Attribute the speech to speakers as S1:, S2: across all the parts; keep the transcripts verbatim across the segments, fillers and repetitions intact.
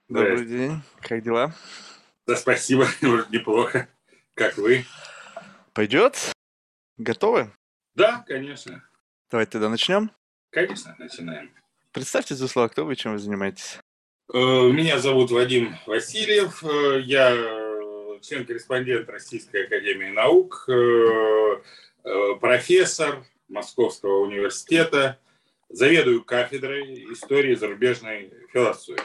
S1: Добрый
S2: Здрасте.
S1: день. Как дела?
S2: Да, спасибо, вроде неплохо. Как вы?
S1: Пойдет? Готовы?
S2: Да, конечно.
S1: Давайте тогда начнем.
S2: Конечно, начинаем.
S1: Представьте за слово, кто вы, чем вы занимаетесь.
S2: Э, Меня зовут Вадим Васильев. Э, Я э, член-корреспондент Российской академии наук, э, э, профессор Московского университета, заведую кафедрой истории зарубежной философии.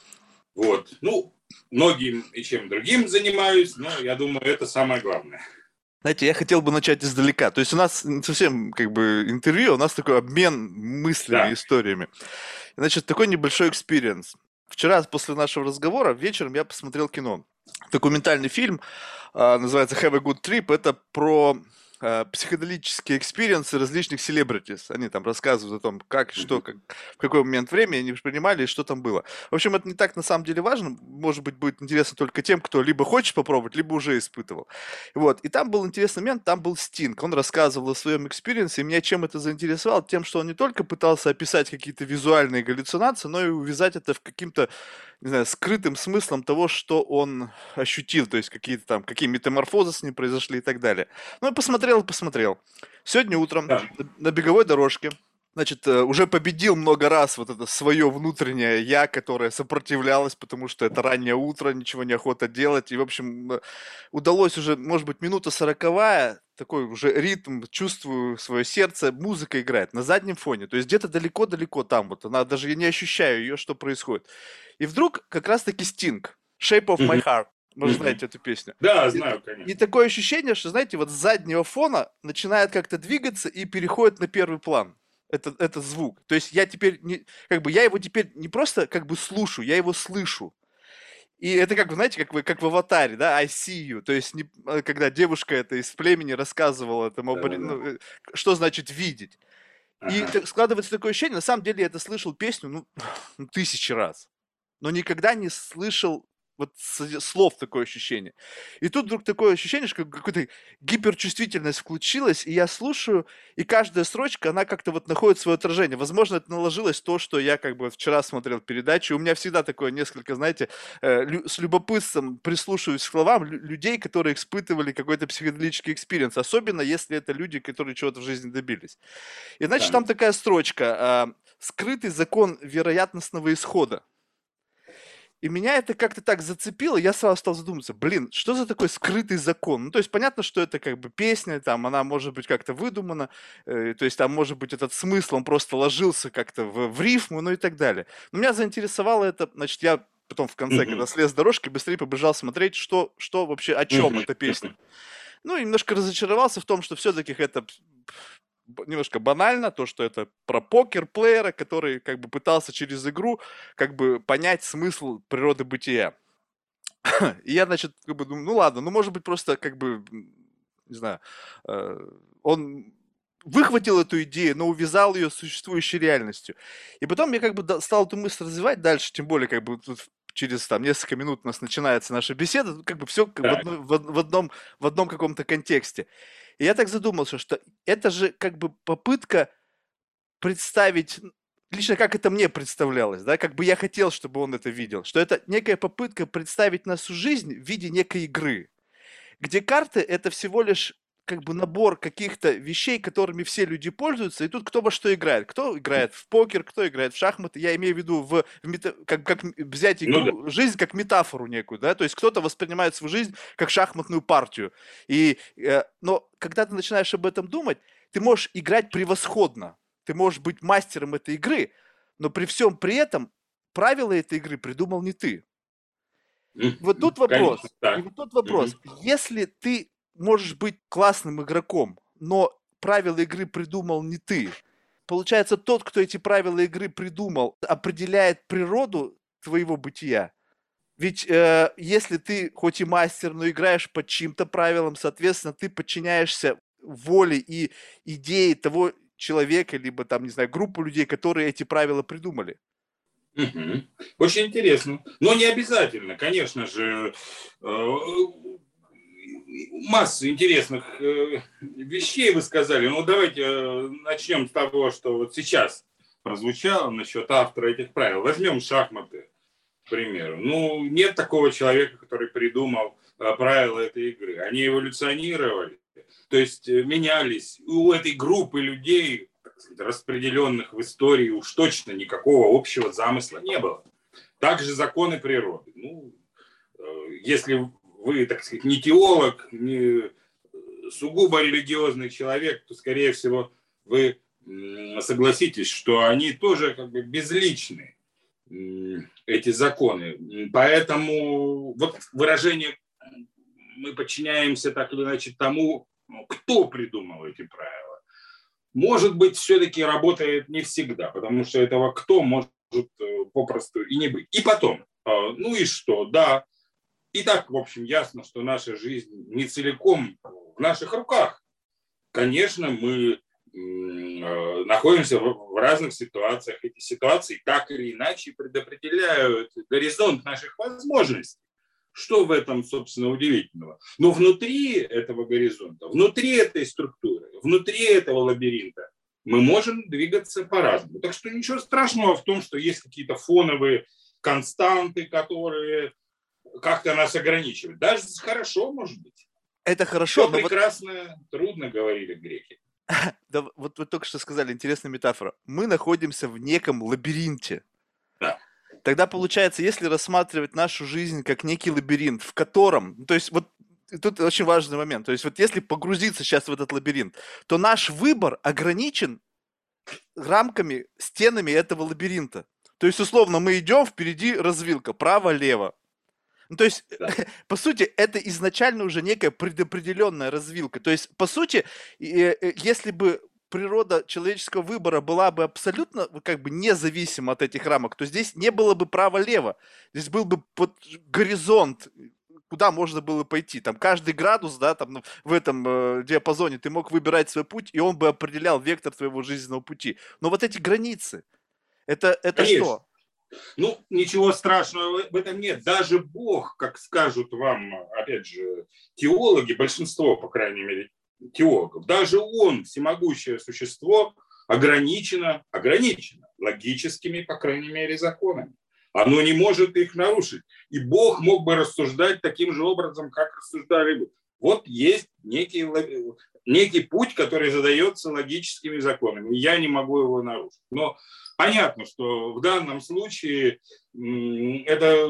S2: Вот. Ну, многим и чем другим занимаюсь, но я думаю, это самое главное.
S1: Знаете, я хотел бы начать издалека. То есть у нас не совсем как бы интервью, а у нас такой обмен мыслями,
S2: Да.
S1: историями. Значит, такой небольшой экспириенс. Вчера после нашего разговора вечером я посмотрел кино. Документальный фильм, а, называется Have a Good Trip. Это про а, психоделические экспириенсы различных селебритис. Они там рассказывают о том, как, что, как, в какой момент времени они принимали и что там было. В общем, это не так на самом деле важно. Может быть, будет интересно только тем, кто либо хочет попробовать, либо уже испытывал. Вот. И там был интересный момент, там был Стинг. Он рассказывал о своем экспириенсе, и меня чем это заинтересовало? Тем, что он не только пытался описать какие-то визуальные галлюцинации, но и увязать это в каким-то, не знаю, скрытым смыслом того, что он ощутил, то есть какие-то там, какие метаморфозы с ним произошли и так далее. Ну, я посмотрел и посмотрел. Сегодня утром
S2: Да.
S1: на на беговой дорожке, значит, э, уже победил много раз вот это свое внутреннее я, которое сопротивлялось, потому что это раннее утро, ничего не охота делать. И, в общем, э, удалось уже, может быть, минута сороковая, такой уже ритм, чувствую свое сердце, музыка играет на заднем фоне. То есть где-то далеко-далеко там вот, она даже я не ощущаю ее, что происходит. И вдруг как раз-таки Стинг, Shape of My
S2: Мгм.
S1: Heart. Может,
S2: Мгм.
S1: знаете эту песню?
S2: Да,
S1: И,
S2: знаю,
S1: и
S2: конечно.
S1: такое ощущение, что, знаете, вот с заднего фона начинает как-то двигаться и переходит на первый план. Это, это звук. То есть я теперь не, как бы я его теперь не просто как бы слушаю, я его слышу. И это как, вы знаете, как, вы, как в «Аватаре», да, I see you. То есть не, э, когда девушка это из племени рассказывала, этому, абори-
S2: Да-да-да.
S1: ну, э, что значит видеть. И
S2: Ага.
S1: так складывается такое ощущение, на самом деле я это слышал песню, ну, ну, тысячи раз, но никогда не слышал вот с- слов такое ощущение. И тут вдруг такое ощущение, что какая-то гиперчувствительность включилась, и я слушаю, и каждая строчка, она как-то вот находит свое отражение. Возможно, это наложилось то, что я как бы вчера смотрел передачу. У меня всегда такое несколько, знаете, э, лю- с любопытством прислушиваюсь к словам лю- людей, которые испытывали какой-то психоделический экспириенс, особенно если это люди, которые чего-то в жизни добились. И значит,
S2: Да.
S1: там такая строчка, а, скрытый закон вероятностного исхода. И меня это как-то так зацепило, я сразу стал задумываться, блин, что за такой скрытый закон? Ну, то есть понятно, что это как бы песня, там, она может быть как-то выдумана, э, то есть там может быть этот смысл, он просто ложился как-то в, в рифму, ну и так далее. Но меня заинтересовало это, значит, я потом в конце, когда
S2: Мгм.
S1: слез с дорожки, быстрее побежал смотреть, что, что вообще, о чем
S2: Мгм.
S1: эта песня. Ну, и немножко разочаровался в том, что все-таки это б- немножко банально, то, что это про покер-плеера, который как бы пытался через игру как бы понять смысл природы бытия. И я, значит, как бы думаю, ну ладно, ну может быть просто как бы, м, не знаю, э, он выхватил эту идею, но увязал ее с существующей реальностью. И потом я как бы да- стал эту мысль развивать дальше, тем более как бы тут в- через там несколько минут у нас начинается наша беседа, тут как бы все в,
S2: Так.
S1: одной- в од- в одном, в одном каком-то контексте. И я так задумался, что это же как бы попытка представить, н- лично как это мне представлялось, да, как бы я хотел, чтобы он это видел, что это некая попытка представить нашу жизнь в виде некой игры, где карты это всего лишь как бы набор каких-то вещей, которыми все люди пользуются, и тут кто во что играет. Кто играет в покер, кто играет в шахматы. Я имею в виду в, в мета- как, как м- взять
S2: Ну да.
S1: игру, жизнь как метафору некую, да, то есть кто-то воспринимает свою жизнь как шахматную партию. И, э, но когда ты начинаешь об этом думать, ты можешь играть превосходно, ты можешь быть мастером этой игры, но при всем при этом правила этой игры придумал не ты. И вот
S2: Мгм.
S1: тут
S2: Конечно,
S1: вопрос. И
S2: так.
S1: вот тут
S2: Мгм.
S1: вопрос. Если ты можешь быть классным игроком, но правила игры придумал не ты, получается, тот, кто эти правила игры придумал, определяет природу твоего бытия. Ведь э, если ты хоть и мастер, но играешь по чьим-то правилам, соответственно, ты подчиняешься воле и идее того человека, либо там, не знаю, группы людей, которые эти правила придумали.
S2: Мгм. Очень интересно. Но не обязательно, конечно же. э, Масса интересных э, вещей вы сказали. Ну, давайте э, начнем с того, что вот сейчас прозвучало насчет автора этих правил. Возьмем шахматы. примеру. Ну, нет такого человека, который придумал а, правила этой игры. Они эволюционировали, то есть э, менялись. У этой группы людей, так сказать, распределенных в истории, уж точно никакого общего замысла не было. Также законы природы. Ну, э, если вы, так сказать, не теолог, не сугубо религиозный человек, то, скорее всего, вы согласитесь, что они тоже как бы безличны, эти законы. Поэтому вот выражение «мы подчиняемся так или иначе тому, кто придумал эти правила», может быть, все-таки работает не всегда, потому что этого «кто» может попросту и не быть. И потом, ну и что, да, и так, в общем, ясно, что наша жизнь не целиком в наших руках. Конечно, мы находимся в разных ситуациях. Эти ситуации так или иначе предопределяют горизонт наших возможностей. Что в этом, собственно, удивительного? Но внутри этого горизонта, внутри этой структуры, внутри этого лабиринта мы можем двигаться по-разному. Так что ничего страшного в том, что есть какие-то фоновые константы, которые как-то нас ограничивают. Даже хорошо, может быть.
S1: Это хорошо,
S2: Все
S1: но
S2: прекрасно, вот... трудно, говорили греки.
S1: Да, вот вы только что сказали, интересная метафора. Мы находимся в неком лабиринте.
S2: Да.
S1: Тогда получается, если рассматривать нашу жизнь как некий лабиринт, в котором, то есть вот тут очень важный момент, то есть вот если погрузиться сейчас в этот лабиринт, то наш выбор ограничен рамками, стенами этого лабиринта. То есть условно мы идем, впереди развилка, право-лево. Ну, то есть, да. По сути, это изначально уже некая предопределенная развилка. То есть, по сути, если бы природа человеческого выбора была бы абсолютно как бы независима от этих рамок, то здесь не было бы право-лево. Здесь был бы вот горизонт, куда можно было пойти. Там каждый градус, да, там в этом э, диапазоне ты мог выбирать свой путь, и он бы определял вектор твоего жизненного пути. Но вот эти границы, это, это что?
S2: Ну, ничего страшного в этом нет. Даже Бог, как скажут вам, опять же, теологи, большинство, по крайней мере, теологов, даже Он, всемогущее существо, ограничено, ограничено логическими, по крайней мере, законами. Оно не может их нарушить. И Бог мог бы рассуждать таким же образом, как рассуждали бы. Вот есть некий, некий путь, который задается логическими законами. Я не могу его нарушить. Но понятно, что в данном случае это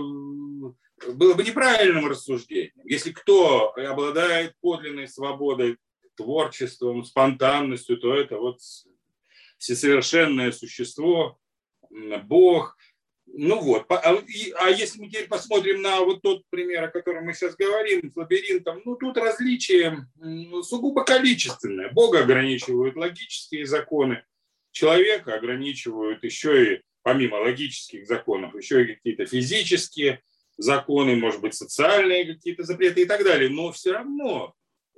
S2: было бы неправильным рассуждением. Если кто обладает подлинной свободой, творчеством, спонтанностью, то это вот всесовершенное существо, Бог. Ну вот, а если мы теперь посмотрим на вот тот пример, о котором мы сейчас говорим, с лабиринтом, ну тут различие сугубо количественное. Бога ограничивают логические законы, человека ограничивают еще и, помимо логических законов, еще и какие-то физические законы, может быть, социальные какие-то запреты и так далее. Но все равно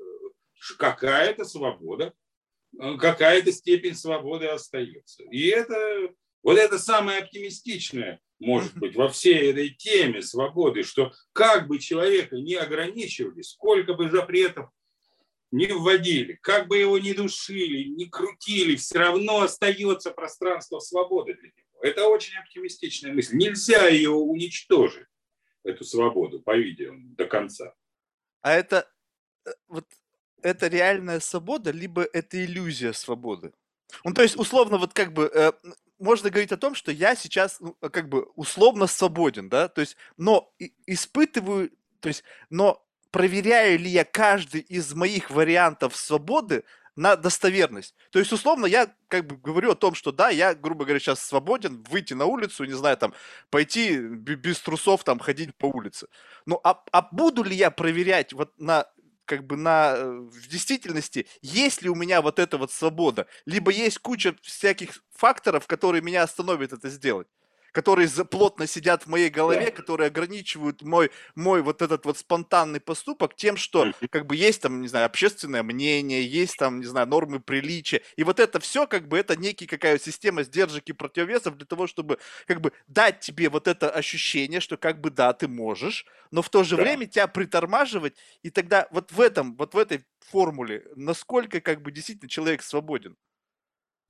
S2: какая-то свобода, какая-то степень свободы остается. И это, вот это самое оптимистичное, может быть, во всей этой теме свободы, что как бы человека не ограничивали, сколько бы запретов не вводили, как бы его ни душили, ни крутили, все равно остается пространство свободы для него. Это очень оптимистичная мысль. Нельзя ее уничтожить, эту свободу, по-видимому, до конца.
S1: А это, вот, это реальная свобода, либо это иллюзия свободы? Ну, то есть, условно, вот как бы, э, можно говорить о том, что я сейчас, ну, как бы, условно свободен, да, то есть, но и, испытываю, то есть, но проверяю ли я каждый из моих вариантов свободы на достоверность. То есть, условно, я как бы говорю о том, что да, я, грубо говоря, сейчас свободен выйти на улицу, не знаю, там, пойти без трусов там ходить по улице. Ну, а, а буду ли я проверять вот на, как бы на, в действительности, есть ли у меня вот эта вот свобода, либо есть куча всяких факторов, которые меня остановят это сделать, которые плотно сидят в моей голове, которые ограничивают мой, мой вот этот вот спонтанный поступок тем, что как бы есть там, не знаю, общественное мнение, есть там, не знаю, нормы приличия. И вот это все как бы это некий какая система сдержек и противовесов для того, чтобы как бы дать тебе вот это ощущение, что как бы да, ты можешь, но в то же да. время тебя притормаживать. И тогда вот в этом, вот в этой формуле, насколько как бы действительно человек свободен?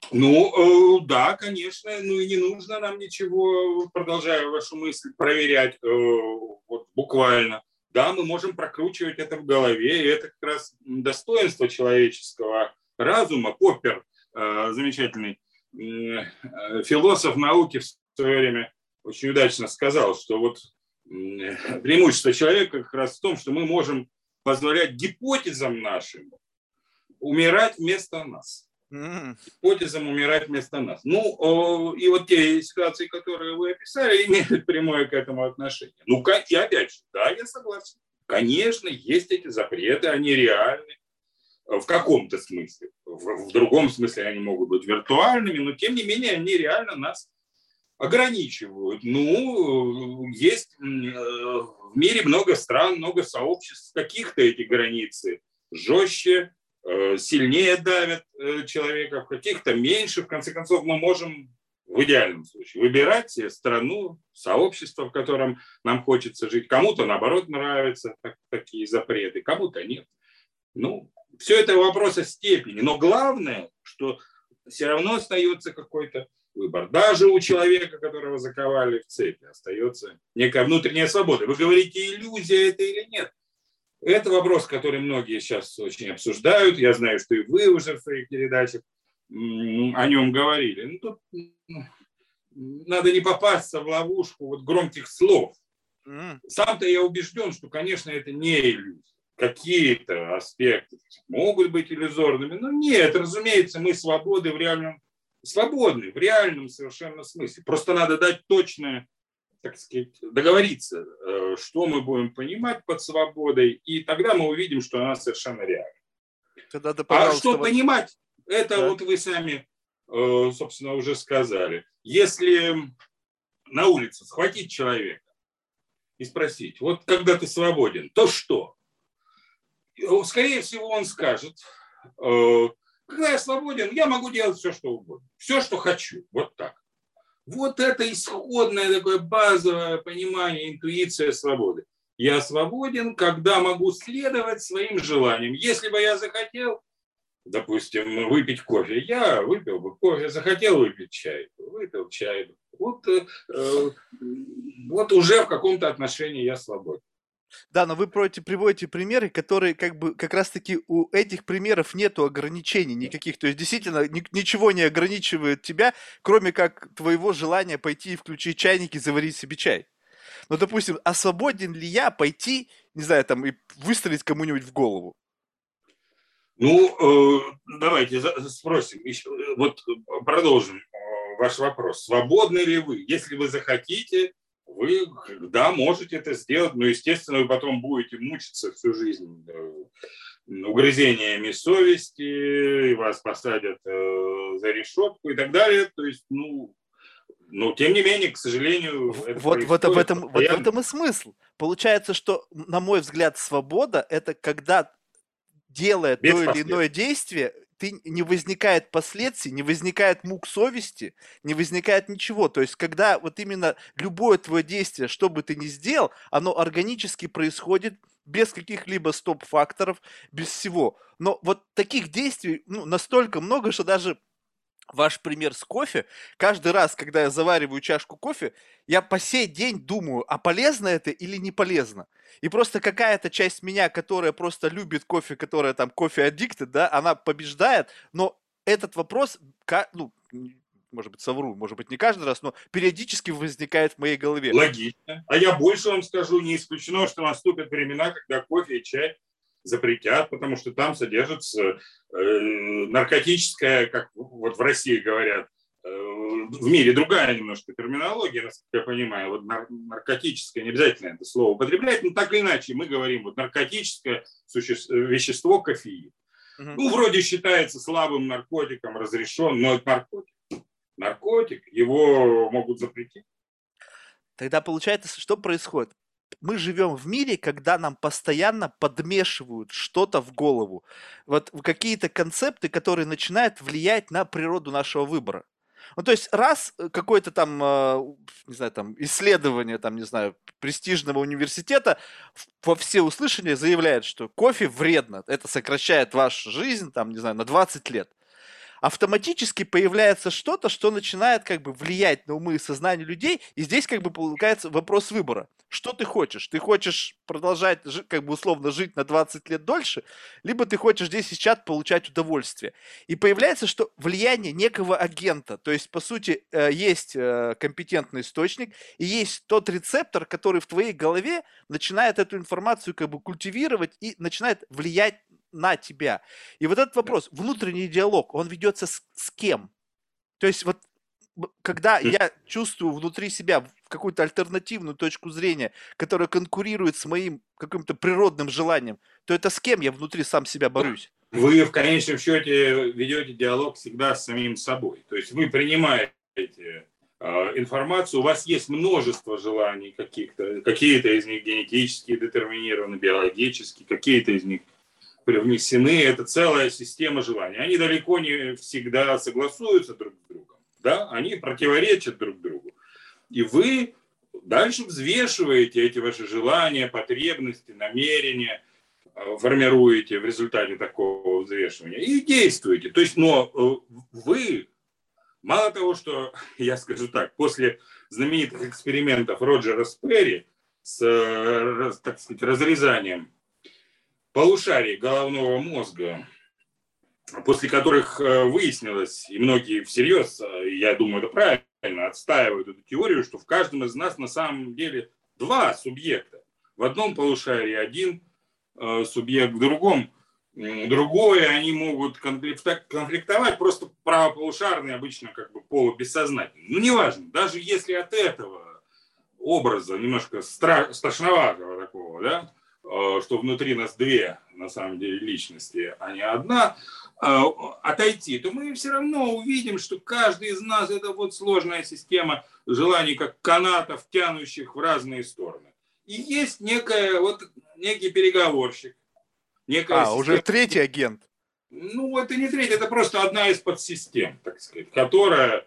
S2: Ну, э, да, конечно, ну и не нужно нам ничего, продолжая вашу мысль, проверять э, вот буквально. Да, мы можем прокручивать это в голове, и это как раз достоинство человеческого разума. Поппер, э, замечательный э, философ науки, в свое время очень удачно сказал, что вот э, преимущество человека как раз в том, что мы можем позволять гипотезам нашим умирать вместо нас.
S1: М.
S2: Гипотезам умирать вместо нас. Ну, и вот те ситуации, которые вы описали, имеют прямое к этому отношение. Ну, и опять же, да, я согласен. Конечно, есть эти запреты, они реальны в каком-то смысле. В, в другом смысле они могут быть виртуальными, но тем не менее они реально нас ограничивают. Ну, есть в мире много стран, много сообществ, каких-то эти границы жестче, сильнее давят человека, в каких-то меньше. В конце концов, мы можем в идеальном случае выбирать себе страну, сообщество, в котором нам хочется жить. Кому-то, наоборот, нравятся так, такие запреты, кому-то нет. Ну, все это вопрос о степени. Но главное, что все равно остается какой-то выбор. Даже у человека, которого заковали в цепи, остается некая внутренняя свобода. Вы говорите, иллюзия это или нет? Это вопрос, который многие сейчас очень обсуждают. Я знаю, что и вы уже в своих передачах о нем говорили. Ну, тут надо не попасться в ловушку вот громких слов. Mm. Сам-то я убежден, что, конечно, это не иллюзия. Какие-то аспекты могут быть иллюзорными, но нет, разумеется, мы свободы в реальном, свободны в реальном совершенно смысле. Просто надо дать точное, так сказать, договориться, что мы будем понимать под свободой, и тогда мы увидим, что она совершенно реальна.
S1: Тогда,
S2: а что вот... понимать, это
S1: да.
S2: Вот вы сами, собственно, уже сказали. Если на улице схватить человека и спросить, вот когда ты свободен, то что? Скорее всего, он скажет, когда я свободен, я могу делать все, что угодно. Все, что хочу. Вот так. Вот это исходное такое базовое понимание, интуиция свободы. Я свободен, когда могу следовать своим желаниям. Если бы я захотел, допустим, выпить кофе, я выпил бы кофе, захотел выпить чай, выпил чай. Вот, э, вот уже в каком-то отношении я свободен.
S1: Да, но вы приводите примеры, которые как бы как раз-таки у этих примеров нету ограничений никаких. То есть действительно ни, ничего не ограничивает тебя, кроме как твоего желания пойти и включить чайник и заварить себе чай. Но, допустим, а свободен ли я пойти, не знаю, там, и выстрелить кому-нибудь в голову?
S2: Ну, э, давайте спросим, еще, вот продолжим ваш вопрос. Свободны ли вы? Если вы захотите, вы, да, можете это сделать, но, естественно, вы потом будете мучиться всю жизнь угрызениями совести, и вас посадят за решетку и так далее. То есть, ну, но, тем не менее, к сожалению, это
S1: вот, вот, об этом, вот в этом и смысл. Получается, что, на мой взгляд, свобода – это когда, делая то или иное действие, ты, не возникает последствий, не возникает мук совести, не возникает ничего. То есть, когда вот именно любое твое действие, что бы ты ни сделал, оно органически происходит без каких-либо стоп-факторов, без всего. Но вот таких действий ну, настолько много, что даже ваш пример с кофе, каждый раз, когда я завариваю чашку кофе, я по сей день думаю, а полезно это или не полезно. И просто какая-то часть меня, которая просто любит кофе, которая там кофе-аддикты, да, она побеждает, но этот вопрос, ну, может быть, совру, может быть, не каждый раз, но периодически возникает в моей голове.
S2: Логично. А я больше вам скажу, не исключено, что наступят времена, когда кофе и чай запретят, потому что там содержится э, наркотическая, как вот в России говорят, э, в мире другая немножко терминология, насколько я понимаю, вот нар- наркотическое, не обязательно это слово употреблять, но так или иначе мы говорим, вот наркотическое суще- вещество кофеин. Угу. Ну, вроде считается слабым наркотиком, разрешен, но это наркотик. Наркотик, его могут запретить.
S1: Тогда получается, что происходит? Мы живем в мире, когда нам постоянно подмешивают что-то в голову. Вот какие-то концепты, которые начинают влиять на природу нашего выбора. Ну, то есть, раз какое-то там, не знаю, там, исследование, там, не знаю, престижного университета во всеуслышание заявляет, что кофе вредно, это сокращает вашу жизнь, там, не знаю, на двадцать лет. автоматически появляется что-то, что начинает как бы влиять на умы и сознание людей, и здесь как бы получается вопрос выбора. Что ты хочешь? Ты хочешь продолжать, как бы условно, жить на двадцать лет дольше, либо ты хочешь здесь и сейчас получать удовольствие. И появляется, что влияние некого агента, то есть, по сути, есть компетентный источник, и есть тот рецептор, который в твоей голове начинает эту информацию как бы культивировать и начинает влиять на тебя. И вот этот вопрос, внутренний диалог, он ведется с, с кем? То есть вот когда я чувствую внутри себя какую-то альтернативную точку зрения, которая конкурирует с моим каким-то природным желанием, то это с кем я внутри сам себя борюсь?
S2: Вы в конечном счете ведете диалог всегда с самим собой. То есть вы принимаете э, информацию, у вас есть множество желаний каких-то, какие-то из них генетически детерминированы, биологически, какие-то из них привнесены. Это целая система желаний. Они далеко не всегда согласуются друг с другом. Да? Они противоречат друг другу. И вы дальше взвешиваете эти ваши желания, потребности, намерения, формируете в результате такого взвешивания и действуете. То есть, но вы, мало того, что, я скажу так, после знаменитых экспериментов Роджера Сперри с, так сказать, разрезанием полушарий головного мозга, после которых выяснилось, и многие всерьез, я думаю, это правильно, отстаивают эту теорию, что в каждом из нас на самом деле два субъекта. В одном полушарии один субъект, в другом другое, они могут конфликтовать, просто правополушарные обычно как бы полубессознательные. Ну, неважно, даже если от этого образа немножко стра- страшноватого такого, да, что внутри нас две, на самом деле, личности, а не одна, отойти, то мы все равно увидим, что каждый из нас это вот сложная система желаний, как канатов, тянущих в разные стороны. И есть некая, вот, некий переговорщик. Некая
S1: а,
S2: система.
S1: Уже третий агент.
S2: Ну, это не третий, это просто одна из подсистем, так сказать, которая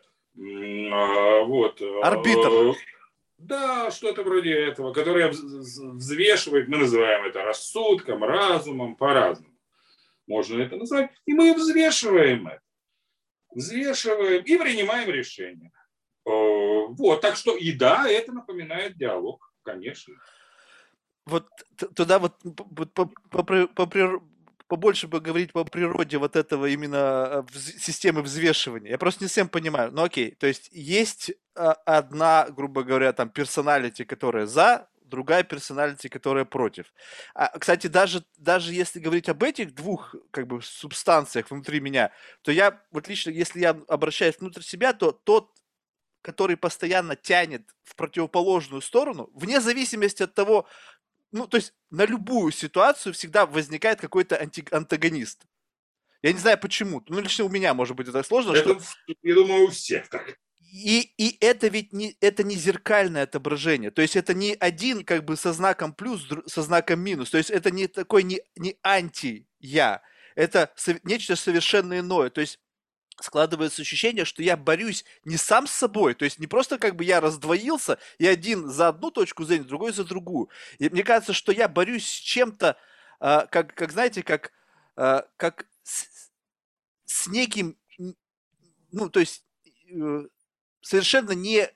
S2: вот...
S1: Арбитр.
S2: Да, что-то вроде этого, которое взвешивает, мы называем это рассудком, разумом, по-разному. Можно это назвать. И мы взвешиваем это. Взвешиваем и принимаем решение. Вот, так что, и да, это напоминает диалог, конечно.
S1: Вот туда вот по, по, по, по, побольше бы говорить по природе вот этого именно системы взвешивания. Я просто не совсем понимаю. Ну окей, то есть есть одна, грубо говоря, там персоналити, которая за, другая персоналити, которая против. А, кстати, даже, даже если говорить об этих двух как бы субстанциях внутри меня, то я вот лично, если я обращаюсь внутрь себя, то тот, который постоянно тянет в противоположную сторону, вне зависимости от того, ну, то есть на любую ситуацию всегда возникает какой-то анти- антагонист. Я не знаю почему. Ну, лично у меня, может быть, это сложно.
S2: Это, что... я думаю, у всех так.
S1: И, и это ведь не, это не зеркальное отображение. То есть это не один как бы со знаком плюс, со знаком минус. То есть это не такой не, не анти-я. Это со, нечто совершенно иное. То есть складывается ощущение, что я борюсь не сам с собой, то есть не просто как бы я раздвоился, и один за одну точку зрения, другой за другую. И мне кажется, что я борюсь с чем-то, э, как, как, знаете, как, э, как с, с неким, ну, то есть э, совершенно не,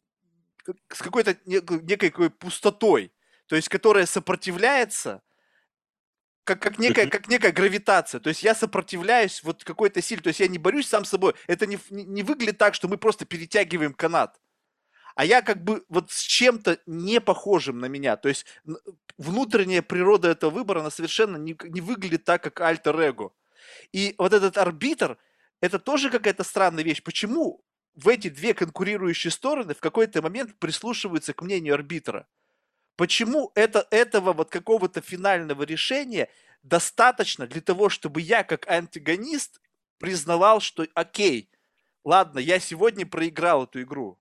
S1: с какой-то некой какой пустотой, то есть которая сопротивляется, Как, как, некая, как некая гравитация. То есть я сопротивляюсь вот какой-то силе. То есть я не борюсь сам с собой. Это не, не выглядит так, что мы просто перетягиваем канат. А я как бы вот с чем-то не похожим на меня. То есть внутренняя природа этого выбора, она совершенно не, не выглядит так, как альтер-эго. И вот этот арбитр, это тоже какая-то странная вещь. Почему в эти две конкурирующие стороны в какой-то момент прислушиваются к мнению арбитра? Почему это, этого вот какого-то финального решения достаточно для того, чтобы я как антагонист признавал, что окей, ладно, я сегодня проиграл эту игру.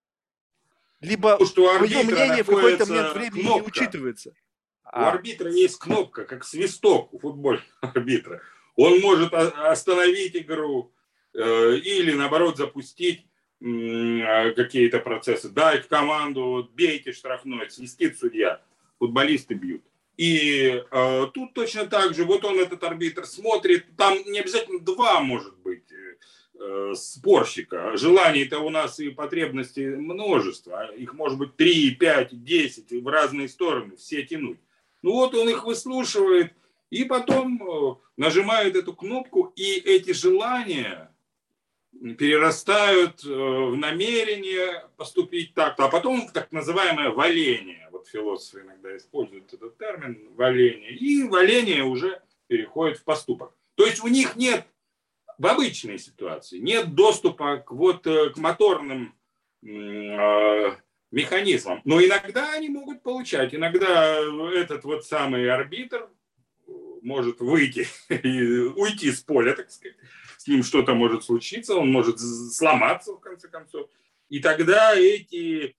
S1: Либо
S2: Потому что у
S1: мое мнение в какой-то момент времени
S2: кнопка.
S1: не учитывается.
S2: У а. арбитра есть кнопка, как свисток у футбольного арбитра. Он может остановить игру э, или, наоборот, запустить какие-то процессы. Дай в команду, бейте штрафной, свистит судья, футболисты бьют. И э, тут точно так же, вот он, этот арбитр, смотрит, там не обязательно два, может быть, э, спорщика. Желаний-то у нас и потребностей множество. Их может быть три, пять, десять, в разные стороны, все тянуть. Ну вот он их выслушивает, и потом э, нажимает эту кнопку, и эти желания перерастают в намерение поступить так-то, а потом в так называемое валение. Вот философы иногда используют этот термин валение. И валение уже переходит в поступок. То есть у них нет в обычной ситуации нет доступа к, вот, к моторным э, механизмам. Но иногда они могут получать. Иногда этот вот самый арбитр может выйти и уйти с поля, так сказать. С ним что-то может случиться, он может сломаться, в конце концов. И тогда эти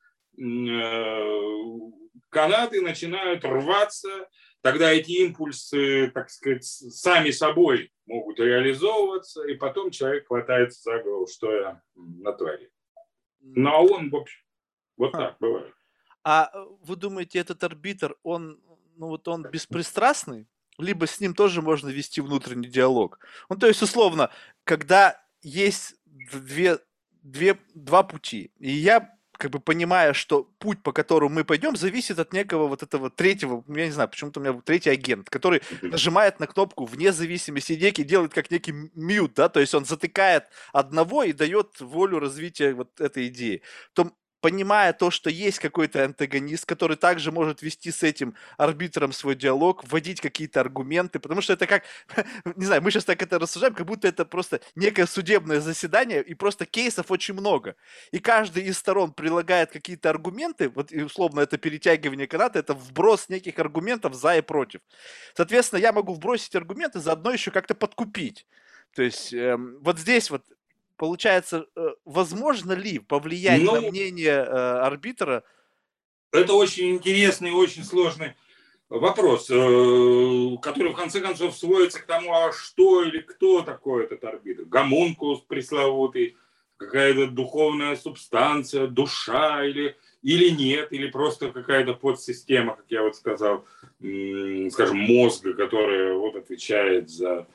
S2: э, канаты начинают рваться, тогда эти импульсы, так сказать, сами собой могут реализовываться, и потом человек хватается за голову, что я натворил. Ну, а он, в общем, вот а. так бывает.
S1: А вы думаете, этот арбитр, он, ну, вот он беспристрастный? Либо с ним тоже можно вести внутренний диалог? Ну, то есть, условно, когда есть две, две, два пути, и я как бы понимая, что путь, по которому мы пойдем, зависит от некого вот этого третьего, я не знаю, почему-то у меня третий агент, который нажимает на кнопку вне зависимости некий, делает как некий мьют, да, то есть он затыкает одного и дает волю развития вот этой идеи. То, понимая то, что есть какой-то антагонист, который также может вести с этим арбитром свой диалог, вводить какие-то аргументы, потому что это как, не знаю, мы сейчас так это рассуждаем, как будто это просто некое судебное заседание, и просто кейсов очень много. И каждый из сторон прилагает какие-то аргументы, вот и условно это перетягивание каната, это вброс неких аргументов за и против. Соответственно, я могу вбросить аргументы, заодно еще как-то подкупить. То есть эм, вот здесь вот получается, возможно ли повлиять ну, на мнение э, арбитра?
S2: Это очень интересный и очень сложный вопрос, э, который в конце концов сводится к тому, а что или кто такой этот арбитр? Гомункулус пресловутый, какая-то духовная субстанция, душа или, или нет, или просто какая-то подсистема, как я вот сказал, э, скажем, мозга, которая вот отвечает за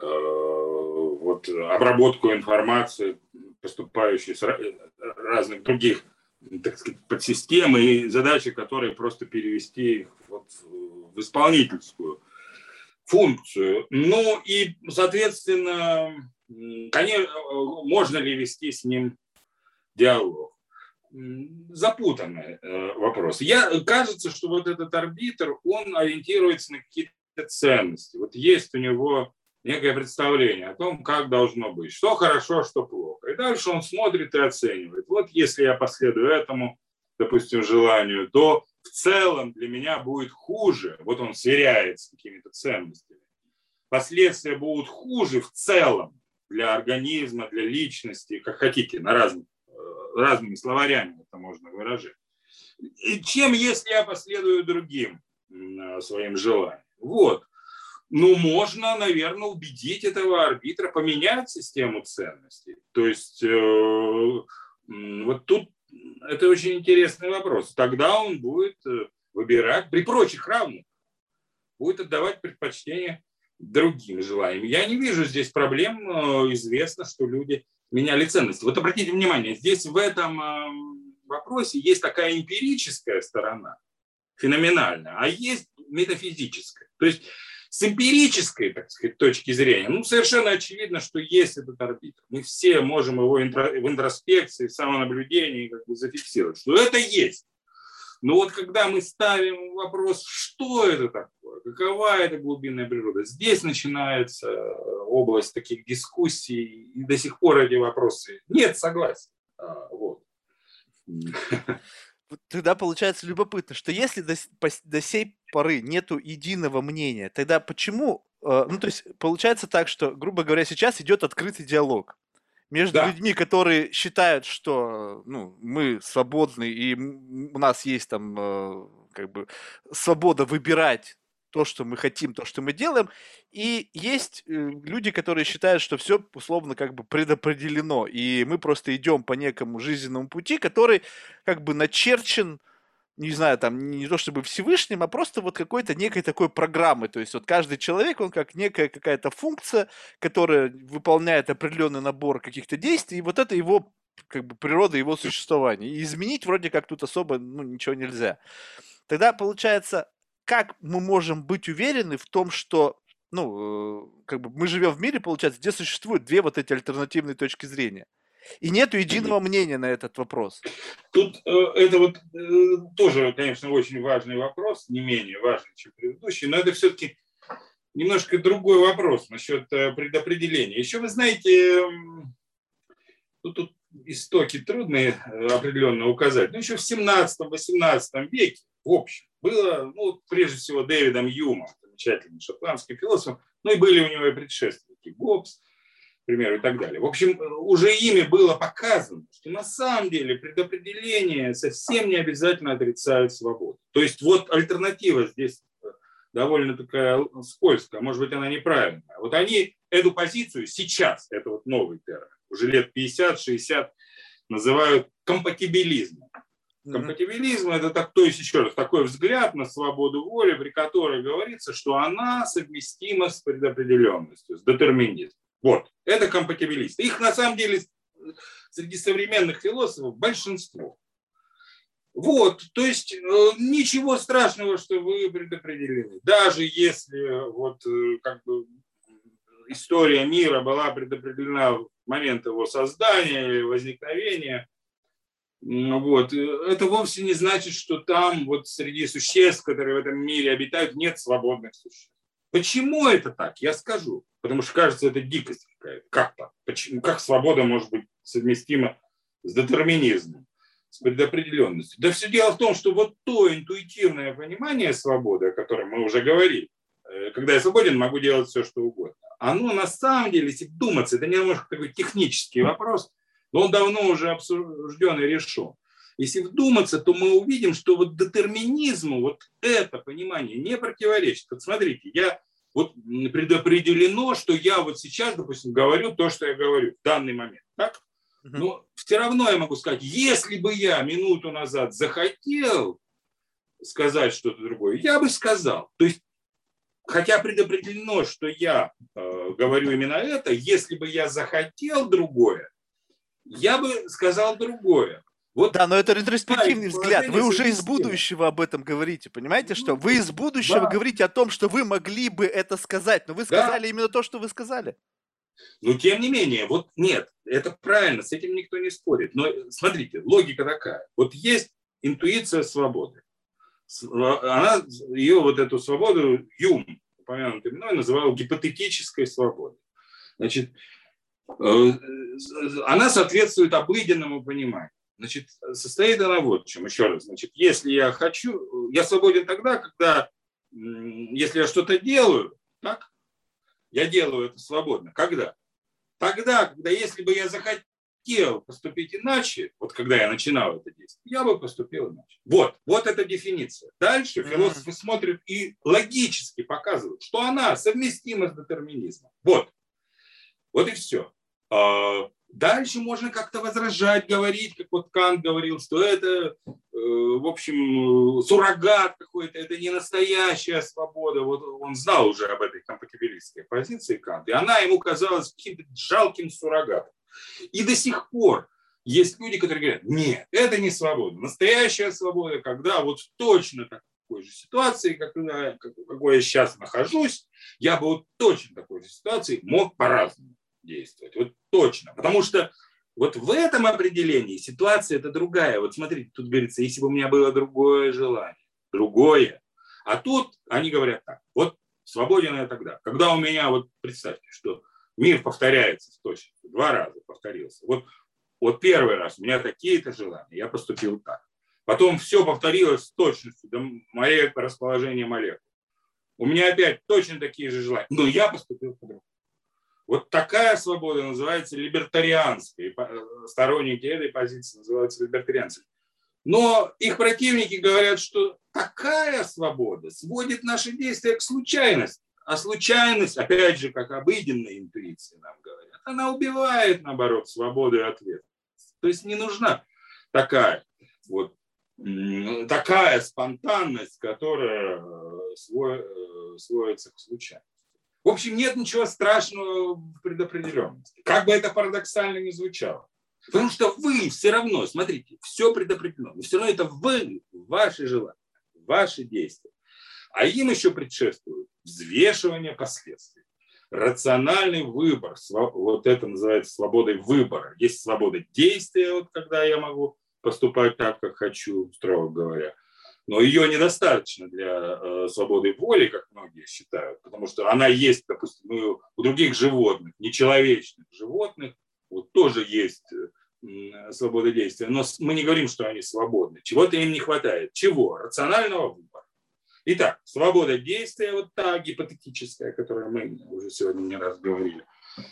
S2: вот, обработку информации, поступающей с разных других, так сказать, подсистем, и задачи, которые просто перевести их вот в исполнительскую функцию. Ну и, соответственно, конечно, можно ли вести с ним диалог? Запутанный вопрос. Я, кажется, что вот этот арбитр, он ориентируется на какие-то ценности. Вот есть у него некое представление о том, как должно быть, что хорошо, что плохо. И дальше он смотрит и оценивает. Вот если я последую этому, допустим, желанию, то в целом для меня будет хуже. Вот он сверяет с какими-то ценностями. Последствия будут хуже в целом для организма, для личности, как хотите, на разных, разными словарями это можно выражать. И чем, если я последую другим своим желаниям? Вот. Ну, можно, наверное, убедить этого арбитра поменять систему ценностей. То есть, э, вот тут это очень интересный вопрос. Тогда он будет выбирать, при прочих равных, будет отдавать предпочтение другим желаниям. Я не вижу здесь проблем. Известно, что люди меняли ценности. Вот обратите внимание, здесь в этом вопросе есть такая эмпирическая сторона, феноменальная, а есть метафизическая. То есть, с эмпирической, так сказать, точки зрения, ну, совершенно очевидно, что есть этот арбитр. Мы все можем его в интроспекции, в самонаблюдении как бы зафиксировать, что это есть. Но вот когда мы ставим вопрос, что это такое, какова эта глубинная природа, здесь начинается область таких дискуссий, и до сих пор эти вопросы нет согласия. Вот.
S1: Тогда получается любопытно, что если до, до сей поры нету единого мнения, тогда почему, э, ну то есть получается так, что, грубо говоря, сейчас идет открытый диалог между да. людьми, которые считают, что ну, мы свободны и у нас есть там э, как бы свобода выбирать то, что мы хотим, то, что мы делаем, и есть люди, которые считают, что все условно как бы предопределено, и мы просто идем по некому жизненному пути, который как бы начерчен не знаю, там, не то чтобы Всевышним, а просто вот какой-то некой такой программы. То есть вот каждый человек, он как некая какая-то функция, которая выполняет определенный набор каких-то действий, и вот это его как бы природа его существования. И изменить вроде как тут особо ну, ничего нельзя. Тогда получается, как мы можем быть уверены в том, что ну, э, как бы мы живем в мире, получается, где существуют две вот эти альтернативные точки зрения. И нету единого мнения на этот вопрос.
S2: Тут э, это вот э, тоже, конечно, очень важный вопрос, не менее важный, чем предыдущий, но это все-таки немножко другой вопрос насчет э, предопределения. Еще вы знаете, э, ну, тут истоки трудно определенно указать, но еще в семнадцатом-восемнадцатом веке, в общем, было, ну, прежде всего, Дэвидом Юмом, замечательным шотландским философом, ну и были у него и предшественники, Гоббс, к примеру, и так далее. В общем, уже ими было показано, что на самом деле предопределение совсем не обязательно отрицает свободу. То есть вот альтернатива здесь довольно такая скользкая, может быть, она неправильная. Вот они эту позицию сейчас, это вот новый термин, уже лет пятьдесят-шестьдесят, называют компатибилизмом. Mm-hmm. Компатибилизм – это так, то есть, еще раз, такой взгляд на свободу воли, при которой говорится, что она совместима с предопределенностью, с детерминизмом. Вот, это компатибилисты. Их на самом деле среди современных философов большинство. Вот, то есть ничего страшного, что вы предопределены. Даже если вот как бы история мира была предопределена в момент его создания или возникновения, вот, это вовсе не значит, что там вот среди существ, которые в этом мире обитают, нет свободных существ. Почему это так? Я скажу. Потому что, кажется, это дикость какая-то. Как так? Почему? Как свобода может быть совместима с детерминизмом, с предопределенностью? Да все дело в том, что вот то интуитивное понимание свободы, о котором мы уже говорили, когда я свободен, могу делать все, что угодно. Оно на самом деле, если вдуматься, это немножко такой технический вопрос, но он давно уже обсужден и решен. Если вдуматься, то мы увидим, что вот детерминизму вот это понимание не противоречит. Вот смотрите, я вот предопределено, что я вот сейчас, допустим, говорю то, что я говорю в данный момент. Так? Но все равно я могу сказать, если бы я минуту назад захотел сказать что-то другое, я бы сказал. То есть, хотя предопределено, что я э, говорю именно это, если бы я захотел другое, я бы сказал другое. Вот,
S1: да, но это ретроспективный взгляд. Вы уже из будущего об этом говорите, понимаете, что вы из будущего да. говорите о том, что вы могли бы это сказать, но вы сказали да. именно то, что вы сказали.
S2: Но тем не менее, вот нет, это правильно, с этим никто не спорит. Но смотрите, логика такая. Вот есть интуиция свободы. Она, ее вот эту свободу Юм, упомянутый мной, называл гипотетической свободой. Значит, она соответствует обыденному пониманию. Значит, состоит она вот в чем, еще раз. Значит, если я хочу, я свободен тогда, когда, если я что-то делаю, так, я делаю это свободно. Когда? Тогда, когда, если бы я захотел поступить иначе, вот когда я начинал это действие, я бы поступил иначе. Вот, вот эта дефиниция. Дальше философы смотрят и логически показывают, что она совместима с детерминизмом. Вот. Вот и все. Дальше можно как-то возражать, говорить, как вот Кант говорил, что это, в общем, суррогат какой-то, это не настоящая свобода. Вот он знал уже об этой компатибилистской позиции Канта, и она ему казалась каким-то жалким суррогатом. И до сих пор есть люди, которые говорят, нет, это не свобода. Настоящая свобода, когда вот в точно такой же ситуации, как, какой я сейчас нахожусь, я бы вот точно в такой же ситуации мог по-разному действовать. Вот точно. Потому что вот в этом определении ситуация это другая. Вот смотрите, тут говорится, если бы у меня было другое желание, другое. А тут они говорят так, вот свободен я тогда. Когда у меня, вот представьте, что мир повторяется с точностью, два раза повторился. Вот, вот первый раз у меня такие-то желания, я поступил так. Потом все повторилось с точностью до молекул, расположения молекул. У меня опять точно такие же желания, но я поступил по-другому. Вот такая свобода называется либертарианской. Сторонники этой позиции называются либертарианцами. Но их противники говорят, что такая свобода сводит наши действия к случайности. А случайность, опять же, как обыденная интуиция нам говорят, она убивает, наоборот, свободу и ответственность. То есть не нужна такая вот такая спонтанность, которая сводится к случайности. В общем, нет ничего страшного в предопределенности. Как бы это парадоксально ни звучало. Потому что вы все равно, смотрите, все предопределено. Но все равно это вы, ваши желания, ваши действия. А им еще предшествует взвешивание последствий. Рациональный выбор, вот это называется свободой выбора. Есть свобода действия, вот когда я могу поступать так, как хочу, строго говоря. Но ее недостаточно для э, свободы воли, как многие считают, потому что она есть, допустим, ну, у других животных, нечеловечных животных, вот тоже есть э, свобода действия. Но мы не говорим, что они свободны. Чего-то им не хватает. Чего? Рационального выбора. Итак, свобода действия, вот та гипотетическая, о которой мы уже сегодня не раз говорили.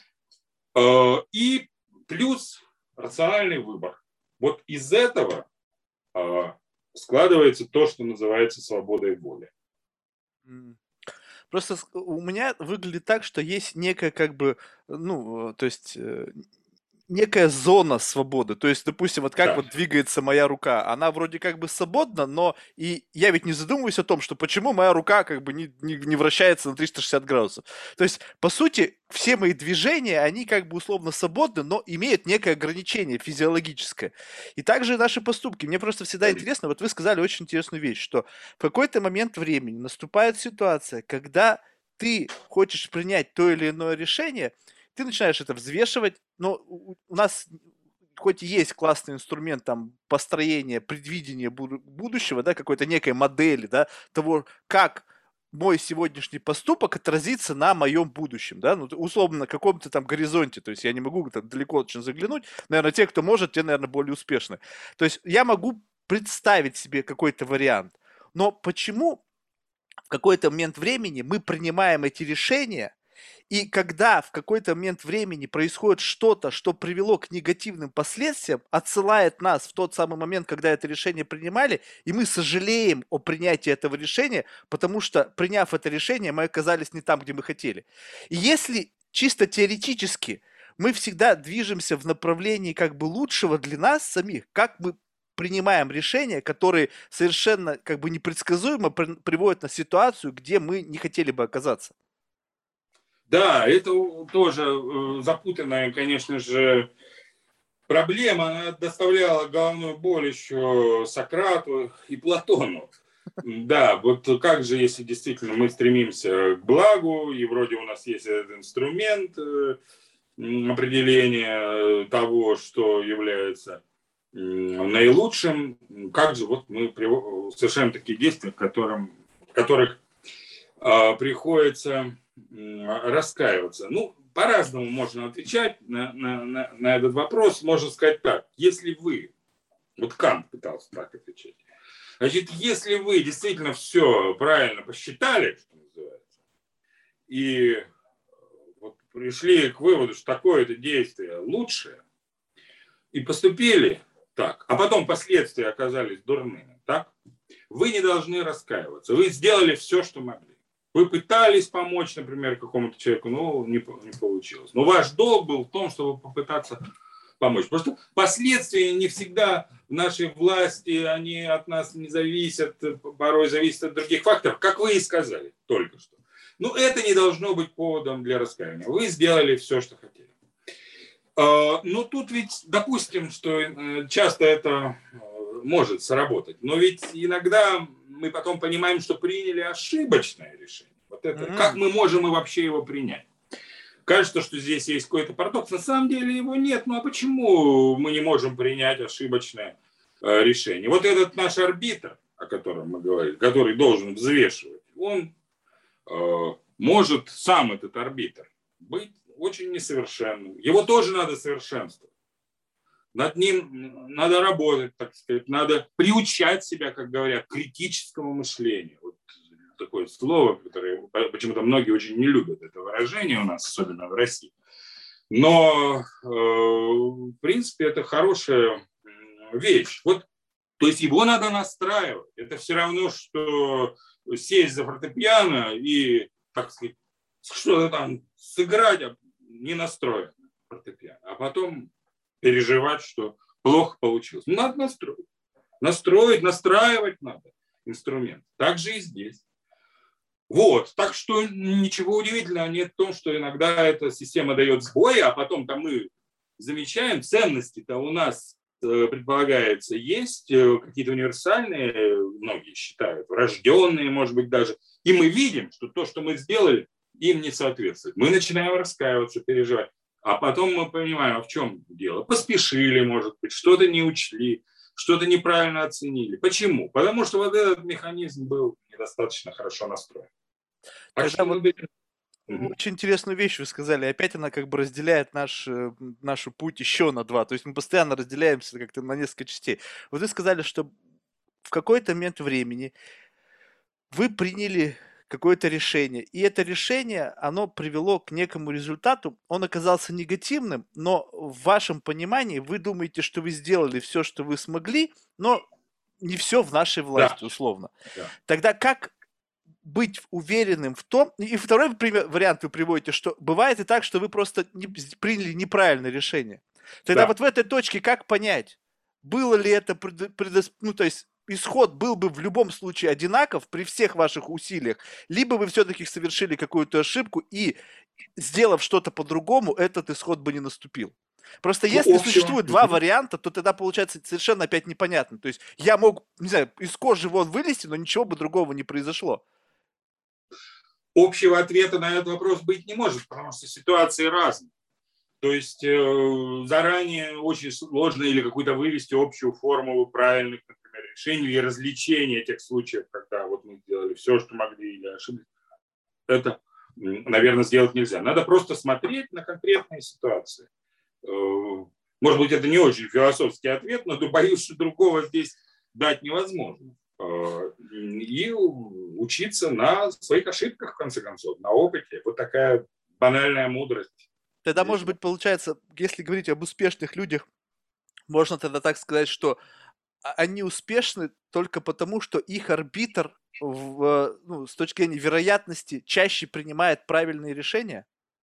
S2: Э, и плюс рациональный выбор. Вот из этого э, складывается то, что называется свободой воли.
S1: Просто у меня выглядит так, что есть некая как бы, ну, то есть некая зона свободы. То есть, допустим, вот как
S2: Да.
S1: вот двигается моя рука. Она вроде как бы свободна, но и я ведь не задумываюсь о том, что почему моя рука как бы не, не, не вращается на триста шестьдесят градусов. То есть, по сути, все мои движения, они как бы условно свободны, но имеют некое ограничение физиологическое. И также наши поступки. Мне просто всегда интересно, вот вы сказали очень интересную вещь, что в какой-то момент времени наступает ситуация, когда ты хочешь принять то или иное решение, ты начинаешь это взвешивать, но у нас хоть и есть классный инструмент там построения, предвидения будущего, да, какой-то некой модели, да, того, как мой сегодняшний поступок отразится на моем будущем, да, ну, условно, на каком-то там горизонте, то есть я не могу там далеко очень заглянуть, наверное, те, кто может, те, наверное, более успешны. То есть я могу представить себе какой-то вариант, но почему в какой-то момент времени мы принимаем эти решения, и когда в какой-то момент времени происходит что-то, что привело к негативным последствиям, отсылает нас в тот самый момент, когда это решение принимали, и мы сожалеем о принятии этого решения, потому что, приняв это решение, мы оказались не там, где мы хотели. И если чисто теоретически мы всегда движемся в направлении как бы лучшего для нас самих, как мы принимаем решения, которые совершенно как бы непредсказуемо приводят нас в ситуацию, где мы не хотели бы оказаться.
S2: Да, это тоже запутанная, конечно же, проблема. Она доставляла головную боль еще Сократу и Платону. Да, вот как же, если действительно мы стремимся к благу, и вроде у нас есть этот инструмент определения того, что является наилучшим, как же вот мы совершаем такие действия, в, котором, в которых а, приходится раскаиваться. Ну, по-разному можно отвечать на, на, на, на этот вопрос. Можно сказать так, если вы, вот Кант пытался так отвечать, значит, если вы действительно все правильно посчитали, что называется, и вот пришли к выводу, что такое-то действие лучшее, и поступили так, а потом последствия оказались дурными, так, вы не должны раскаиваться. Вы сделали все, что могли. Вы пытались помочь, например, какому-то человеку, но не, не получилось. Но ваш долг был в том, чтобы попытаться помочь. Просто последствия не всегда в нашей власти, они от нас не зависят, порой зависят от других факторов, как вы и сказали только что. Но это не должно быть поводом для раскаяния. Вы сделали все, что хотели. Но тут ведь, допустим, что часто это может сработать, но ведь иногда мы потом понимаем, что приняли ошибочное решение. Вот это, mm-hmm. Как мы можем и вообще его принять? Кажется, что здесь есть какой-то парадокс. На самом деле его нет. Ну а почему мы не можем принять ошибочное э, решение? Вот этот наш арбитр, о котором мы говорили, который должен взвешивать, он э, может, сам этот арбитр, быть очень несовершенным. Его тоже надо совершенствовать. Над ним надо работать, так сказать, надо приучать себя, как говорят, к критическому мышлению. Вот такое слово, которое почему-то многие очень не любят, это выражение у нас, особенно в России. Но, э, в принципе, это хорошая вещь. Вот, то есть его надо настраивать. Это все равно, что сесть за фортепиано и, так сказать, что-то там сыграть, а не настроено фортепиано. А потом переживать, что плохо получилось. Надо настроить. Настроить, настраивать надо инструмент. Так же и здесь. Вот. Так что ничего удивительного нет в том, что иногда эта система дает сбои, а потом-то мы замечаем, ценности-то у нас, предполагается, есть какие-то универсальные, многие считают, врожденные, может быть, даже. И мы видим, что то, что мы сделали, им не соответствует. Мы начинаем раскаиваться, переживать. А потом мы понимаем, а в чем дело. Поспешили, может быть, что-то не учли, что-то неправильно оценили. Почему? Потому что вот этот механизм был недостаточно хорошо настроен. Так
S1: Тогда
S2: что
S1: вот
S2: мы...
S1: очень интересную вещь вы сказали. Опять она как бы разделяет наш, э, нашу путь еще на два. То есть мы постоянно разделяемся как-то на несколько частей. Вот вы сказали, что в какой-то момент времени вы приняли какое-то решение, и это решение, оно привело к некому результату, он оказался негативным, но в вашем понимании вы думаете, что вы сделали все, что вы смогли, но не все в нашей власти,
S2: Да.
S1: условно.
S2: Да.
S1: Тогда как быть уверенным в том... И второй пример, вариант вы приводите, что бывает и так, что вы просто не, приняли неправильное решение. Тогда
S2: Да.
S1: вот в этой точке как понять, было ли это... Пред, предос, ну, то есть исход был бы в любом случае одинаков при всех ваших усилиях, либо вы все-таки совершили какую-то ошибку и, сделав что-то по-другому, этот исход бы не наступил. Просто если
S2: общем,
S1: существует два варианта, то тогда получается совершенно опять непонятно. То есть я мог, не знаю, из кожи вон вылезти, но ничего бы другого не произошло.
S2: Общего ответа на этот вопрос быть не может, потому что ситуации разные. То есть э, заранее очень сложно или какую-то вывести общую формулу правильных, например, решений или развлечения тех случаев, когда вот мы сделали все, что могли, или ошиблись. Это, наверное, сделать нельзя. Надо просто смотреть на конкретные ситуации. Э, может быть, это не очень философский ответ, но боюсь, что другого здесь дать невозможно. Э, и учиться на своих ошибках, в конце концов, на опыте. Вот такая банальная мудрость.
S1: Тогда, может быть, получается, если говорить об успешных людях, можно тогда так сказать, что они успешны только потому, что их арбитр в, ну, с точки зрения вероятности чаще принимает правильные решения?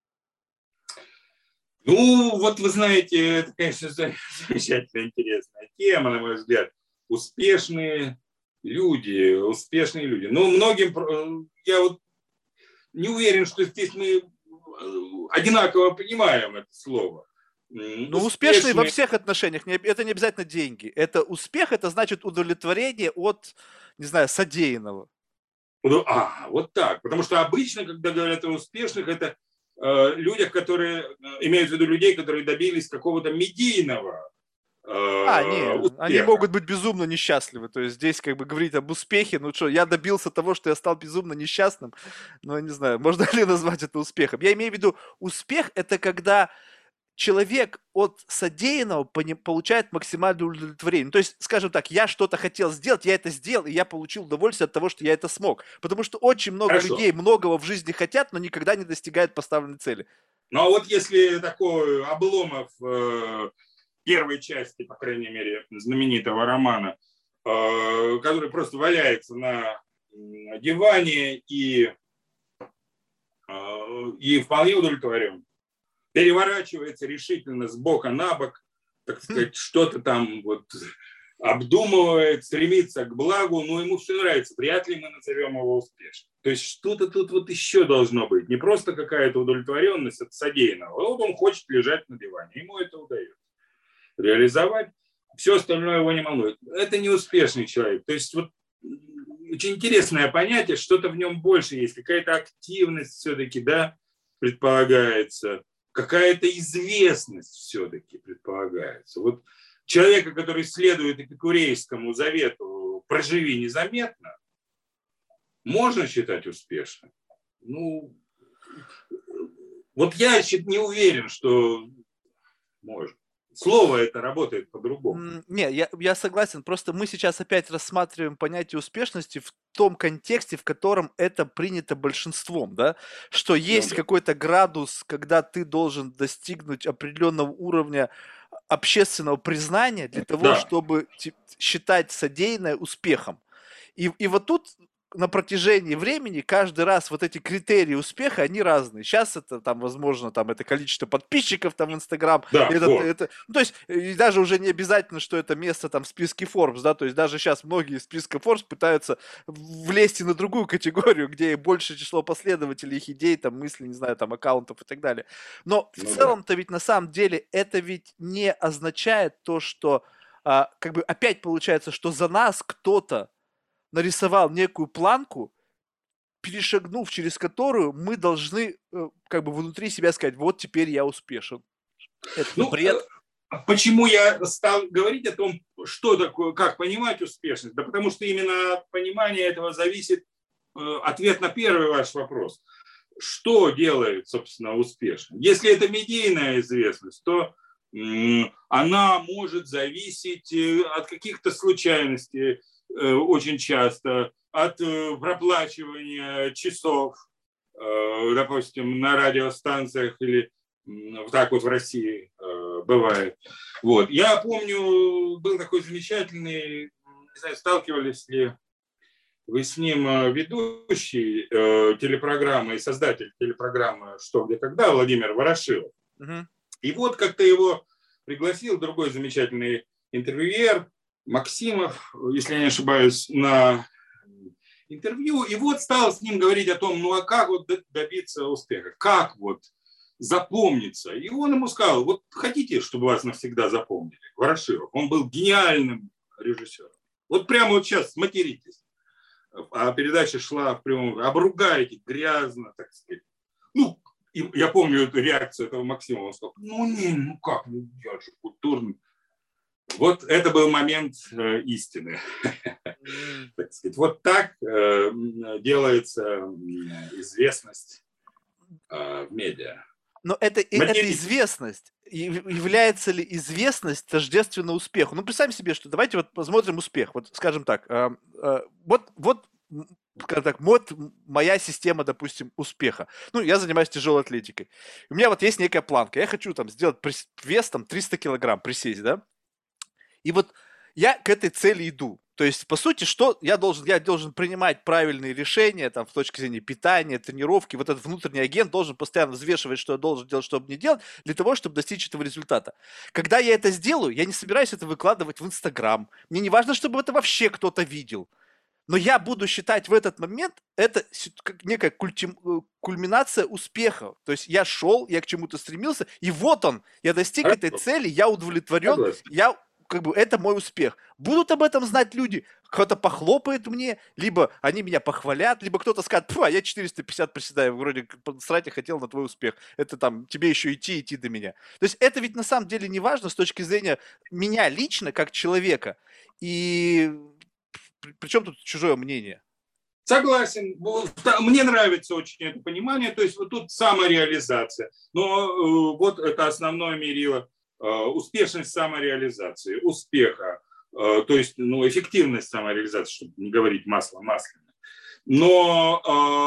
S2: Ну, вот вы знаете, это, конечно, замечательно интересная тема, на мой взгляд. Успешные люди, успешные люди. Но многим, я вот не уверен, что здесь мы одинаково понимаем это слово.
S1: Ну, успешный во всех отношениях, это не обязательно деньги. Это успех, это значит удовлетворение от, не знаю, содеянного.
S2: А, вот так. Потому что обычно, когда говорят о успешных, это э, людях, которые, имеют в виду людей, которые добились какого-то медийного э,
S1: А, нет,
S2: успеха.
S1: они могут быть безумно несчастливы. То есть здесь как бы говорить об успехе, ну что, я добился того, что я стал безумно несчастным, ну, я не знаю, можно ли назвать это успехом. Я имею в виду, успех – это когда человек от содеянного получает максимальное удовлетворение. Ну, то есть, скажем так, я что-то хотел сделать, я это сделал, и я получил удовольствие от того, что я это смог. Потому что очень много
S2: Хорошо.
S1: людей многого в жизни хотят, но никогда не достигают поставленной цели.
S2: Ну, а вот если такой Обломов э, первой части, по крайней мере, знаменитого романа, э, который просто валяется на диване и, э, и вполне удовлетворен, переворачивается решительно с бока на бок, так сказать, что-то там вот обдумывает, стремится к благу, но ему все нравится. Вряд ли мы назовем его успешным. То есть что-то тут вот еще должно быть. Не просто какая-то удовлетворенность от содеянного. Вот он хочет лежать на диване, ему это удается реализовать. Все остальное его не волнует. Это не успешный человек. То есть вот очень интересное понятие, что-то в нем больше есть, какая-то активность все-таки, да, предполагается. Какая-то известность все-таки предполагается. Вот человека, который следует эпикурейскому завету «проживи незаметно», можно считать успешным? Ну, вот я не уверен, что можно. Слово это работает по-другому.
S1: Не, я, я согласен. Просто мы сейчас опять рассматриваем понятие успешности в том контексте, в котором это принято большинством, да? Что есть
S2: да.
S1: какой-то градус, когда ты должен достигнуть определенного уровня общественного признания для того,
S2: Да.
S1: чтобы считать содеянное успехом. И, и вот тут на протяжении времени каждый раз вот эти критерии успеха, они разные. Сейчас это там, возможно, там это количество подписчиков там в Инстаграм.
S2: Да,
S1: Это,
S2: вот.
S1: это, ну, то есть и даже уже не обязательно, что это место там в списке Forbes, да, то есть даже сейчас многие из списка Forbes пытаются влезть и на другую категорию, где больше число последователей, их идей, там мыслей, не знаю, там аккаунтов и так далее. Но в
S2: Ну да.
S1: целом-то ведь на самом деле это ведь не означает то, что а, как бы опять получается, что за нас кто-то нарисовал некую планку, перешагнув через которую мы должны э, как бы внутри себя сказать, вот теперь я успешен. Это
S2: Ну,
S1: бред.
S2: э, почему я стал говорить о том, что такое, как понимать успешность? Да потому что именно от понимания этого зависит э, ответ на первый ваш вопрос. Что делает, собственно, успешным? Если это медийная известность, то м, она может зависеть э, от каких-то случайностей э, очень часто, от э, проплачивания часов, э, допустим, на радиостанциях или м, вот так вот в России э, бывает. Вот. Я помню, был такой замечательный, не знаю, сталкивались ли вы с ним, э, ведущий э, телепрограммы и создатель телепрограммы «Что, где, когда» Владимир Ворошилов.
S1: Мгм.
S2: И вот как-то его пригласил другой замечательный интервьюер Максимов, если я не ошибаюсь, на интервью. И вот стал с ним говорить о том, ну а как вот добиться успеха, как вот запомниться. И он ему сказал, вот хотите, чтобы вас навсегда запомнили? Ворошилов, он был гениальным режиссером. Вот прямо вот сейчас сматеритесь. А передача шла в прямом, обругаете грязно, так сказать. Ну, и я помню эту реакцию этого Максима. Он сказал, ну не, ну как, ну я же культурный. Вот это был момент э, истины.
S1: М.
S2: Так сказать. Вот так э, делается э, известность э, в медиа.
S1: Но это, и- это
S2: Материтесь.
S1: известность. И Является ли известность тождественно успеху? Ну, представим себе, что давайте вот посмотрим успех. Вот, скажем так, а, а, вот, вот, м, скажем так, вот м- моя система, допустим, успеха. Ну, я занимаюсь тяжелой атлетикой. У меня вот есть некая планка. Я хочу там сделать прис- вес там триста килограмм, присесть, да? И вот я к этой цели иду. То есть, по сути, что я должен? Я должен принимать правильные решения, там, с точки зрения питания, тренировки. Вот этот внутренний агент должен постоянно взвешивать, что я должен делать, что не делать, для того, чтобы достичь этого результата. Когда я это сделаю, я не собираюсь это выкладывать в Инстаграм. Мне не важно, чтобы это вообще кто-то видел. Но я буду считать в этот момент это си- как некая культим- э, кульминация успеха. То есть я шел, я к чему-то стремился, и вот он, я достиг этой
S2: Хорошо,
S1: цели, я удовлетворен,
S2: согласен.
S1: я как бы это мой успех. Будут об этом знать люди, кто-то похлопает мне, либо они меня похвалят, либо кто-то скажет, фу, а я четыреста пятьдесят приседаю, вроде как срать я хотел на твой успех. Это там тебе еще идти, идти до меня. То есть это ведь на самом деле не важно с точки зрения меня лично, как человека. И при, при чем тут чужое мнение?
S2: Согласен. Вот, да, мне нравится очень это понимание. То есть вот тут самореализация. Но э, вот это основное мерило. Э, успешность самореализации, успеха. Э, то есть ну, эффективность самореализации, чтобы не говорить масло масляное. Но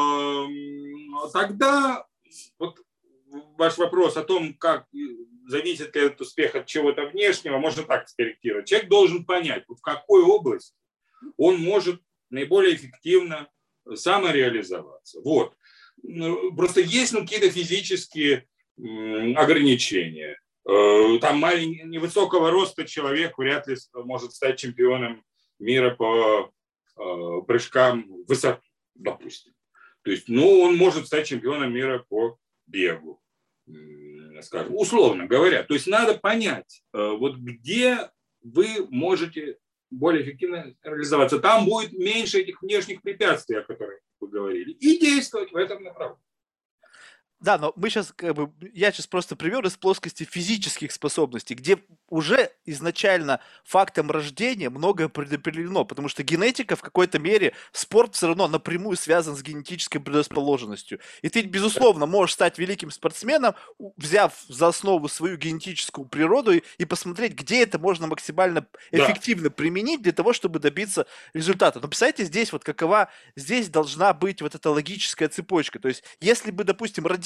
S2: э, тогда вот ваш вопрос о том, как зависит ли этот успех от чего-то внешнего, можно так скорректировать. Человек должен понять, в какой области он может наиболее эффективно самореализоваться. Вот. Просто есть ну, какие-то физические м, ограничения. Э, Там маленький, невысокого роста человек вряд ли может стать чемпионом мира по э, прыжкам в высоту, допустим. То есть, ну, он может стать чемпионом мира по бегу, м, скажем, условно говоря. То есть надо понять, э, вот где вы можете более эффективно реализоваться. Там будет меньше этих внешних препятствий, о которых вы говорили, и действовать в этом направлении.
S1: Да, но мы сейчас, как бы, я сейчас просто привел из плоскости физических способностей, где уже изначально фактом рождения многое предопределено, потому что генетика в какой-то мере, спорт все равно напрямую связан с генетической предрасположенностью. И ты, безусловно, можешь стать великим спортсменом, у- взяв за основу свою генетическую природу и, и посмотреть, где это можно максимально
S2: Да,
S1: эффективно применить для того, чтобы добиться результата. Но представьте, здесь вот какова, здесь должна быть вот эта логическая цепочка. То есть, если бы, допустим, родители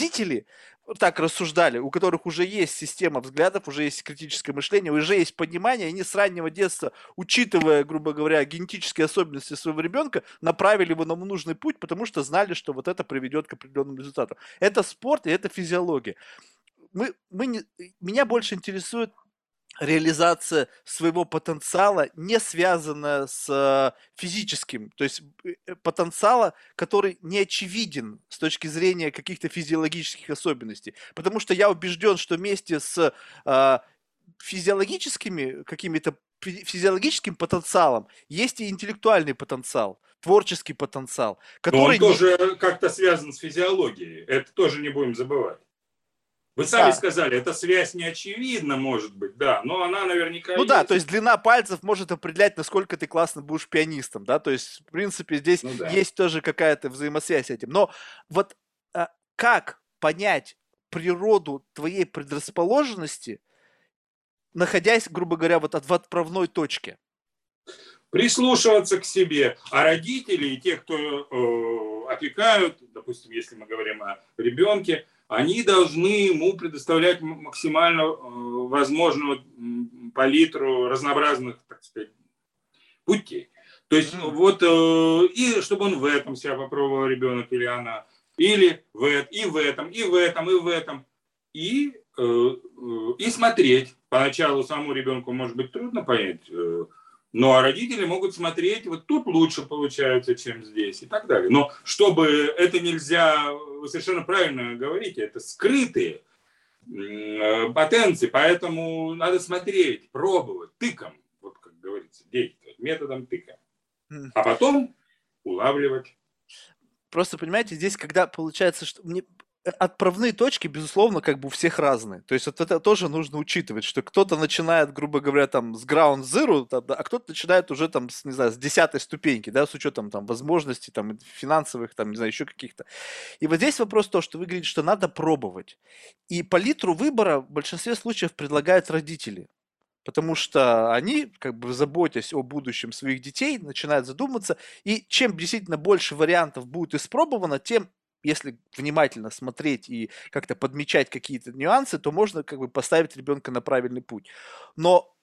S1: родители так рассуждали, у которых уже есть система взглядов, уже есть критическое мышление, уже есть понимание, они с раннего детства, учитывая, грубо говоря, генетические особенности своего ребенка, направили его на нужный путь, потому что знали, что вот это приведет к определенному результату. Это спорт и это физиология. Мы, мы не, меня больше интересует реализация своего потенциала, не связанная с э, физическим, то есть э, потенциала, который не очевиден с точки зрения каких-то физиологических особенностей. Потому что я убежден, что вместе с э, физиологическими какими-то фи- физиологическим потенциалом есть и интеллектуальный потенциал, творческий потенциал,
S2: Но он
S1: который не...
S2: тоже как-то связан с физиологией. Это тоже не будем забывать. Вы сами
S1: Да.
S2: сказали, эта связь не очевидна, может быть, да, но она наверняка
S1: Ну
S2: есть.
S1: да, то есть длина пальцев может определять, насколько ты классно будешь пианистом, да, то есть, в принципе, здесь
S2: Ну да.
S1: есть тоже какая-то взаимосвязь с этим. Но вот а, как понять природу твоей предрасположенности, находясь, грубо говоря, вот от, в отправной точке?
S2: Прислушиваться к себе. А родители и те, кто э, опекают, допустим, если мы говорим о ребенке, они должны ему предоставлять максимально э, возможную палитру разнообразных, так сказать, путей. То есть
S1: Mm.
S2: вот, э, и чтобы он в этом себя попробовал, ребенок или она, или в, и в этом, и в этом, и в этом. И, э, э, и смотреть. Поначалу самому ребенку может быть трудно понять, э, но родители могут смотреть, вот тут лучше получается, чем здесь, и так далее. Но чтобы это нельзя, вы совершенно правильно говорите, это скрытые э, потенции, поэтому надо смотреть, пробовать, тыком, вот как говорится, действовать, методом тыка.
S1: Mm.
S2: А потом улавливать.
S1: Просто, понимаете, здесь, когда получается, что мне отправные точки, безусловно, как бы у всех разные. То есть вот это тоже нужно учитывать, что кто-то начинает, грубо говоря, там с ground zero, а кто-то начинает уже там, с, не знаю, с десятой ступеньки, да, с учетом там возможностей, там, финансовых, там, не знаю, еще каких-то. И вот здесь вопрос то, что вы говорите, что надо пробовать. И палитру выбора в большинстве случаев предлагают родители. Потому что они, как бы заботясь о будущем своих детей, начинают задуматься. И чем действительно больше вариантов будет испробовано, тем, если внимательно смотреть и как-то подмечать какие-то нюансы, то можно как бы поставить ребенка на правильный путь. Но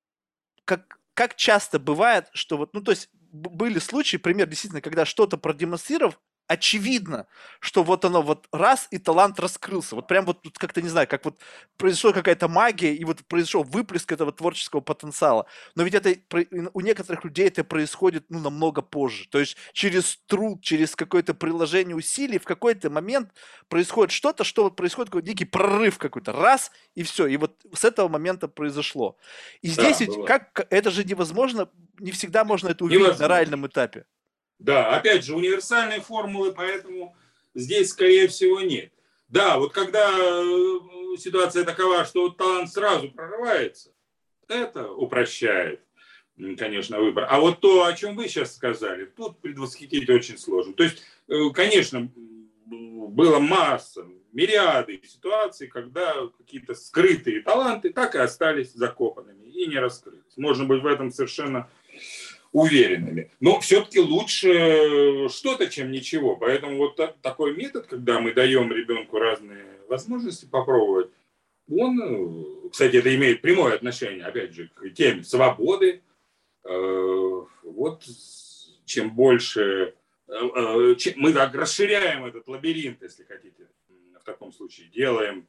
S1: как, как часто бывает, что вот, ну то есть были случаи, пример действительно, когда что-то продемонстрировав, очевидно, что вот оно вот раз, и талант раскрылся. Вот прям вот как-то, не знаю, как вот произошла какая-то магия, и вот произошел выплеск этого творческого потенциала. Но ведь это у некоторых людей это происходит, ну, намного позже. То есть через труд, через какое-то приложение усилий в какой-то момент происходит что-то, что вот происходит какой-то некий прорыв какой-то. Раз, и все. И вот с этого момента произошло. И здесь
S2: Да,
S1: ведь
S2: было.
S1: как это же невозможно, не всегда можно это увидеть
S2: Невозможно.
S1: на реальном этапе.
S2: Да, опять же, универсальной формулы, поэтому здесь, скорее всего, нет. Да, вот когда ситуация такова, что талант сразу прорывается, это упрощает, конечно, выбор. А вот то, о чем вы сейчас сказали, тут предвосхитить очень сложно. То есть, конечно, было масса, мириады ситуаций, когда какие-то скрытые таланты так и остались закопанными и не раскрылись. Можно быть в этом совершенно уверенными. Но все-таки лучше что-то, чем ничего. Поэтому вот такой метод, когда мы даем ребенку разные возможности попробовать, он, кстати, это имеет прямое отношение, опять же, к теме свободы. Вот чем больше мы так расширяем этот лабиринт, если хотите, в таком случае, делаем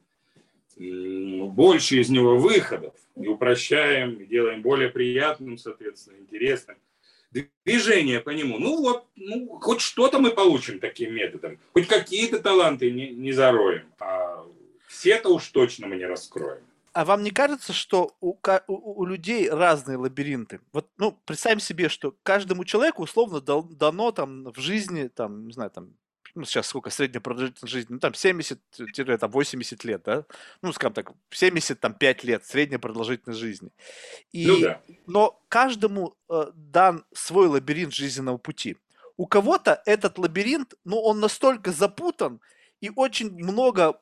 S2: больше из него выходов и упрощаем, и делаем более приятным, соответственно, интересным движение по нему. Ну вот, ну, хоть что-то мы получим таким методом. Хоть какие-то таланты не, не зароем, а все-то уж точно мы не раскроем.
S1: А вам не кажется, что у, у, у людей разные лабиринты? Вот, ну, представим себе, что каждому человеку условно дано там в жизни, там, не знаю, там, ну, сейчас сколько средняя продолжительность жизни, ну, там, семьдесят-восемьдесят лет, да? Ну, скажем так, семьдесят пять лет средняя продолжительность жизни. И,
S2: ну, да.
S1: Но каждому э, дан свой лабиринт жизненного пути. У кого-то этот лабиринт, ну, он настолько запутан, и очень много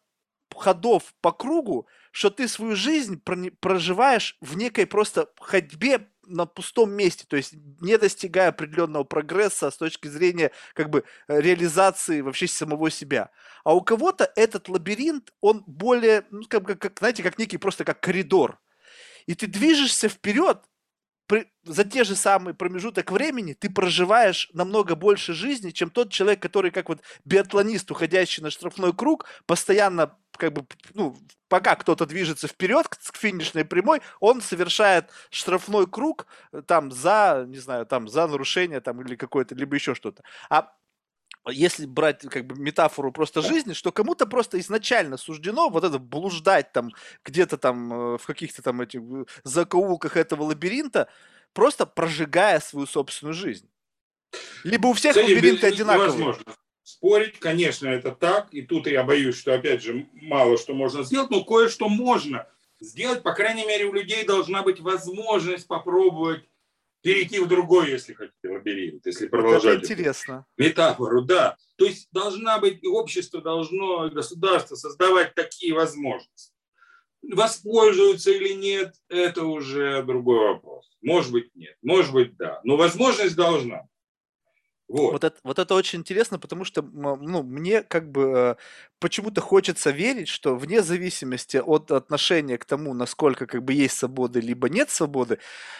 S1: ходов по кругу, что ты свою жизнь проживаешь в некой просто ходьбе на пустом месте, то есть не достигая определенного прогресса с точки зрения как бы реализации вообще самого себя. А у кого-то этот лабиринт, он более, ну, как, бы, как, знаете, как некий просто как коридор. И ты движешься вперед, при, за те же самые промежуток времени ты проживаешь намного больше жизни, чем тот человек, который как вот биатлонист, уходящий на штрафной круг, постоянно как бы, ну, пока кто-то движется вперед к, к финишной прямой, он совершает штрафной круг там за, не знаю, там за нарушение там или какое-то, либо еще что-то. А если брать как бы метафору просто жизни, что кому-то просто изначально суждено вот это блуждать там где-то там э, в каких-то там этих э, закоулках этого лабиринта, просто прожигая свою собственную жизнь. Либо у всех
S2: С этим
S1: лабиринты
S2: без-
S1: одинаковые.
S2: невозможно спорить, конечно, это так. И тут я боюсь, что, опять же, мало что можно сделать, но кое-что можно сделать. По крайней мере, у людей должна быть возможность попробовать перейти в другой, если хотите, лабиринт, если
S1: Вот это
S2: продолжать эту
S1: интересно.
S2: метафору, да. То есть должна быть, и общество должно, и государство создавать такие возможности. Воспользуются или нет, это уже другой вопрос. Может быть, нет, может быть, да. Но возможность должна быть. Вот.
S1: Вот это, вот это очень интересно, потому что м, ну, мне как бы э, почему-то хочется верить, что вне зависимости от отношения к тому, насколько как бы есть свободы, либо нет свободы,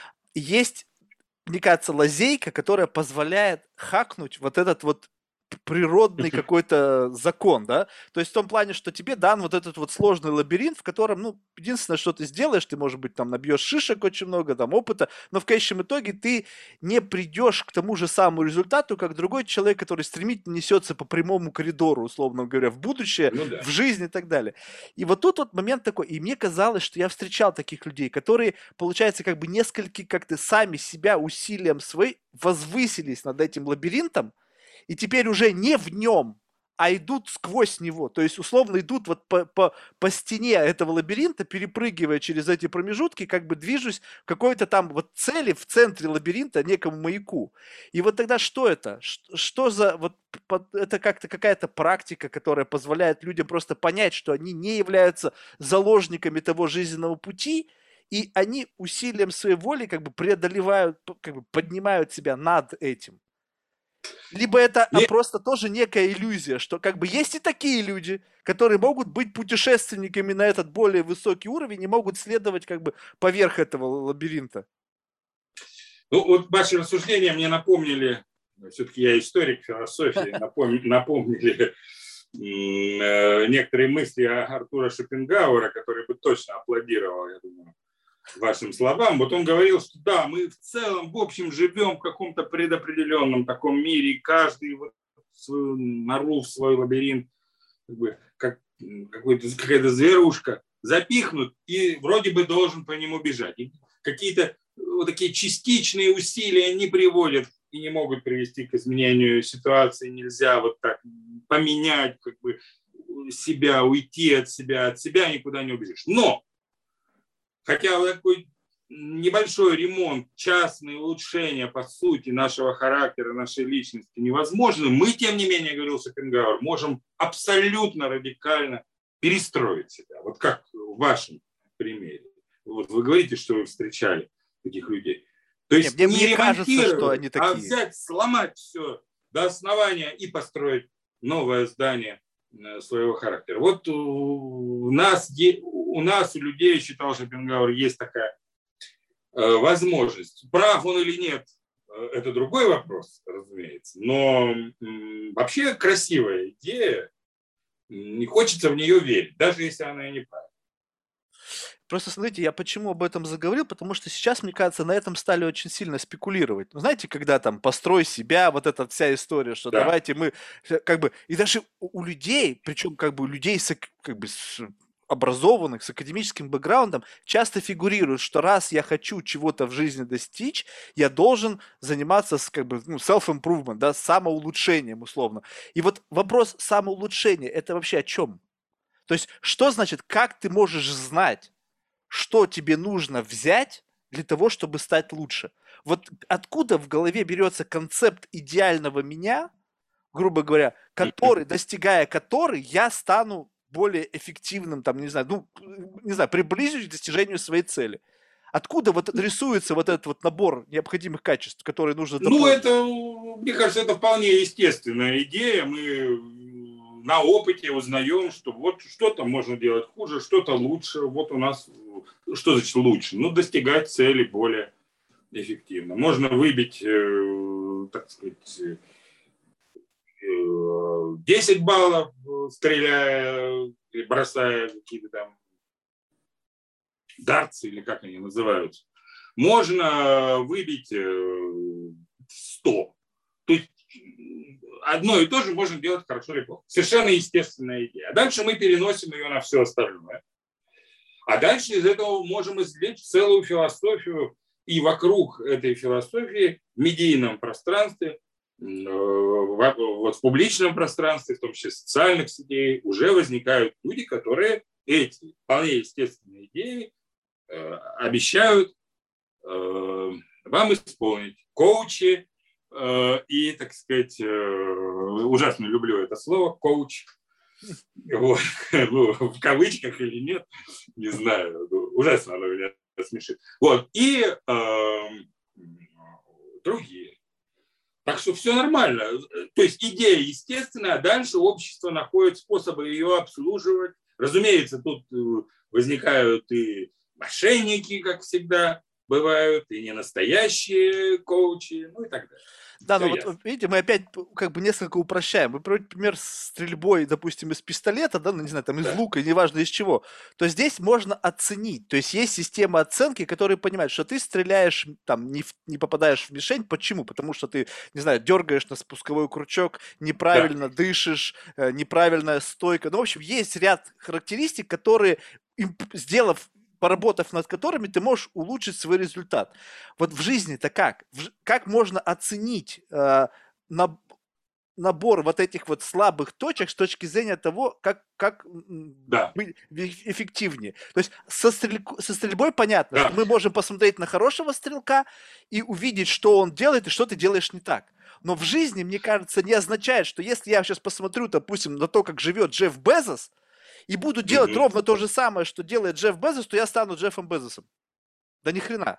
S1: есть, мне кажется, лазейка, которая позволяет хакнуть вот этот вот п- природный какой-то закон, да? То есть в том плане, что тебе дан вот этот вот сложный лабиринт, в котором, ну, единственное, что ты сделаешь, ты, может быть, там набьешь шишек очень много, там, опыта, но в конечном итоге ты не придешь к тому же самому результату, как другой человек, который стремительно несется по прямому коридору, условно говоря, в будущее,
S2: Ну да.
S1: в жизнь и так далее. И вот тут вот момент такой, и мне казалось, что я встречал таких людей, которые, получается, как бы несколько, как-то сами себя усилием своим возвысились над этим лабиринтом, и теперь уже не в нем, а идут сквозь него. То есть, условно, идут вот по, по, по стене этого лабиринта, перепрыгивая через эти промежутки, как бы движусь к какой-то там вот цели в центре лабиринта, некому маяку. И вот тогда что это? Ш- Что за... Вот под- это как-то какая-то практика, которая позволяет людям просто понять, что они не являются заложниками того жизненного пути, и они усилием своей воли как бы преодолевают, п- как бы поднимают себя над этим. Либо это а,
S2: Не,
S1: просто тоже некая иллюзия, что как бы есть и такие люди, которые могут быть путешественниками на этот более высокий уровень и могут следовать как бы поверх этого лабиринта.
S2: ну, вот ваши рассуждения мне напомнили, все-таки я историк философии, напом- напомнили м, э, некоторые мысли Артура Шопенгауэра, который бы точно аплодировал, я думаю, вашим словам. Вот он говорил, что да, мы в целом, в общем, живем в каком-то предопределенном таком мире, и каждый вот в свою нору, в свой лабиринт, как бы, как м, какой-то, какая-то зверушка запихнут и вроде бы должен по нему бежать. И какие-то вот такие частичные усилия не приводят и не могут привести к изменению ситуации. Нельзя вот так поменять как бы себя, уйти от себя, от себя никуда не убежишь. Но хотя вот такой небольшой ремонт, частные улучшения по сути нашего характера, нашей личности невозможны, мы, тем не менее, говорил Шопенгауэр, можем абсолютно радикально перестроить себя. Вот как в вашем примере. Вот вы говорите, что вы встречали таких людей. То
S1: Не,
S2: есть
S1: мне,
S2: не
S1: мне кажется, что
S2: ремонтировать,
S1: они
S2: а
S1: такие.
S2: взять, сломать все до основания и построить новое здание своего характера. Вот у нас, у нас, у людей, считал Шопенгауэр, есть такая возможность. Прав он или нет, это другой вопрос, разумеется. Но вообще красивая идея, не хочется в нее верить, даже если она и не правильная.
S1: Просто смотрите, я почему об этом заговорил, потому что сейчас, мне кажется, на этом стали очень сильно спекулировать. Ну, знаете, когда там построй себя, вот эта вся история, что
S2: Да.
S1: давайте мы э, как бы, и даже у, у людей, причем как бы у людей с, ак- как бы с образованных, с академическим бэкграундом, часто фигурирует, что раз я хочу чего-то в жизни достичь, я должен заниматься с, как бы, ну, self-improvement, да, самоулучшением условно. И вот вопрос самоулучшения, это вообще о чем? То есть, что значит, как ты можешь знать, что тебе нужно взять для того, чтобы стать лучше? Вот откуда в голове берется концепт идеального меня, грубо говоря, который, достигая которой, я стану более эффективным, там, не знаю, ну, не знаю, приближусь к достижению своей цели. Откуда вот рисуется вот этот вот набор необходимых качеств, которые нужно
S2: Ну,
S1: дополнить?
S2: это, мне кажется, это вполне естественная идея. Мы на опыте узнаем, что вот что-то можно делать хуже, что-то лучше. Вот у нас, что значит лучше? Ну, достигать цели более эффективно. Можно выбить, э, так сказать, э, десять баллов, стреляя, бросая какие-то там дартсы, или как они называются. Можно выбить сто. То есть одно и то же можно делать хорошо или плохо. Совершенно естественная идея. А дальше мы переносим ее на все остальное. А дальше из этого можем извлечь целую философию. И вокруг этой философии в медийном пространстве, вот в публичном пространстве, в том числе социальных сетей, уже возникают люди, которые эти вполне естественные идеи обещают вам исполнить. Коучи и, так сказать, ужасно люблю это слово, коуч, вот. Ну, в кавычках или нет, не знаю, ужасно оно меня смешит. Вот, и э, другие. Так что все нормально. То есть идея естественная, а дальше общество находит способы ее обслуживать. Разумеется, тут возникают и мошенники, как всегда, бывают, и ненастоящие коучи, ну и так далее.
S1: Да,
S2: Всё
S1: но вот
S2: ясно.
S1: видите, мы опять как бы несколько упрощаем. Вы приводите пример с стрельбой, допустим, из пистолета, да, ну не знаю, там из
S2: Да.
S1: лука, неважно из чего. То здесь можно оценить. То есть есть система оценки, которая понимает, что ты стреляешь, там, не, в- не попадаешь в мишень. Почему? Потому что ты, не знаю, дергаешь на спусковой крючок, неправильно дышишь, э, неправильная стойка. Ну, в общем, есть ряд характеристик, которые, имп- сделав поработав над которыми, ты можешь улучшить свой результат. Вот в жизни-то как? В ж- Как можно оценить э, наб- набор вот этих вот слабых точек с точки зрения того, как, как м,
S2: Да,
S1: быть эф- эффективнее? То есть со, стрельку- со стрельбой понятно, что
S2: да.
S1: мы можем посмотреть на хорошего стрелка и увидеть, что он делает и что ты делаешь не так. Но в жизни, мне кажется, не означает, что если я сейчас посмотрю, допустим, на то, как живет Джефф Безос, и буду делать
S2: Мгм.
S1: ровно то же самое, что делает Джефф Безос, то я стану Джеффом Безосом. Да ни хрена.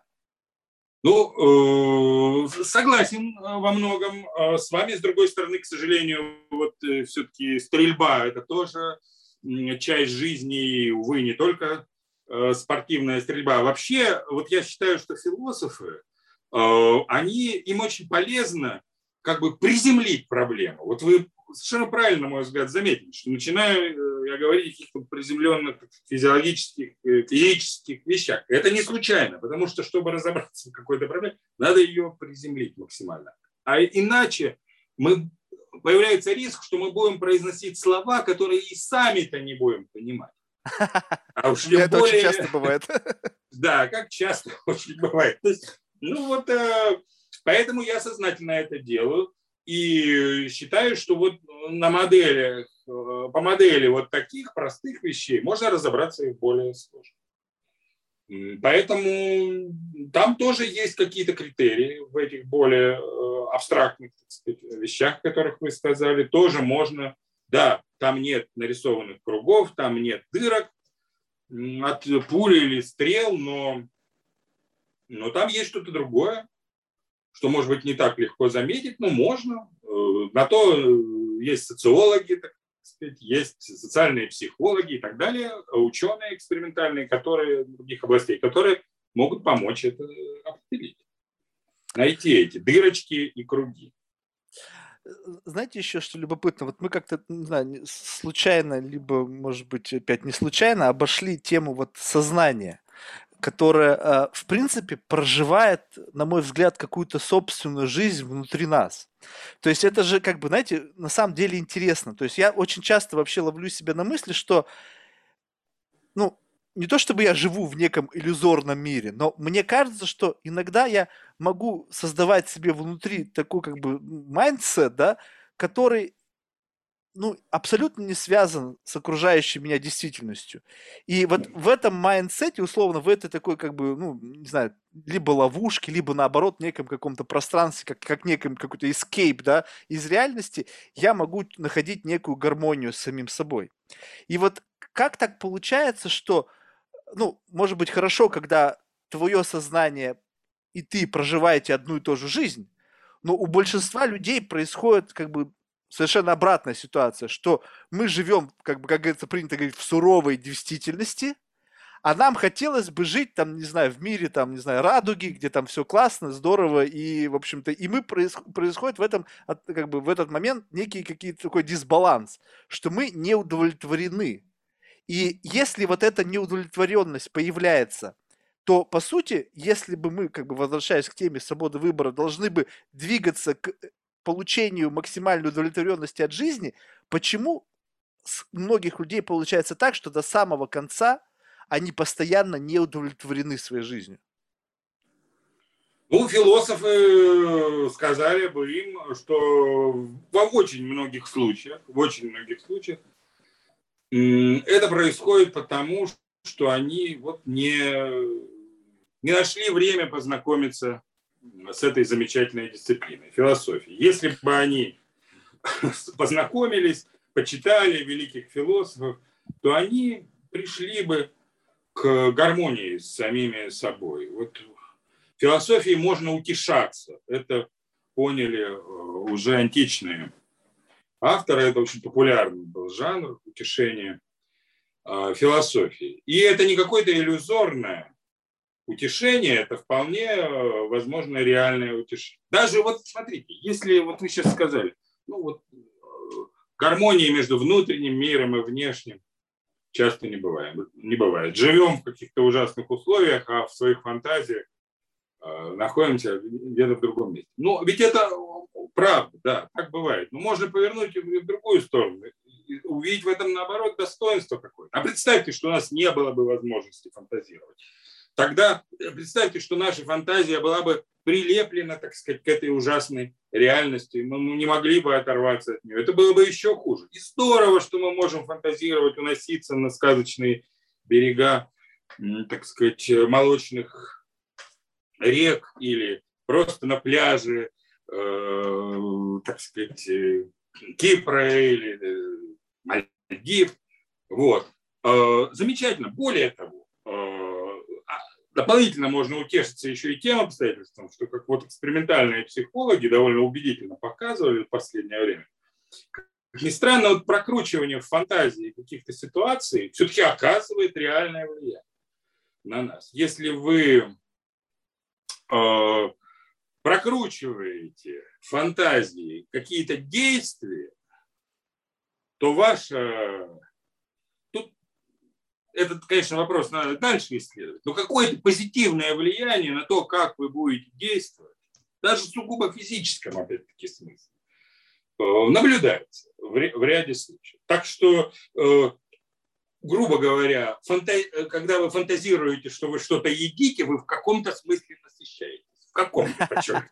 S2: Ну, э, согласен э, во многом э, с вами. С другой стороны, к сожалению, вот э, все-таки стрельба – это тоже м, часть жизни, и, увы, не только э, спортивная стрельба. Вообще, вот я считаю, что философы, э, они, им очень полезно как бы приземлить проблему. Вот вы совершенно правильно, на мой взгляд, заметили, что начинаю э, я говорить о каких-то приземленных физиологических, э, физических вещах. Это не случайно, потому что, чтобы разобраться в какой-то проблеме, надо ее приземлить максимально. А иначе мы, появляется риск, что мы будем произносить слова, которые и сами-то не будем понимать. А уж
S1: У меня
S2: тем
S1: это очень
S2: более,
S1: часто бывает.
S2: да, как часто очень бывает. То есть, ну вот, э, поэтому я сознательно это делаю. И считаю, что вот на моделях, э, по модели вот таких простых вещей можно разобраться и в более сложных. М, Поэтому там тоже есть какие-то критерии в этих более э, абстрактных, так сказать, вещах, о которых вы сказали. Тоже можно, да, там нет нарисованных кругов, там нет дырок м, от пули или стрел, но, но там есть что-то другое, что, может быть, не так легко заметить, но можно. Э, На то э, есть социологи, так сказать, есть социальные психологи и так далее, ученые экспериментальные, которые других областей, которые могут помочь это определить. Найти эти дырочки и круги.
S1: Знаете еще, что любопытно? Вот мы как-то, не знаю, не- случайно, либо, может быть, опять не случайно, обошли тему вот сознания, которое, э, в принципе, проживает, на мой взгляд, какую-то собственную жизнь внутри нас. То есть это же, как бы, знаете, на самом деле интересно. То есть я очень часто вообще ловлю себя на мысли, что ну, не то чтобы я живу в неком иллюзорном мире, но мне кажется, что иногда я могу создавать себе внутри такой как бы майндсет, да, который, ну, абсолютно не связан с окружающей меня действительностью. И вот в этом майндсете, условно, в этой такой, как бы, ну, не знаю, либо ловушке, либо наоборот, неком каком-то пространстве, как, как неком какой-то escape, да, из реальности, я могу находить некую гармонию с самим собой. И вот как так получается, что, ну, может быть, хорошо, когда твое сознание и ты проживаете одну и ту же жизнь, но у большинства людей происходит как бы совершенно обратная ситуация, что мы живем, как бы, как говорится, принято говорить, в суровой действительности, а нам хотелось бы жить там, не знаю, в мире, там, не знаю, радуги, где там все классно, здорово, и, в общем-то, и мы проис- происходит в этом, от- как бы в этот момент некий какие-то такой дисбаланс, что мы не удовлетворены. И если вот эта неудовлетворенность появляется, то, по сути, если бы мы, как бы возвращаясь к теме свободы выбора, должны бы двигаться к э, получению максимальной удовлетворенности от жизни, почему с многих людей получается так, что до самого конца они постоянно не удовлетворены своей жизнью?
S2: Ну, философы э, сказали бы им, что во очень многих случаях, в очень многих случаях, м, это происходит потому, что они вот не, не нашли время познакомиться с этой замечательной дисциплиной, философией. Если бы они познакомились, почитали великих философов, то они пришли бы к гармонии с самими собой. Вот в философии можно утешаться. Это поняли э, уже античные авторы. Это очень популярный был жанр утешения э, философии. И это не какое-то иллюзорное утешение, это вполне э, возможно реальное утешение. Даже вот смотрите, если вот вы сейчас сказали, ну вот э, гармонии между внутренним миром и внешним часто не бывает. Не бывает. Живем в каких-то ужасных условиях, а в своих фантазиях э, находимся где-то в другом месте. Ну, ведь это правда, да, так бывает. Но можно повернуть в другую сторону, и увидеть в этом, наоборот, достоинство какое-то. А представьте, что у нас не было бы возможности фантазировать. Тогда представьте, что наша фантазия была бы прилеплена, так сказать, к этой ужасной реальности. Мы не могли бы оторваться от нее. Это было бы еще хуже. И здорово, что мы можем фантазировать, уноситься на сказочные берега, так сказать, молочных рек или просто на пляже, э, так сказать, Кипра или Мальдив. Вот. Э, замечательно. Более того, дополнительно можно утешиться еще и тем обстоятельством, что как вот экспериментальные психологи довольно убедительно показывали в последнее время, как ни странно, вот прокручивание в фантазии каких-то ситуаций все-таки оказывает реальное влияние на нас. Если вы э, прокручиваете в фантазии какие-то действия, то ваша... Этот, конечно, вопрос надо дальше исследовать, но какое-то позитивное влияние на то, как вы будете действовать, даже в сугубо физическом, опять-таки, смысле, наблюдается в ряде случаев. Так что, грубо говоря, когда вы фантазируете, что вы что-то едите, вы в каком-то смысле насыщаетесь. В каком-то, подчеркиваю.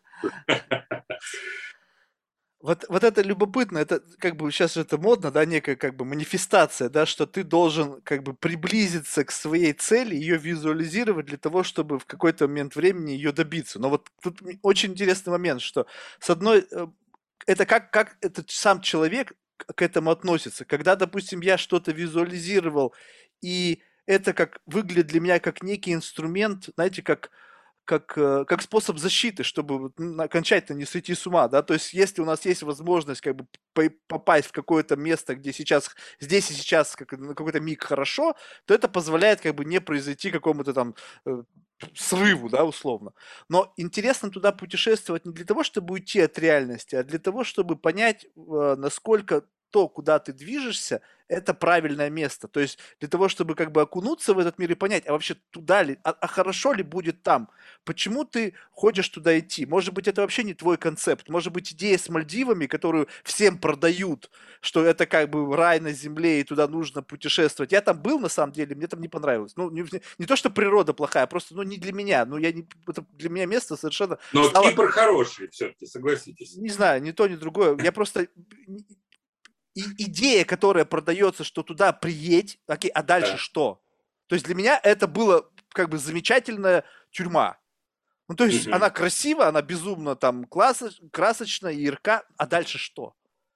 S1: Вот, вот это любопытно, это как бы сейчас же это модно, да, некая как бы манифестация, да, что ты должен как бы приблизиться к своей цели, ее визуализировать для того, чтобы в какой-то момент времени ее добиться. Но вот тут очень интересный момент, что с одной, это как, как этот сам человек к этому относится. Когда, допустим, я что-то визуализировал, и это как выглядит для меня как некий инструмент, знаете, как как, э, как способ защиты, чтобы вот, м, окончательно не сойти с ума, да, то есть если у нас есть возможность как бы по- попасть в какое-то место, где сейчас, здесь и сейчас как, на какой-то миг хорошо, то это позволяет как бы не произойти какому-то там э, срыву, да, условно. Но интересно туда путешествовать не для того, чтобы уйти от реальности, а для того, чтобы понять, э, насколько то, куда ты движешься, это правильное место. То есть для того, чтобы как бы окунуться в этот мир и понять, а вообще туда ли, а, а хорошо ли будет там? Почему ты хочешь туда идти? Может быть, это вообще не твой концепт. Может быть, идея с Мальдивами, которую всем продают, что это как бы рай на земле, и туда нужно путешествовать. Я там был, на самом деле, мне там не понравилось. Ну, не, не то, что природа плохая, просто, ну, не для меня. Ну, я не, это для меня место совершенно
S2: Но
S1: стало,
S2: Кипр хороший все-таки, согласитесь.
S1: не знаю, ни то, ни другое. Я просто и идея, которая продается, что туда приедь, окей, а дальше
S2: Да.
S1: что? То есть для меня это было как бы замечательная тюрьма. Ну, то есть
S2: Угу.
S1: она красива, она безумно там класс, красочная, ярка, а дальше что?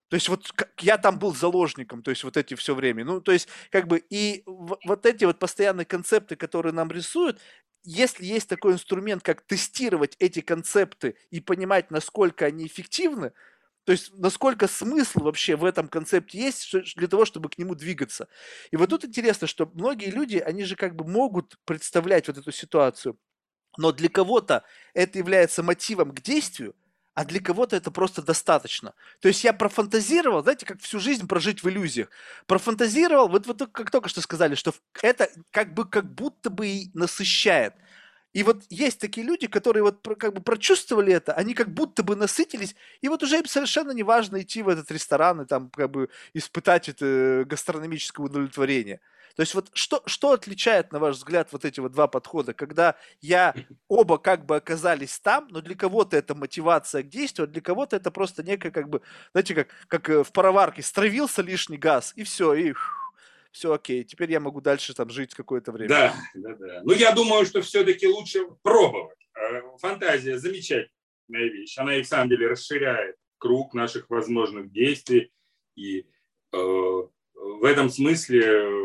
S1: То есть вот я там был заложником, то есть вот эти все время. Ну, то есть как бы и вот эти вот постоянные концепты, которые нам рисуют, если есть такой инструмент, как тестировать эти концепты и понимать, насколько они эффективны, то есть насколько смысл вообще в этом концепте есть для того, чтобы к нему двигаться. И вот тут интересно, что многие люди, они же как бы могут представлять вот эту ситуацию, но для кого-то это является мотивом к действию, а для кого-то это просто достаточно. То есть я профантазировал, знаете, как всю жизнь прожить в иллюзиях. Профантазировал, вот, вот как только что сказали, что это как бы как будто бы и насыщает. И вот есть такие люди, которые вот как бы прочувствовали это, они как будто бы насытились, и вот уже им совершенно не важно идти в этот ресторан и там как бы испытать это гастрономическое удовлетворение. То есть вот что, что отличает, на ваш взгляд, вот эти вот два подхода, когда я оба как бы оказались там, но для кого-то это мотивация к действию, а для кого-то это просто некое как бы, знаете, как, как в пароварке, стравился лишний газ, и все, и все окей, теперь я могу дальше там жить какое-то время.
S2: Да, да, да. Ну, я думаю, что все-таки лучше пробовать. Фантазия замечательная вещь. Она и в самом деле расширяет круг наших возможных действий. И э, в этом смысле э,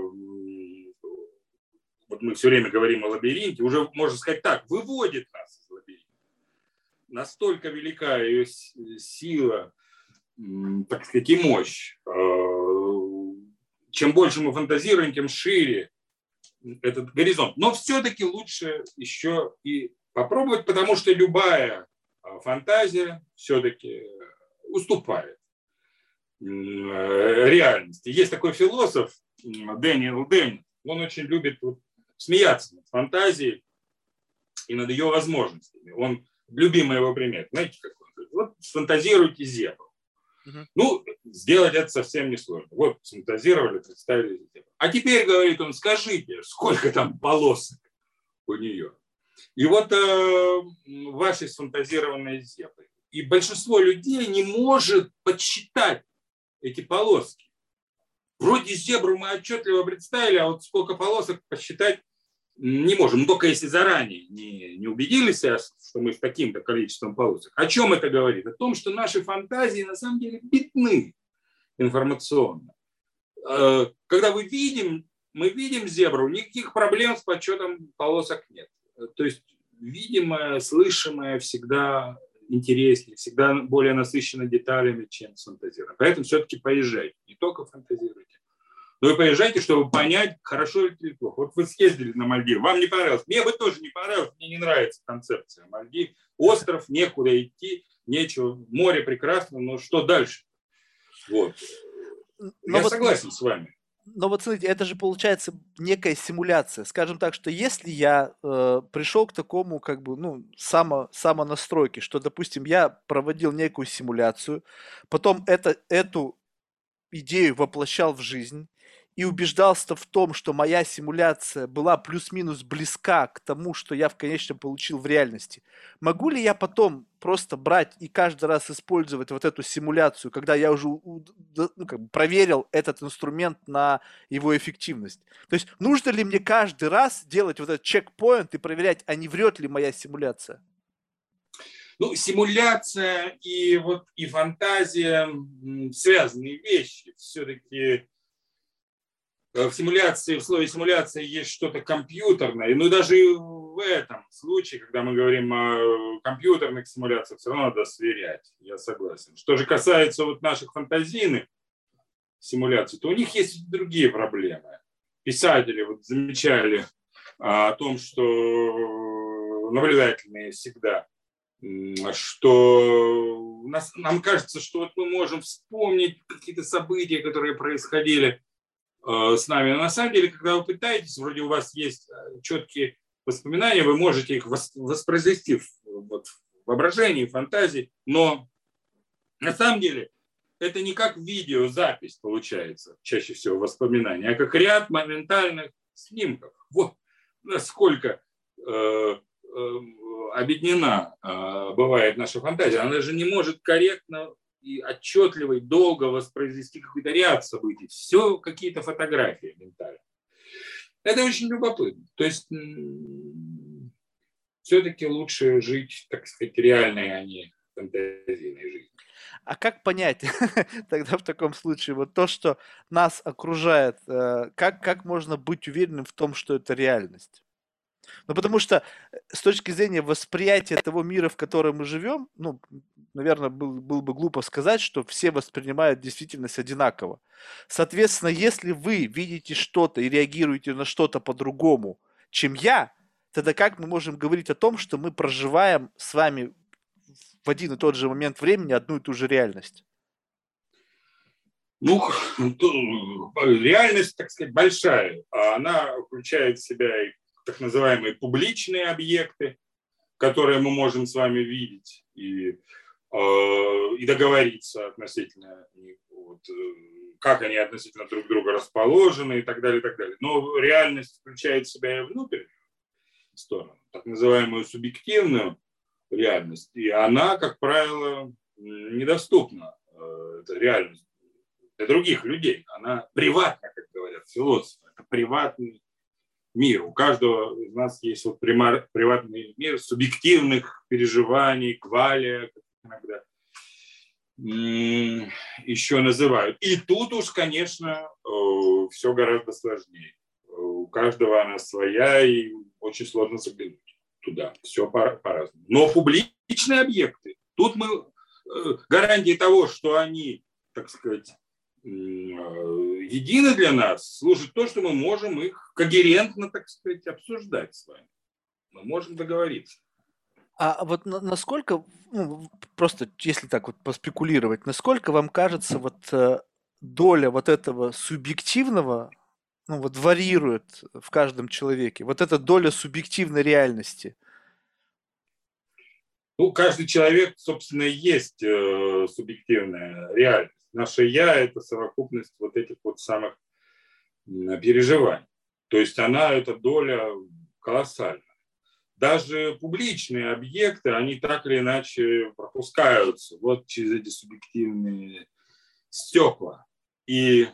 S2: вот мы все время говорим о лабиринте, уже, можно сказать так, выводит нас из лабиринта. Настолько велика ее сила, так сказать, и мощь. Чем больше мы фантазируем, тем шире этот горизонт. Но все-таки лучше еще и попробовать, потому что любая фантазия все-таки уступает реальности. Есть такой философ Дэниел Дэнни, он очень любит смеяться над фантазией и над ее возможностями. Он любимый его пример. Знаете, как он говорит? Вот сфантазируйте зебру. Uh-huh. Ну, сделать это совсем несложно. Вот сфантазировали, представили зебру. А теперь, говорит он, скажите, сколько там полосок у нее. И вот э, ваши сфантазированные зебры. И большинство людей не может подсчитать эти полоски. Вроде зебру мы отчетливо представили, а вот сколько полосок посчитать не можем. Ну, только если заранее не, не убедились, что мы с таким-то количеством полосок. О чем это говорит? О том, что наши фантазии на самом деле бедны информационно. Когда мы видим, мы видим зебру, никаких проблем с подсчетом полосок нет. То есть видимое, слышимое всегда интереснее, всегда более насыщено деталями, чем фантазирование. Поэтому все-таки поезжайте, не только фантазируйте. Но вы поезжайте, чтобы понять, хорошо или плохо. Вот вы съездили на Мальдивы, вам не понравилось. Мне бы тоже не понравилось, мне не нравится концепция Мальдив. Остров, некуда идти, нечего. Море прекрасно, но что дальше? Вот. Но Я вот, согласен с вами.
S1: Но вот смотрите, это же получается некая симуляция. Скажем так, что если я э, пришел к такому, как бы, ну, само, самонастройке, что, допустим, я проводил некую симуляцию, потом это, эту идею воплощал в жизнь и убеждался в том, что моя симуляция была плюс-минус близка к тому, что я в конечном получил в реальности. Могу ли я потом просто брать и каждый раз использовать вот эту симуляцию, когда я уже ну, как бы проверил этот инструмент на его эффективность? То есть нужно ли мне каждый раз делать вот этот чекпоинт и проверять, а не врет ли моя симуляция?
S2: Ну, симуляция и, вот, и фантазия связанные вещи. Все-таки в симуляции, в слове симуляция есть что-то компьютерное. Ну, даже в этом случае, когда мы говорим о компьютерных симуляциях, все равно надо сверять. Я согласен. Что же касается вот наших фантазийных симуляций, то у них есть другие проблемы. Писатели вот замечали о том, что наблюдательные всегда, что нас, нам кажется, что вот мы можем вспомнить какие-то события, которые происходили э, с нами. Но на самом деле, когда вы пытаетесь, вроде у вас есть четкие воспоминания, вы можете их воспроизвести в, вот, в воображении, в фантазии, но на самом деле это не как видеозапись получается, чаще всего воспоминания, а как ряд моментальных снимков. Вот насколько э, обеднена бывает наша фантазия. Она даже не может корректно и отчетливо и долго воспроизвести какой-то ряд событий. Все какие-то фотографии ментально. Это очень любопытно. То есть все-таки лучше жить, так сказать, реальной, а не фантазийной жизнью.
S1: А как понять тогда в таком случае вот то, что нас окружает, э, как, как можно быть уверенным в том, что это реальность? Ну, потому что э, с точки зрения восприятия того мира, в котором мы живем, ну, наверное, был, было бы глупо сказать, что все воспринимают действительность одинаково. Соответственно, если вы видите что-то и реагируете на что-то по-другому, чем я, тогда как мы можем говорить о том, что мы проживаем с вами в один и тот же момент времени одну и ту же реальность?
S2: Ну, реальность, так сказать, большая. Она включает в себя и так называемые публичные объекты, которые мы можем с вами видеть и, э, и договориться относительно них, вот, как они относительно друг друга расположены и так далее, и так далее. Но реальность включает в себя и внутреннюю сторону, так называемую субъективную реальность. И она, как правило, недоступна, э, эта реальность, для других людей. Она приватна, как говорят философы. Это приватный мир. У каждого из нас есть вот приватный мир субъективных переживаний, квалия, как иногда еще называют. И тут уж, конечно, все гораздо сложнее. У каждого она своя, и очень сложно заглянуть туда. Все по-разному. Но публичные объекты, тут мы гарантии того, что они, так сказать, едины для нас, служит то, что мы можем их когерентно, так сказать, обсуждать с вами. Мы можем договориться.
S1: А вот на- насколько, ну, просто если так вот поспекулировать, насколько вам кажется вот э, доля вот этого субъективного, ну вот варьирует в каждом человеке, вот эта доля субъективной реальности?
S2: Ну, каждый человек, собственно, и есть э, субъективная реальность. Наше «я» – это совокупность вот этих вот самых переживаний. То есть она, эта доля колоссальна. Даже публичные объекты, они так или иначе пропускаются вот через эти субъективные стекла. И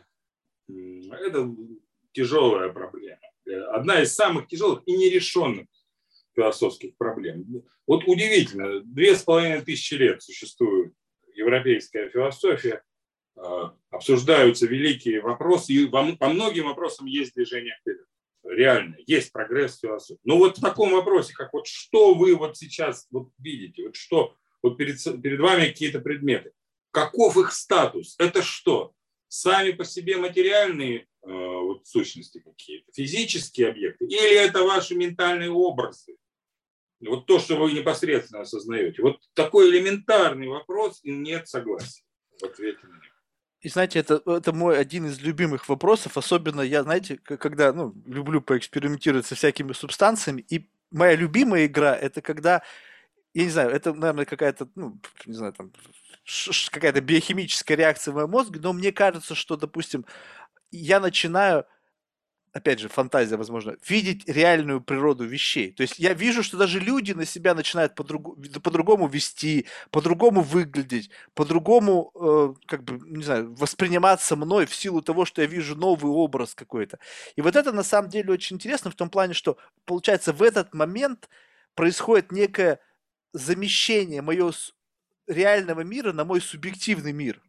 S2: это тяжелая проблема. Одна из самых тяжелых и нерешенных философских проблем. Вот удивительно, две с половиной тысячи лет существует европейская философия, обсуждаются великие вопросы, и по многим вопросам есть движение вперед. Реально, есть прогресс в философии. Но вот в таком вопросе, как вот что вы вот сейчас вот видите, вот что, вот перед, перед вами какие-то предметы, каков их статус, это что? Сами по себе материальные э, вот, сущности какие-то, физические объекты, или это ваши ментальные образы? Вот то, что вы непосредственно осознаете. Вот такой элементарный вопрос, и нет согласия в ответе на него.
S1: И знаете, это, это мой один из любимых вопросов, особенно я, знаете, к- когда, ну, люблю поэкспериментировать со всякими субстанциями, и моя любимая игра, это когда, я не знаю, это, наверное, какая-то, ну, не знаю, там, ш- ш- какая-то биохимическая реакция в моем мозге, но мне кажется, что, допустим, я начинаю, опять же, фантазия, возможно, видеть реальную природу вещей. То есть я вижу, что даже люди на себя начинают по-другу- по-другому вести, по-другому выглядеть, по-другому, э, как бы, не знаю, восприниматься мной в силу того, что я вижу новый образ какой-то. И вот это на самом деле очень интересно в том плане, что, получается, в этот момент происходит некое замещение моего с- реального мира на мой субъективный мир.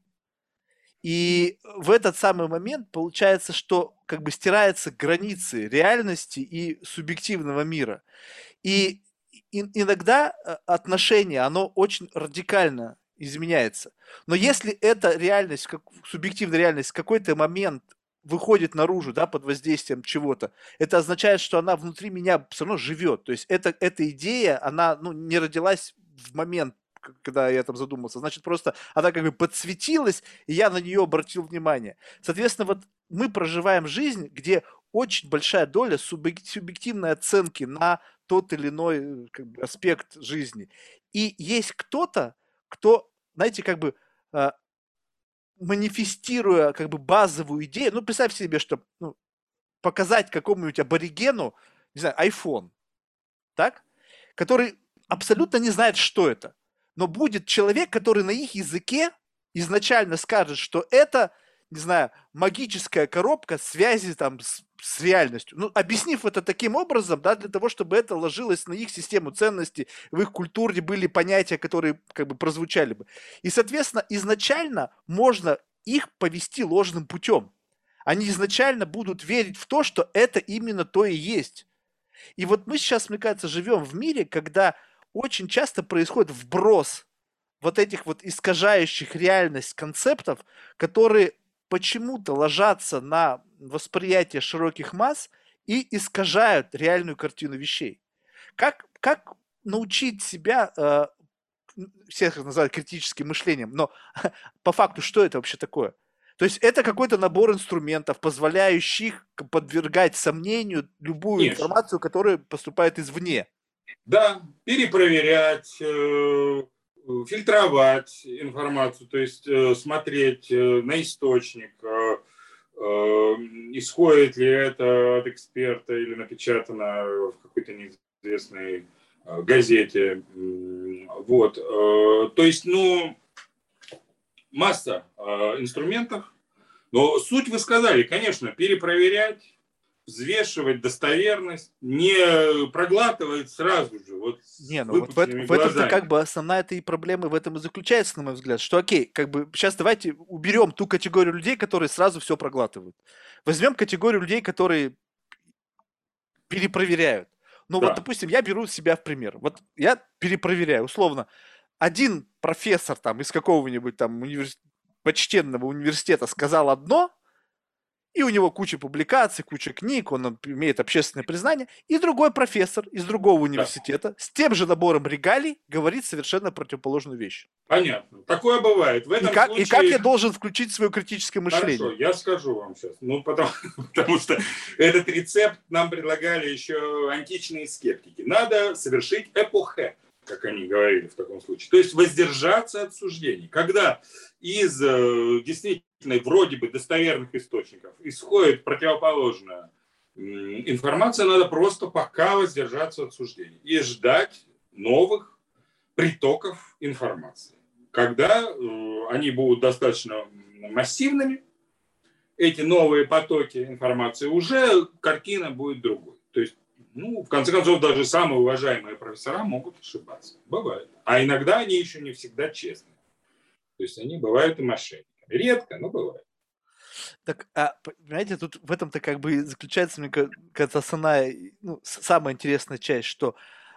S1: И в этот самый момент получается, что как бы стираются границы реальности и субъективного мира. И и- иногда э, отношение, оно очень радикально изменяется. Но если эта реальность, как, субъективная реальность в какой-то момент выходит наружу, да, под воздействием чего-то, это означает, что она внутри меня все равно живет. То есть это, эта идея, она, ну, не родилась в момент, к- когда я там задумался. Значит, просто она как бы подсветилась, и я на нее обратил внимание. Соответственно, вот мы проживаем жизнь, где очень большая доля субъек- субъективной оценки на тот или иной э, как бы, аспект жизни. И есть кто-то, кто, знаете, как бы э, манифестируя как бы базовую идею, ну, представь себе, что ну, показать какому-нибудь аборигену, не знаю, iPhone, так, который абсолютно не знает, что это, но будет человек, который на их языке изначально скажет, что это, не знаю, магическая коробка связи там с с реальностью. Ну, объяснив это таким образом, да, для того, чтобы это ложилось на их систему ценностей, в их культуре были понятия, которые как бы прозвучали бы. И, соответственно, изначально можно их повести ложным путем. Они изначально будут верить в то, что это именно то и есть. И вот мы сейчас, мне кажется, живем в мире, когда очень часто происходит вброс вот этих вот искажающих реальность концептов, которые почему-то ложатся на восприятие широких масс и искажают реальную картину вещей. Как, как научить себя, э, всех их называют критическим мышлением, но по факту что это вообще такое? То есть это какой-то набор инструментов, позволяющих подвергать сомнению любую
S2: Конечно.
S1: информацию, которая поступает извне.
S2: Да, перепроверять, э, фильтровать информацию, то есть э, смотреть э, на источник, э, э, исходит ли это от эксперта или напечатано в какой-то неизвестной э, газете. Вот. Э, то есть, ну, масса э, инструментов. Но суть вы сказали, конечно, перепроверять, взвешивать достоверность, не проглатывать сразу же. Вот
S1: не, ну вот в, это, в этом-то как бы основная эта и проблема в этом и заключается, на мой взгляд, что окей, как бы сейчас давайте уберем ту категорию людей, которые сразу все проглатывают. Возьмем категорию людей, которые перепроверяют. Ну да. Вот, допустим, я беру себя в пример. Вот я перепроверяю, условно, один профессор там из какого-нибудь там универс... почтенного университета сказал одно, и у него куча публикаций, куча книг, он имеет общественное признание, и другой профессор из другого университета да. с тем же набором регалий говорит совершенно противоположную вещь.
S2: Понятно. Такое бывает. В этом
S1: и, как,
S2: случае...
S1: и как я должен включить свое критическое мышление?
S2: Хорошо, я скажу вам сейчас. Ну, потому, потому что этот рецепт нам предлагали еще античные скептики. Надо совершить эпохе, как они говорили в таком случае. То есть воздержаться от суждений. Когда из э, действительно вроде бы достоверных источников исходит противоположная э, информация, надо просто пока воздержаться от суждений и ждать новых притоков информации. Когда э, они будут достаточно массивными, эти новые потоки информации, уже картина будет другой. То есть, ну, в конце концов, даже самые уважаемые профессора могут ошибаться. Бывает. А иногда они еще не всегда честны. То есть они бывают и мошенниками. Редко, но бывает.
S1: Так, а, понимаете, тут в этом-то как бы заключается, мне кажется, основная, ну, самая интересная часть, что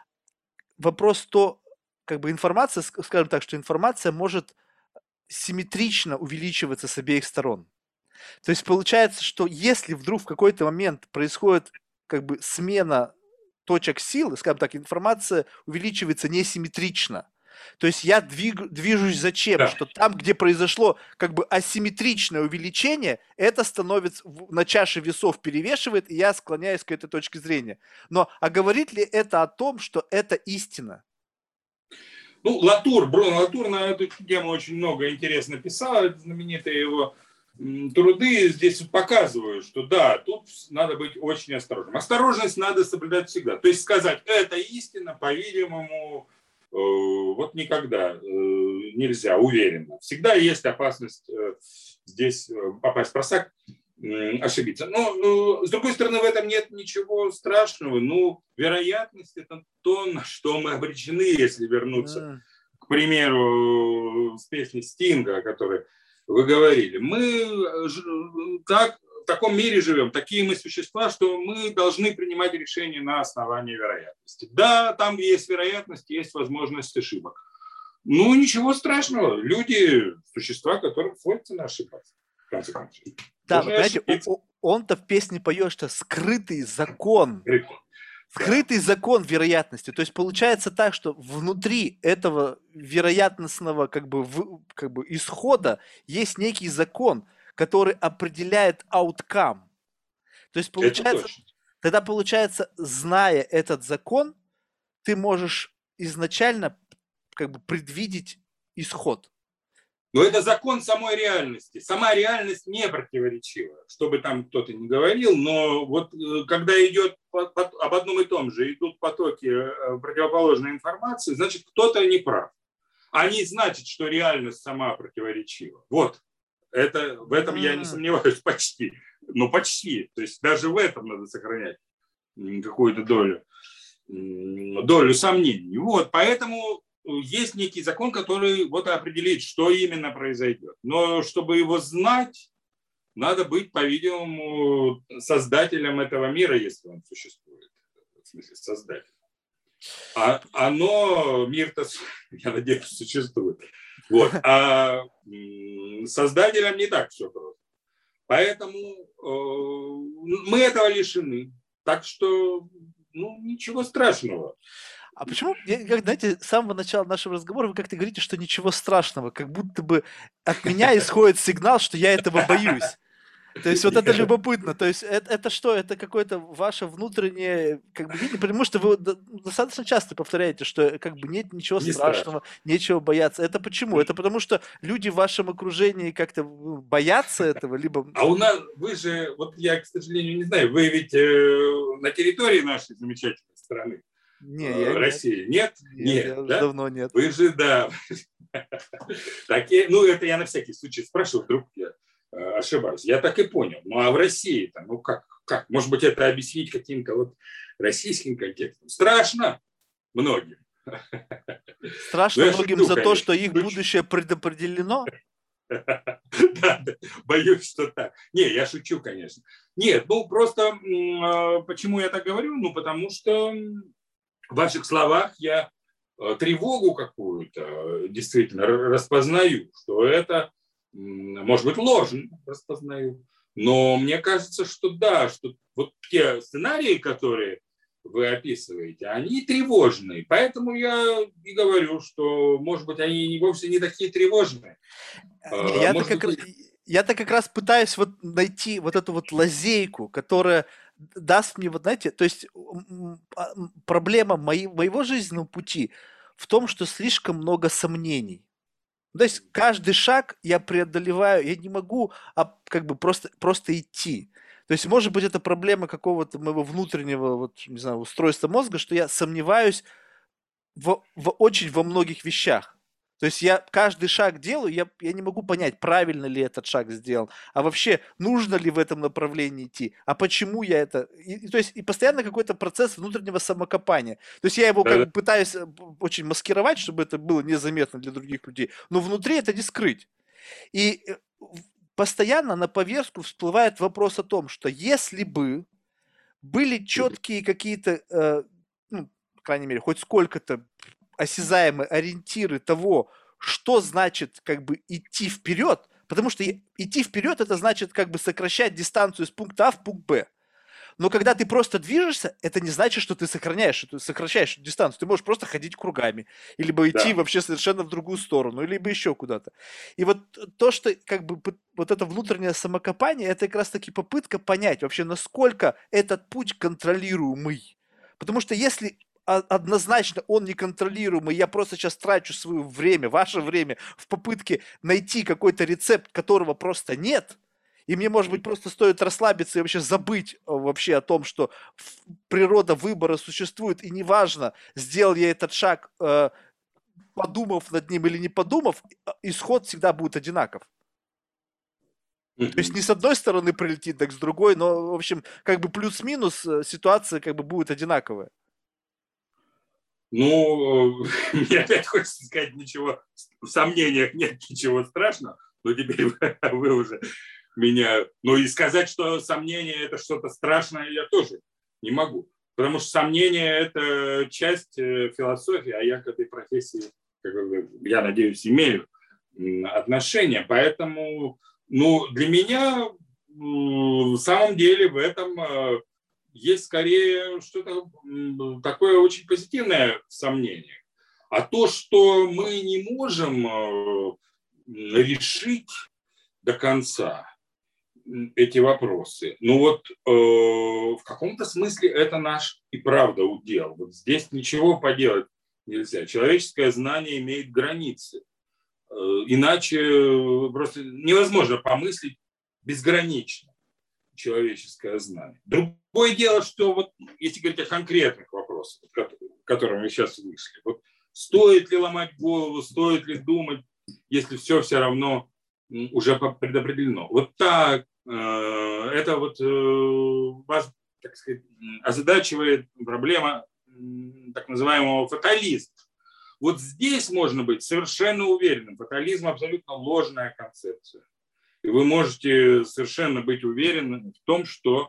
S1: вопрос то, как бы информация, скажем так, что информация может симметрично увеличиваться с обеих сторон. То есть получается, что если вдруг в какой-то момент происходит как бы смена точек силы, скажем так, информация увеличивается несимметрично. То есть я двиг, движусь зачем? Да. Что там, где произошло как бы асимметричное увеличение, это становится на чаше весов перевешивает, и я склоняюсь к этой точке зрения. Но а говорит ли это о том, что это истина?
S2: Ну, Латур, Бруно Латур на эту тему очень много интересно писал, это знаменитые его труды здесь показывают, что да, тут надо быть очень осторожным. Осторожность надо соблюдать всегда. То есть сказать, это истина, по-видимому, э, вот никогда э, нельзя, уверенно. Всегда есть опасность э, здесь попасть в просак, э, ошибиться. Но, э, с другой стороны, в этом нет ничего страшного. Ну, вероятность – это то, на что мы обречены, если вернуться, mm. к примеру, с песни Стинга, о которой вы говорили. Мы так, в таком мире живем, такие мы существа, что мы должны принимать решения на основании вероятности. Да, там, где есть вероятность, есть возможность ошибок. Ну, ничего страшного. Люди – существа, которым свойственно ошибаться. В конце концов.
S1: Да, вы понимаете, он-то в песне поет, что скрытый закон.
S2: Скрытый.
S1: Скрытый закон вероятности. То есть получается так, что внутри этого вероятностного как бы, в, как бы исхода есть некий закон, который определяет outcome. То есть получается, тогда получается, зная этот закон, ты можешь изначально как бы предвидеть исход.
S2: Но это закон самой реальности. Сама реальность не противоречива, что бы там кто-то ни говорил, но вот когда идет об одном и том же, идут потоки противоположной информации, значит, кто-то не прав. А не значит, что реальность сама противоречива. Вот. Это, в этом я не сомневаюсь почти. ну, почти. То есть даже в этом надо сохранять какую-то долю, долю сомнений. Вот, поэтому есть некий закон, который вот определит, что именно произойдет. Но чтобы его знать, надо быть, по-видимому, создателем этого мира, если он существует. В смысле, создателем. А оно, мир-то, я надеюсь, существует. Вот. А создателям не так все просто. Поэтому э, мы этого лишены. Так что, ну, ничего страшного.
S1: А почему, я, как, знаете, с самого начала нашего разговора вы как-то говорите, что ничего страшного, как будто бы от меня исходит сигнал, что я этого боюсь. То есть вот это любопытно. То есть это, это что? Это какое-то ваше внутреннее как бы видение, потому что вы достаточно часто повторяете, что как бы нет ничего
S2: Не
S1: страшного,
S2: страшно.
S1: нечего бояться. Это почему? Это потому что люди в вашем окружении как-то боятся этого, либо...
S2: А у нас, вы же, вот я, к сожалению, не знаю, вы ведь э, на территории нашей замечательной страны,
S1: Не,
S2: э,
S1: я
S2: России, нет?
S1: нет? Нет,
S2: Нет,
S1: я уже
S2: да?
S1: давно нет.
S2: Вы же, да. Такие, ну, это я на всякий случай спрашиваю, вдруг я ошибаюсь. Я так и понял. Ну, а в России-то, ну, как, как? Может быть, это объяснить каким-то вот российским контекстом? Страшно многим.
S1: Страшно многим за то, что их будущее предопределено?
S2: Да, да, боюсь, что так. Не, я шучу, конечно. Нет, ну, просто почему я так говорю? Ну, потому что в ваших словах я тревогу какую-то действительно распознаю, что это, может быть, ложно распознаю. Но мне кажется, что да, что вот те сценарии, которые вы описываете, они тревожные. Поэтому я и говорю, что, может быть, они вовсе не такие тревожные.
S1: Не, я-то, как, быть... я-то как раз пытаюсь вот найти вот эту вот лазейку, которая даст мне, вот знаете, то есть проблема моей, моего жизненного пути в том, что слишком много сомнений. То есть каждый шаг я преодолеваю, я не могу а, как бы просто, просто идти. То есть, может быть, это проблема какого-то моего внутреннего, вот, не знаю, устройства мозга, что я сомневаюсь в, в очень во многих вещах. То есть я каждый шаг делаю, я, я не могу понять, правильно ли этот шаг сделан, а вообще нужно ли в этом направлении идти, а почему я это... И, и, то есть и постоянно какой-то процесс внутреннего самокопания. То есть я его как бы пытаюсь очень маскировать, чтобы это было незаметно для других людей, но внутри это не скрыть. И постоянно на поверхность всплывает вопрос о том, что если бы были четкие какие-то, э, ну, по крайней мере, хоть сколько-то осязаемые ориентиры того, что значит как бы идти вперед, потому что идти вперед это значит как бы сокращать дистанцию с пункта А в пункт Б. Но когда ты просто движешься, это не значит, что ты сохраняешь, что ты сокращаешь дистанцию. Ты можешь просто ходить кругами, либо идти да. вообще совершенно в другую сторону, либо еще куда-то. И вот то, что как бы вот это внутреннее самокопание, это как раз-таки попытка понять вообще, насколько этот путь контролируемый. Потому что если однозначно он неконтролируемый, я просто сейчас трачу свое время, ваше время в попытке найти какой-то рецепт, которого просто нет, и мне, может быть, просто стоит расслабиться и вообще забыть вообще о том, что природа выбора существует, и неважно, сделал я этот шаг, подумав над ним или не подумав, исход всегда будет одинаков. Mm-hmm. То есть не с одной стороны прилетит, так с другой, но, в общем, как бы плюс-минус ситуация как бы будет одинаковая.
S2: Ну, мне опять хочется сказать, ничего, в сомнениях нет ничего страшного, но теперь вы, вы уже меня... Ну и сказать, что сомнение – это что-то страшное, я тоже не могу. Потому что сомнение – это часть философии, а я к этой профессии, как бы, я надеюсь, имею отношение. Поэтому ну, для меня в самом деле в этом... есть скорее что-то такое очень позитивное в сомнениях. А то, что мы не можем решить до конца эти вопросы, ну вот в каком-то смысле это наш и правда удел. Вот здесь ничего поделать нельзя. Человеческое знание имеет границы. Иначе просто невозможно помыслить безгранично человеческое знание. Другое дело, что вот, если говорить о конкретных вопросах, к которым мы сейчас вышли, вот стоит ли ломать голову, стоит ли думать, если все все равно уже предопределено. Вот та это вот вас, так сказать, озадачивает проблема так называемого фатализма. Вот здесь можно быть совершенно уверенным. Фатализм абсолютно ложная концепция. И вы можете совершенно быть уверены в том, что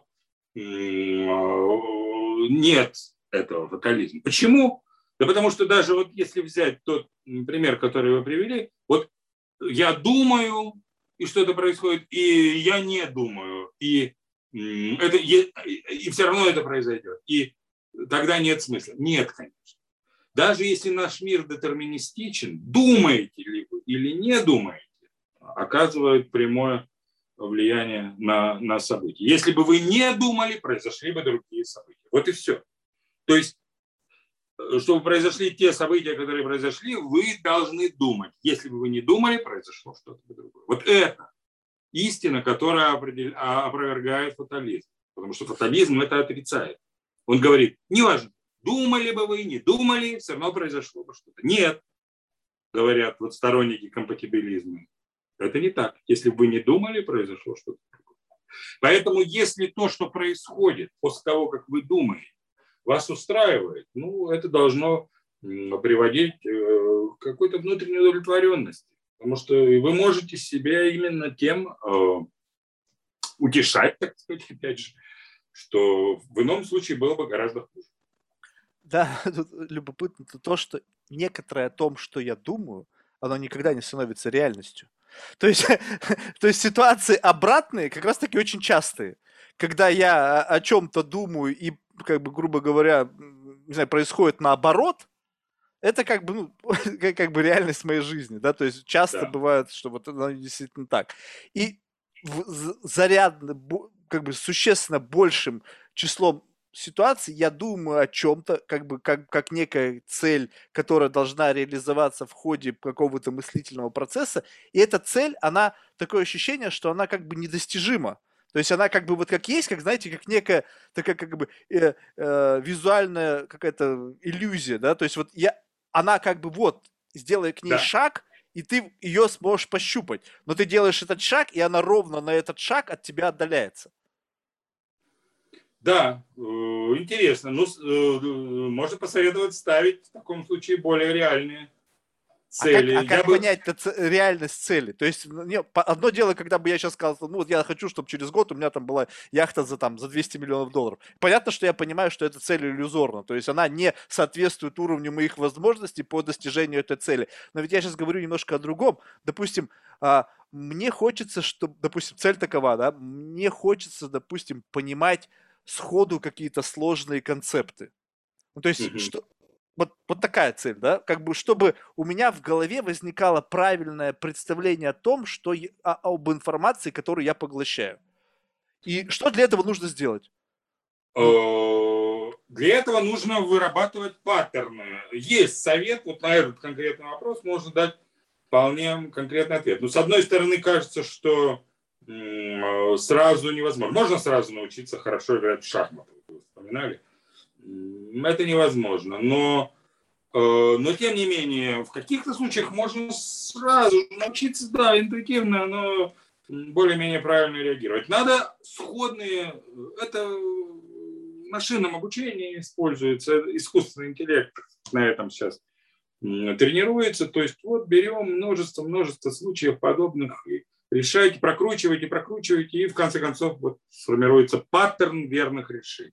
S2: нет этого фатализма. Почему? Да потому что даже вот если взять тот пример, который вы привели, вот я думаю, и что-то происходит, и я не думаю, и, это, и все равно это произойдет. И тогда нет смысла. Нет, конечно. Даже если наш мир детерминистичен, думаете ли вы или не думаете, оказывает прямое влияние на, на события. Если бы вы не думали, произошли бы другие события. Вот и все. То есть, чтобы произошли те события, которые произошли, вы должны думать. Если бы вы не думали, произошло что-то другое. Вот это истина, которая опровергает фатализм. Потому что фатализм это отрицает. Он говорит, неважно, думали бы вы, не думали, все равно произошло бы что-то. Нет, говорят вот сторонники компатибилизма. Это не так. Если бы вы не думали, произошло что-то другое. Поэтому если то, что происходит после того, как вы думаете, вас устраивает, ну, это должно приводить к какой-то внутренней удовлетворенности. Потому что вы можете себя именно тем э, утешать, так сказать, опять же, что в ином случае было бы гораздо хуже.
S1: Да, тут любопытно то, что некоторое о том, что я думаю, оно никогда не становится реальностью. То есть, то есть ситуации обратные как раз-таки очень частые. Когда я о чем-то думаю и, как бы, грубо говоря, не знаю, происходит наоборот, это как бы, ну, как бы реальность моей жизни, да, то есть часто
S2: Да.
S1: бывает, что вот оно действительно так. И зарядно, как бы существенно большим числом ситуаций я думаю о чем-то, как бы как, как некая цель, которая должна реализоваться в ходе какого-то мыслительного процесса, и эта цель, она, такое ощущение, что она как бы недостижима. То есть она как бы вот как есть, как, знаете, как некая такая как бы э, э, визуальная какая-то иллюзия, да, то есть вот я, она как бы вот, сделай к ней
S2: Да.
S1: шаг, и ты ее сможешь пощупать. Но ты делаешь этот шаг, и она ровно на этот шаг от тебя отдаляется.
S2: Да, интересно. Ну, можно посоветовать ставить в таком случае более реальные цели.
S1: А как, а как
S2: я
S1: понять
S2: бы...
S1: ц- реальность цели? То есть, не, одно дело, когда бы я сейчас сказал, ну вот я хочу, чтобы через год у меня там была яхта за, там, за двести миллионов долларов. Понятно, что я понимаю, что эта цель иллюзорна, то есть она не соответствует уровню моих возможностей по достижению этой цели. Но ведь я сейчас говорю немножко о другом. Допустим, а, мне хочется, чтобы, допустим, цель такова, да, мне хочется, допустим, понимать сходу какие-то сложные концепты. Ну, то есть,
S2: Мгм.
S1: что, вот, вот такая цель, да, как бы, чтобы у меня в голове возникало правильное представление о том, что я, о- об информации, которую я поглощаю. И что для этого нужно сделать? Ну,
S2: Э, Для этого нужно вырабатывать паттерны. Есть совет, вот на этот конкретный вопрос можно дать вполне конкретный ответ. Но с одной стороны кажется, что м, сразу невозможно. Можно сразу научиться хорошо играть в шахматы, вы вспоминали. М, Это невозможно. Но, э, но тем не менее, в каких-то случаях можно сразу научиться, да, интуитивно, но более-менее правильно реагировать. Надо сходные, это в машинном обучении используется, искусственный интеллект на этом сейчас тренируется. То есть вот берем множество-множество случаев подобных, и решайте, прокручивайте, прокручивайте, и в конце концов вот сформируется паттерн верных решений.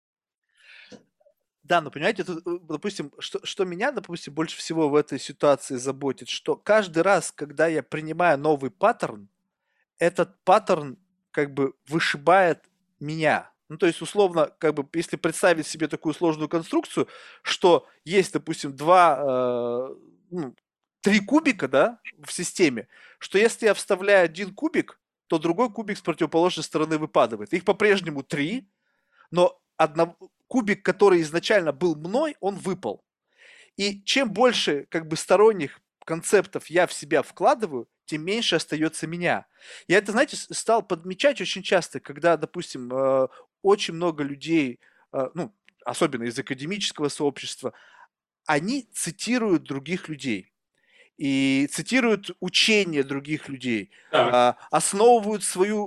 S1: да, но понимаете, тут, э, допустим, что, что меня, допустим, больше всего в этой ситуации заботит, что каждый раз, когда я принимаю новый паттерн, этот паттерн как бы вышибает меня. Ну, то есть, условно, как бы, если представить себе такую сложную конструкцию, что есть, допустим, два, э, ну, три кубика, да, в системе, что если я вставляю один кубик, то другой кубик с противоположной стороны выпадает. Их по-прежнему три, но одно, кубик, который изначально был мной, он выпал. И чем больше как бы сторонних концептов я в себя вкладываю, тем меньше остается меня. Я это, знаете, стал подмечать очень часто, когда, допустим, э, очень много людей, э, ну, особенно из академического сообщества, они цитируют других людей и цитируют учения других людей,
S2: Так.
S1: а, основывают свою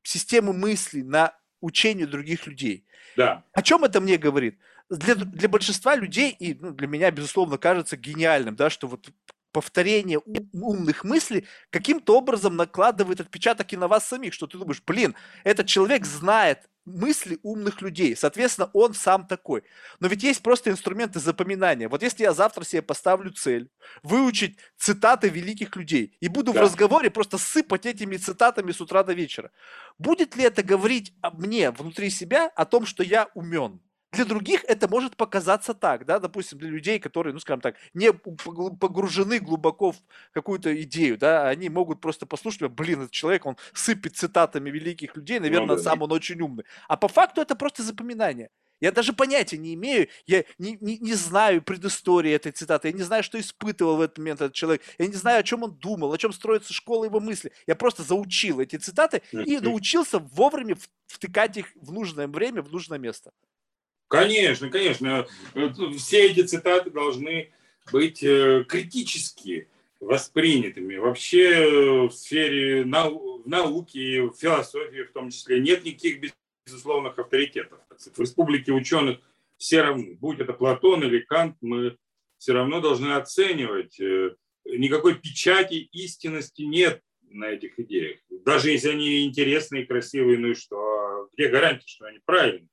S1: системы мыслей, на учение других людей.
S2: Да.
S1: О чем это мне говорит? Для, для большинства людей, и ну, для меня, безусловно, кажется гениальным, да, что вот повторение умных мыслей каким-то образом накладывает отпечаток и на вас самих, что ты думаешь, блин, этот человек знает мысли умных людей, соответственно, он сам такой. Но ведь есть просто инструменты запоминания. Вот если я завтра себе поставлю цель выучить цитаты великих людей и буду да. в разговоре просто сыпать этими цитатами с утра до вечера, будет ли это говорить мне внутри себя о том, что я умен? Для других это может показаться так, да, допустим, для людей, которые, ну, скажем так, не погружены глубоко в какую-то идею, да, они могут просто послушать, блин, этот человек, он сыпет цитатами великих людей, наверное, ну, да, сам он очень умный. А по факту это просто запоминание. Я даже понятия не имею, я не, не, не знаю предыстории этой цитаты, я не знаю, что испытывал в этот момент этот человек, я не знаю, о чем он думал, о чем строится школа его мысли. Я просто заучил эти цитаты и научился вовремя втыкать их в нужное время, в нужное место.
S2: Конечно, конечно. Все эти цитаты должны быть критически воспринятыми. Вообще в сфере нау- в науке и в философии в том числе нет никаких безусловных авторитетов. В республике ученых все равны. Будь это Платон или Кант, мы все равно должны оценивать. Никакой печати истинности нет на этих идеях. Даже если они интересные и красивые, ну и что? Где гарантия, что они правильные?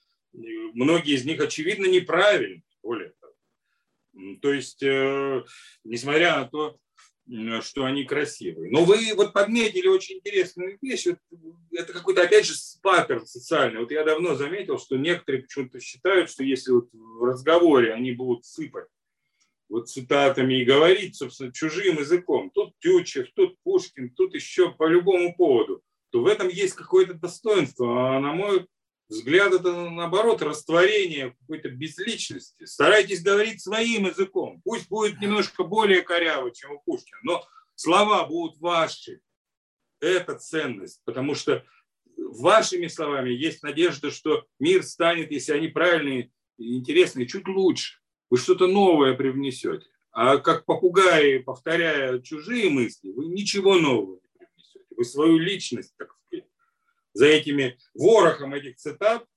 S2: Многие из них, очевидно, неправильны, более того. То есть, э, несмотря на то, что они красивые. Но вы вот подметили очень интересную вещь. Вот это какой-то, опять же, паттерн социальный. Вот я давно заметил, что некоторые почему-то считают, что если вот в разговоре они будут сыпать вот цитатами и говорить, собственно, чужим языком, тут Тютчев, тут Пушкин, тут еще по любому поводу, то в этом есть какое-то достоинство. А на мой взгляд, это, наоборот, растворение какой-то безличности. Старайтесь говорить своим языком. Пусть будет немножко более коряво, чем у Пушкина, но слова будут ваши. Это ценность, потому что вашими словами есть надежда, что мир станет, если они правильные и интересные, чуть лучше. Вы что-то новое привнесете. А как попугаи, повторяя чужие мысли, вы ничего нового не привнесете. Вы свою личность, так сказать, за этими ворохом этих цитат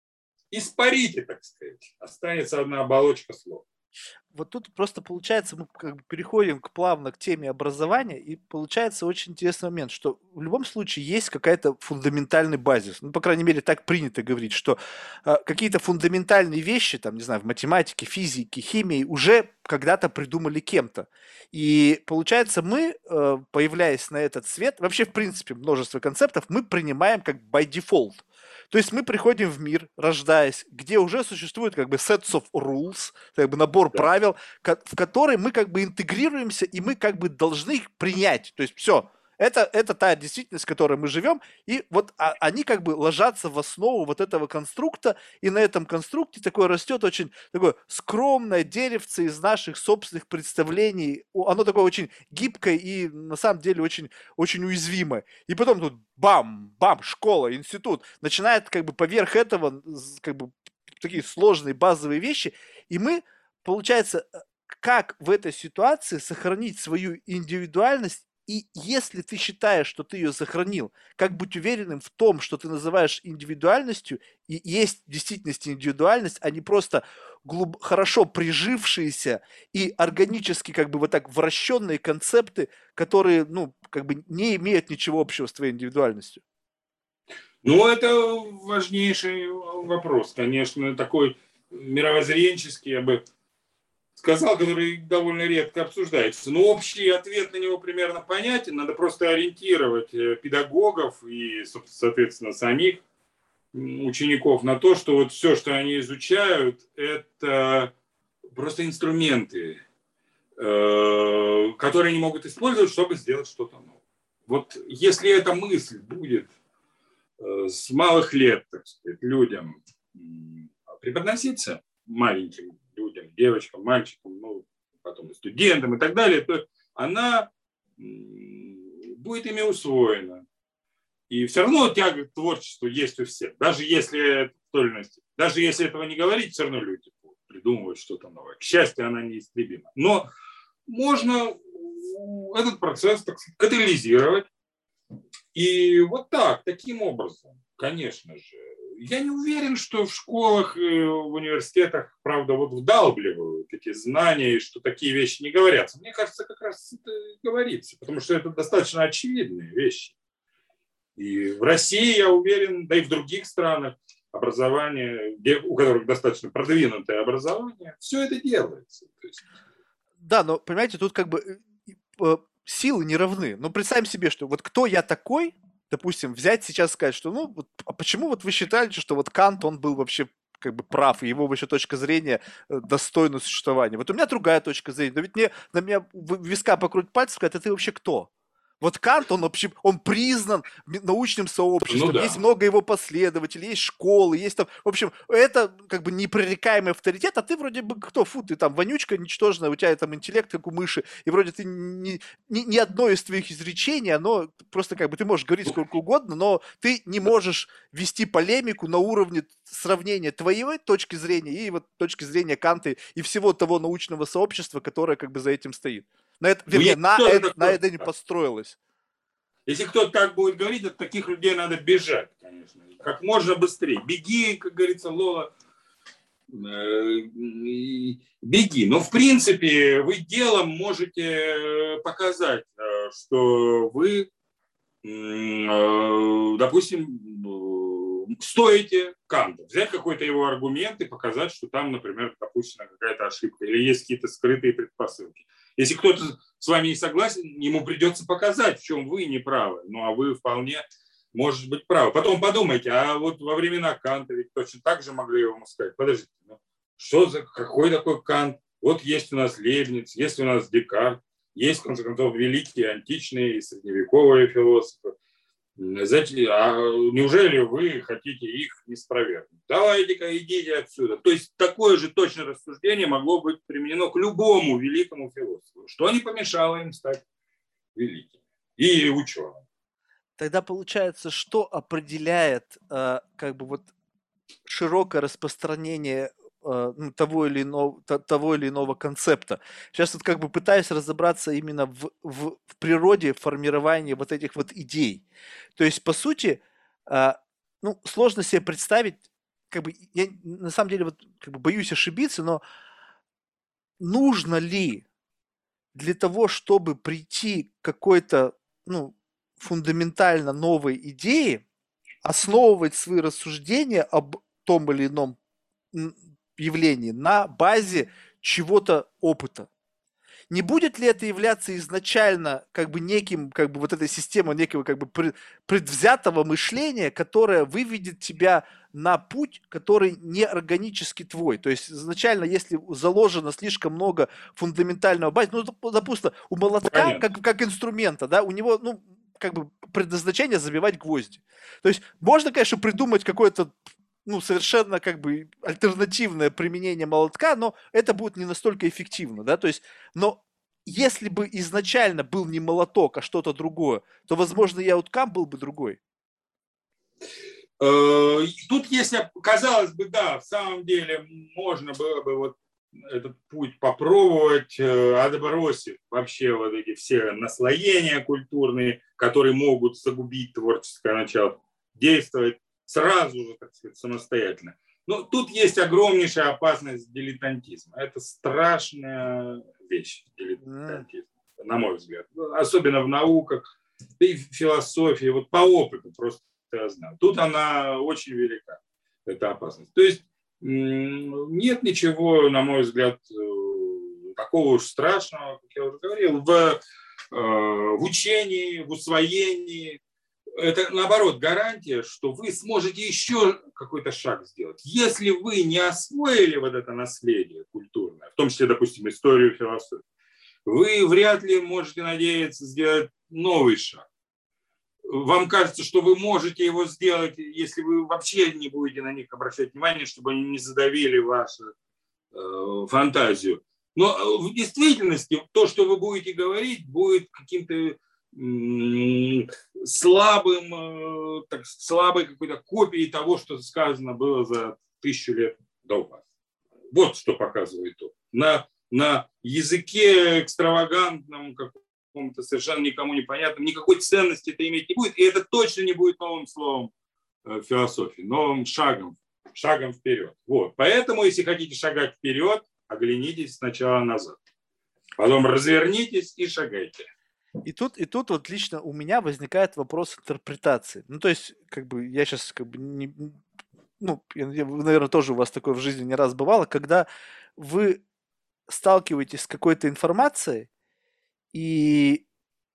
S2: испарите, так сказать. Останется одна оболочка слов.
S1: Вот тут просто получается, мы как бы переходим к, плавно к теме образования, и получается очень интересный момент, что в любом случае есть какая-то фундаментальный базис. Ну, по крайней мере, так принято говорить, что э, какие-то фундаментальные вещи, там, не знаю, в математике, физике, химии уже когда-то придумали кем-то. И получается, мы, э, появляясь на этот свет, вообще, в принципе, множество концептов мы принимаем как by default. То есть мы приходим в мир, рождаясь, где уже существует как бы sets of rules, как бы набор да. правил, в который мы как бы интегрируемся, и мы как бы должны их принять. То есть все, это, это та действительность, в которой мы живем, и вот а, они как бы ложатся в основу вот этого конструкта, и на этом конструкте такое растет очень такое скромное деревце из наших собственных представлений. Оно такое очень гибкое и на самом деле очень, очень уязвимое. И потом тут бам, бам, школа, институт. Начинает как бы поверх этого как бы такие сложные базовые вещи, и мы, получается, как в этой ситуации сохранить свою индивидуальность. И если ты считаешь, что ты ее сохранил, как быть уверенным в том, что ты называешь индивидуальностью, и есть в действительности индивидуальность, а не просто глуб... хорошо прижившиеся и органически как бы вот так вращенные концепты, которые, ну, как бы не имеют ничего общего с твоей индивидуальностью?
S2: Ну, это важнейший вопрос, конечно, такой мировоззренческий, я бы сказал, который довольно редко обсуждается. Но общий ответ на него примерно понятен. Надо просто ориентировать педагогов и, соответственно, самих учеников на то, что вот все, что они изучают, это просто инструменты, которые они могут использовать, чтобы сделать что-то новое. Вот если эта мысль будет с малых лет, так сказать, людям преподноситься, маленьким людям, девочкам, мальчикам, ну, потом и студентам и так далее, то она будет ими усвоена. И все равно тяга к творчеству есть у всех. Даже если, даже если этого не говорить, все равно люди будут придумывать что-то новое. К счастью, она неистребима. Но можно этот процесс, так сказать, катализировать И вот так, таким образом, конечно же. Я не уверен, что в школах и в университетах, правда, вот вдалбливают эти знания, и что такие вещи не говорятся. Мне кажется, как раз это говорится, потому что это достаточно очевидные вещи. И в России, я уверен, да и в других странах образование, где, у которых достаточно продвинутое образование, все это делается. То есть...
S1: Да, но, понимаете, тут как бы силы не равны. Но представим себе, что вот кто я такой, допустим, взять сейчас и сказать, что ну, вот, а почему вот вы считали, что вот Кант, он был вообще как бы прав, и его вообще точка зрения достойна существования. Вот у меня другая точка зрения, но ведь мне на меня виска покрутить пальцем, сказать, а ты вообще кто? Вот Кант, он вообще, он признан научным сообществом, ну, да. Есть много его последователей, есть школы, есть там, в общем, это как бы непререкаемый авторитет, а ты вроде бы кто, фу, ты там вонючка ничтожная, у тебя там интеллект как у мыши, и вроде ты ни, ни, ни одно из твоих изречений, оно просто как бы, ты можешь говорить сколько угодно, но ты не можешь вести полемику на уровне сравнения твоей точки зрения и вот точки зрения Канта и всего того научного сообщества, которое как бы за этим стоит. На это, вернее, на, это, на это не построилось.
S2: Если кто-то так будет говорить, от таких людей надо бежать, конечно. Как можно быстрее. Беги, как говорится, Лола. Беги. Но, в принципе, вы делом можете показать, что вы, допустим, стоите Канта. Взять какой-то его аргумент и показать, что там, например, допущена какая-то ошибка или есть какие-то скрытые предпосылки. Если кто-то с вами не согласен, ему придется показать, в чем вы не правы. Ну, а вы вполне, может быть, правы. Потом подумайте, а вот во времена Канта ведь точно так же могли ему сказать, подождите, ну, что за, какой такой Кант? Вот есть у нас Лейбниц, есть у нас Декарт, есть, в конце концов, великие античные и средневековые философы. А неужели вы хотите их не спровергнуть? Давайте-ка идите отсюда. То есть такое же точное рассуждение могло быть применено к любому великому философу. Что не помешало им стать великими и ученым?
S1: Тогда получается, что определяет э, как бы вот широкое распространение э, того, или иного, того или иного концепта. Сейчас вот как бы пытаюсь разобраться именно в, в, в природе формирования вот этих вот идей. То есть, по сути, э, ну, сложно себе представить, как бы, я на самом деле вот, как бы боюсь ошибиться, но нужно ли для того, чтобы прийти к какой-то, ну, фундаментально новой идее, основывать свои рассуждения об том или ином явлении на базе чего-то опыта? Не будет ли это являться изначально как бы неким, как бы вот этой системой некого как бы предвзятого мышления, которое выведет тебя на путь, который не органически твой? То есть изначально, если заложено слишком много фундаментального базы, ну, допустим, у молотка как, как инструмента, да, у него, ну, как бы предназначение забивать гвозди. То есть можно, конечно, придумать какое-то, ну, совершенно как бы альтернативное применение молотка, но это будет не настолько эффективно, да, то есть, но если бы изначально был не молоток, а что-то другое, то, возможно, и ауткам был бы другой.
S2: Тут, если, казалось бы, да, в самом деле можно было бы вот этот путь попробовать, отбросив вообще вот эти все наслоения культурные, которые могут загубить творческое начало, действовать сразу же, так сказать, самостоятельно. Но тут есть огромнейшая опасность дилетантизма. Это страшная вещь, дилетантизм, mm. на мой взгляд. Особенно в науках и в философии. Вот по опыту просто я знаю. Тут она очень велика, эта опасность. То есть нет ничего, на мой взгляд, такого уж страшного, как я уже говорил, в, в учении, в усвоении. Это, наоборот, гарантия, что вы сможете еще какой-то шаг сделать. Если вы не освоили вот это наследие культурное, в том числе, допустим, историю, философию, вы вряд ли можете надеяться сделать новый шаг. Вам кажется, что вы можете его сделать, если вы вообще не будете на них обращать внимание, чтобы они не задавили вашу э, фантазию. Но в действительности то, что вы будете говорить, будет каким-то слабым, так, слабой какой-то копией того, что сказано было за тысячу лет до вас. Вот что показывает то. На, на языке экстравагантном, каком-то совершенно никому непонятном, никакой ценности это иметь не будет, и это точно не будет новым словом в философии, новым шагом, шагом вперед. Вот. Поэтому, если хотите шагать вперед, оглянитесь сначала назад. Потом развернитесь и шагайте.
S1: И тут, и тут вот лично у меня возникает вопрос интерпретации. Ну, то есть, как бы, я сейчас, как бы, не, ну, я, наверное, тоже у вас такое в жизни не раз бывало, когда вы сталкиваетесь с какой-то информацией, и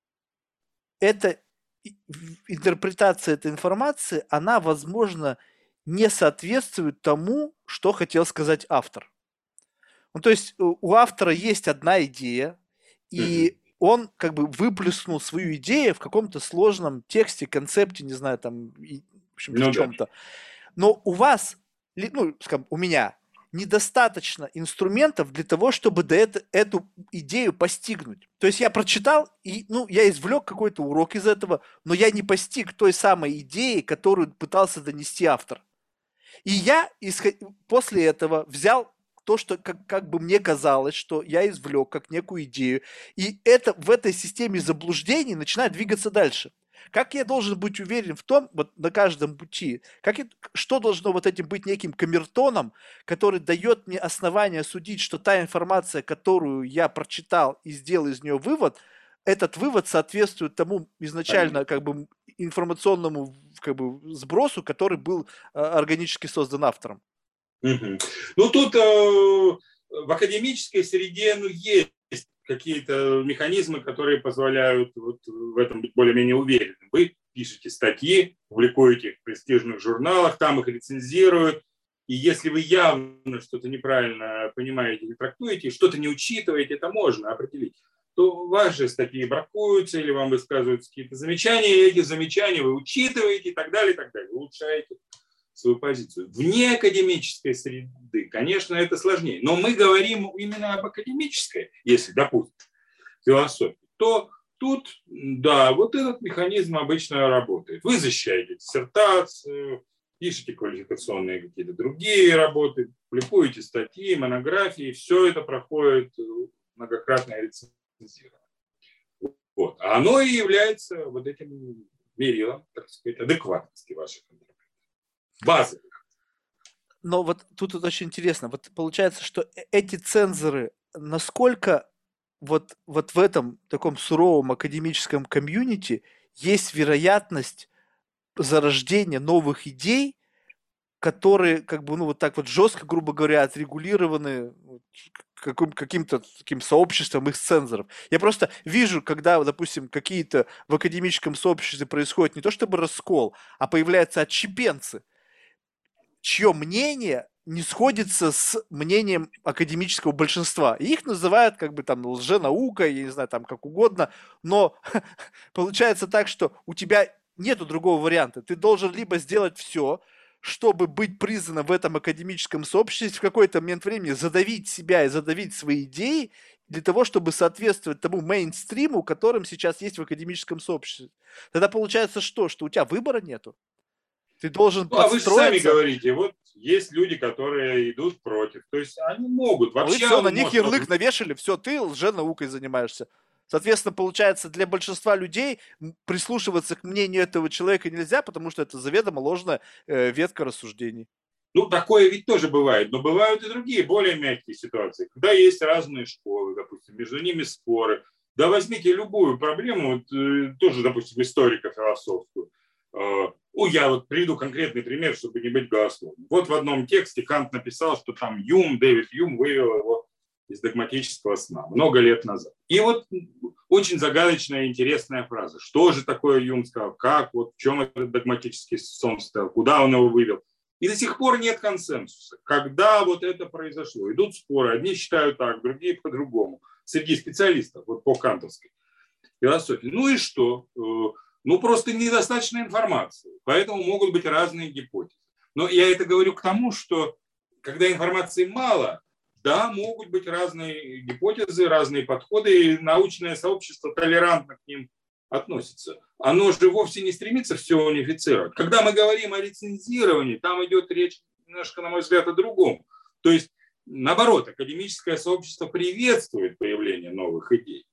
S1: эта интерпретация этой информации, она, возможно, не соответствует тому, что хотел сказать автор. Ну, то есть у автора есть одна идея, и mm-hmm. он как бы выплеснул свою идею в каком-то сложном тексте, концепте, не знаю, там, в общем-то, ну, в чем-то. Да. Но у вас, ну, скажем, у меня недостаточно инструментов для того, чтобы до это, эту идею постигнуть. То есть я прочитал, и, ну, я извлек какой-то урок из этого, но я не постиг той самой идеи, которую пытался донести автор. И я исход... после этого взял то, что как, как бы мне казалось, что я извлек как некую идею, и это в этой системе заблуждений начинает двигаться дальше. Как я должен быть уверен в том, вот на каждом пути, как я, что должно вот этим быть неким камертоном, который дает мне основание судить, что та информация, которую я прочитал и сделал из нее вывод, этот вывод соответствует тому изначально как бы информационному как бы сбросу, который был э, органически создан автором.
S2: Угу. Ну тут э, в академической среде ну, есть какие-то механизмы, которые позволяют вот в этом быть более-менее уверенным. Вы пишете статьи, публикуете их в престижных журналах, там их рецензируют, и если вы явно что-то неправильно понимаете или трактуете, что-то не учитываете, это можно определить, то ваши статьи бракуются или вам высказываются какие-то замечания, и эти замечания вы учитываете и так далее, и так далее, улучшаете свою позицию. Вне академической среды, конечно, это сложнее. Но мы говорим именно об академической, если, допустим, философии, то тут, да, вот этот механизм обычно работает. Вы защищаете диссертацию, пишете квалификационные какие-то другие работы, публикуете статьи, монографии, все это проходит многократное рецензирование. Вот. А оно и является вот этим мерилом, так сказать, адекватности ваших интерпретаций. Базы.
S1: Но вот тут вот очень интересно. Вот получается, что эти цензоры, насколько вот, вот в этом таком суровом академическом комьюнити есть вероятность зарождения новых идей, которые как бы, ну, вот так вот жестко, грубо говоря, отрегулированы каким- каким-то таким сообществом их цензоров. Я просто вижу, когда, допустим, какие-то в академическом сообществе происходит не то чтобы раскол, а появляются отщепенцы, чье мнение не сходится с мнением академического большинства. И их называют как бы там лженаукой, я не знаю, там как угодно, но получается так, что у тебя нету другого варианта. Ты должен либо сделать все, чтобы быть признанным в этом академическом сообществе, в какой-то момент времени задавить себя и задавить свои идеи для того, чтобы соответствовать тому мейнстриму, которым сейчас есть в академическом сообществе. Тогда получается что? Что у тебя выбора нету. Ты должен
S2: ну, а вы же сами
S1: подстроиться.
S2: говорите, вот есть люди, которые идут против. То есть они могут.
S1: А вы
S2: Вообще,
S1: все, на
S2: он
S1: них
S2: может-
S1: ярлык навешали, все, ты лженаукой занимаешься. Соответственно, получается, для большинства людей м, прислушиваться к мнению этого человека нельзя, потому что это заведомо ложная э, ветка рассуждений.
S2: Ну, такое ведь тоже бывает. Но бывают и другие, более мягкие ситуации. Когда есть разные школы, допустим, между ними споры. Да возьмите любую проблему, вот, э, тоже, допустим, историко-философскую. Э, Ну, я вот приведу конкретный пример, чтобы не быть голословным. Вот в одном тексте Кант написал, что там Юм, Дэвид Юм вывел его из догматического сна много лет назад. И вот очень загадочная и интересная фраза. Что же такое Юм сказал? Как? Вот в чем этот догматический сон стоял? Куда он его вывел? И до сих пор нет консенсуса. Когда вот это произошло? Идут споры. Одни считают так, другие по-другому. Среди специалистов вот по кантовской философии. Ну и что? Ну, просто недостаточно информации, поэтому могут быть разные гипотезы. Но я это говорю к тому, что когда информации мало, да, могут быть разные гипотезы, разные подходы, и научное сообщество толерантно к ним относится. Оно же вовсе не стремится все унифицировать. Когда мы говорим о рецензировании, там идет речь немножко, на мой взгляд, о другом. То есть, наоборот, академическое сообщество приветствует появление новых идей.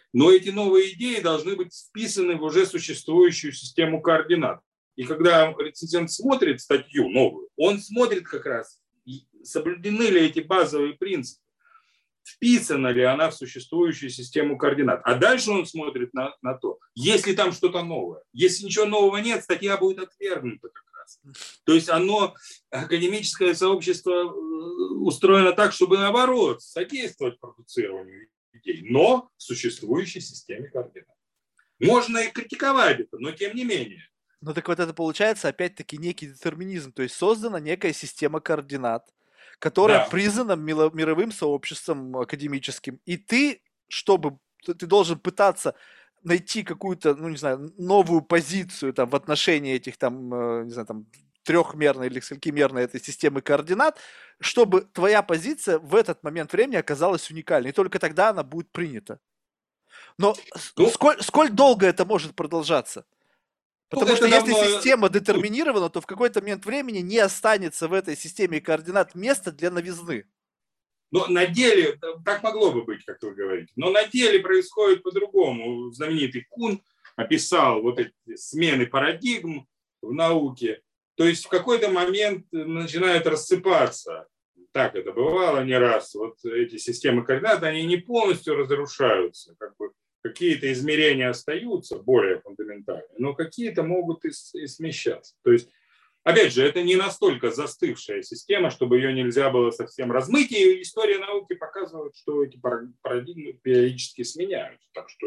S2: Но эти новые идеи должны быть вписаны в уже существующую систему координат. И когда рецензент смотрит статью новую, он смотрит как раз, соблюдены ли эти базовые принципы, вписана ли она в существующую систему координат. А дальше он смотрит на, на то, есть ли там что-то новое. Если ничего нового нет, статья будет отвергнута как раз. То есть оно, академическое сообщество устроено так, чтобы наоборот содействовать продуцированию идей, но в существующей системе координат. Можно и критиковать это, но тем не менее.
S1: Ну так вот это получается опять-таки некий детерминизм, то есть создана некая система координат, которая
S2: Да.
S1: признана мировым сообществом академическим. И ты, чтобы ты должен пытаться найти какую-то, ну не знаю, новую позицию там в отношении этих там, не знаю, там трехмерной или сколькимерной этой системы координат, чтобы твоя позиция в этот момент времени оказалась уникальной. И только тогда она будет принята. Но ну, сколь, сколь долго это может продолжаться? Потому ну, что если давно... система детерминирована, то в какой-то момент времени не останется в этой системе координат места для новизны.
S2: Но на деле, так могло бы быть, как вы говорите, но на деле происходит по-другому. Знаменитый Кун описал вот эти смены парадигм в науке. То есть в какой-то момент начинает рассыпаться. Так это бывало не раз. Вот эти системы координат, они не полностью разрушаются, как бы. Какие-то измерения остаются более фундаментальные, но какие-то могут и, и смещаться. То есть, опять же, это не настолько застывшая система, чтобы ее нельзя было совсем размыть. И история науки показывает, что эти парадигмы периодически сменяются. Так что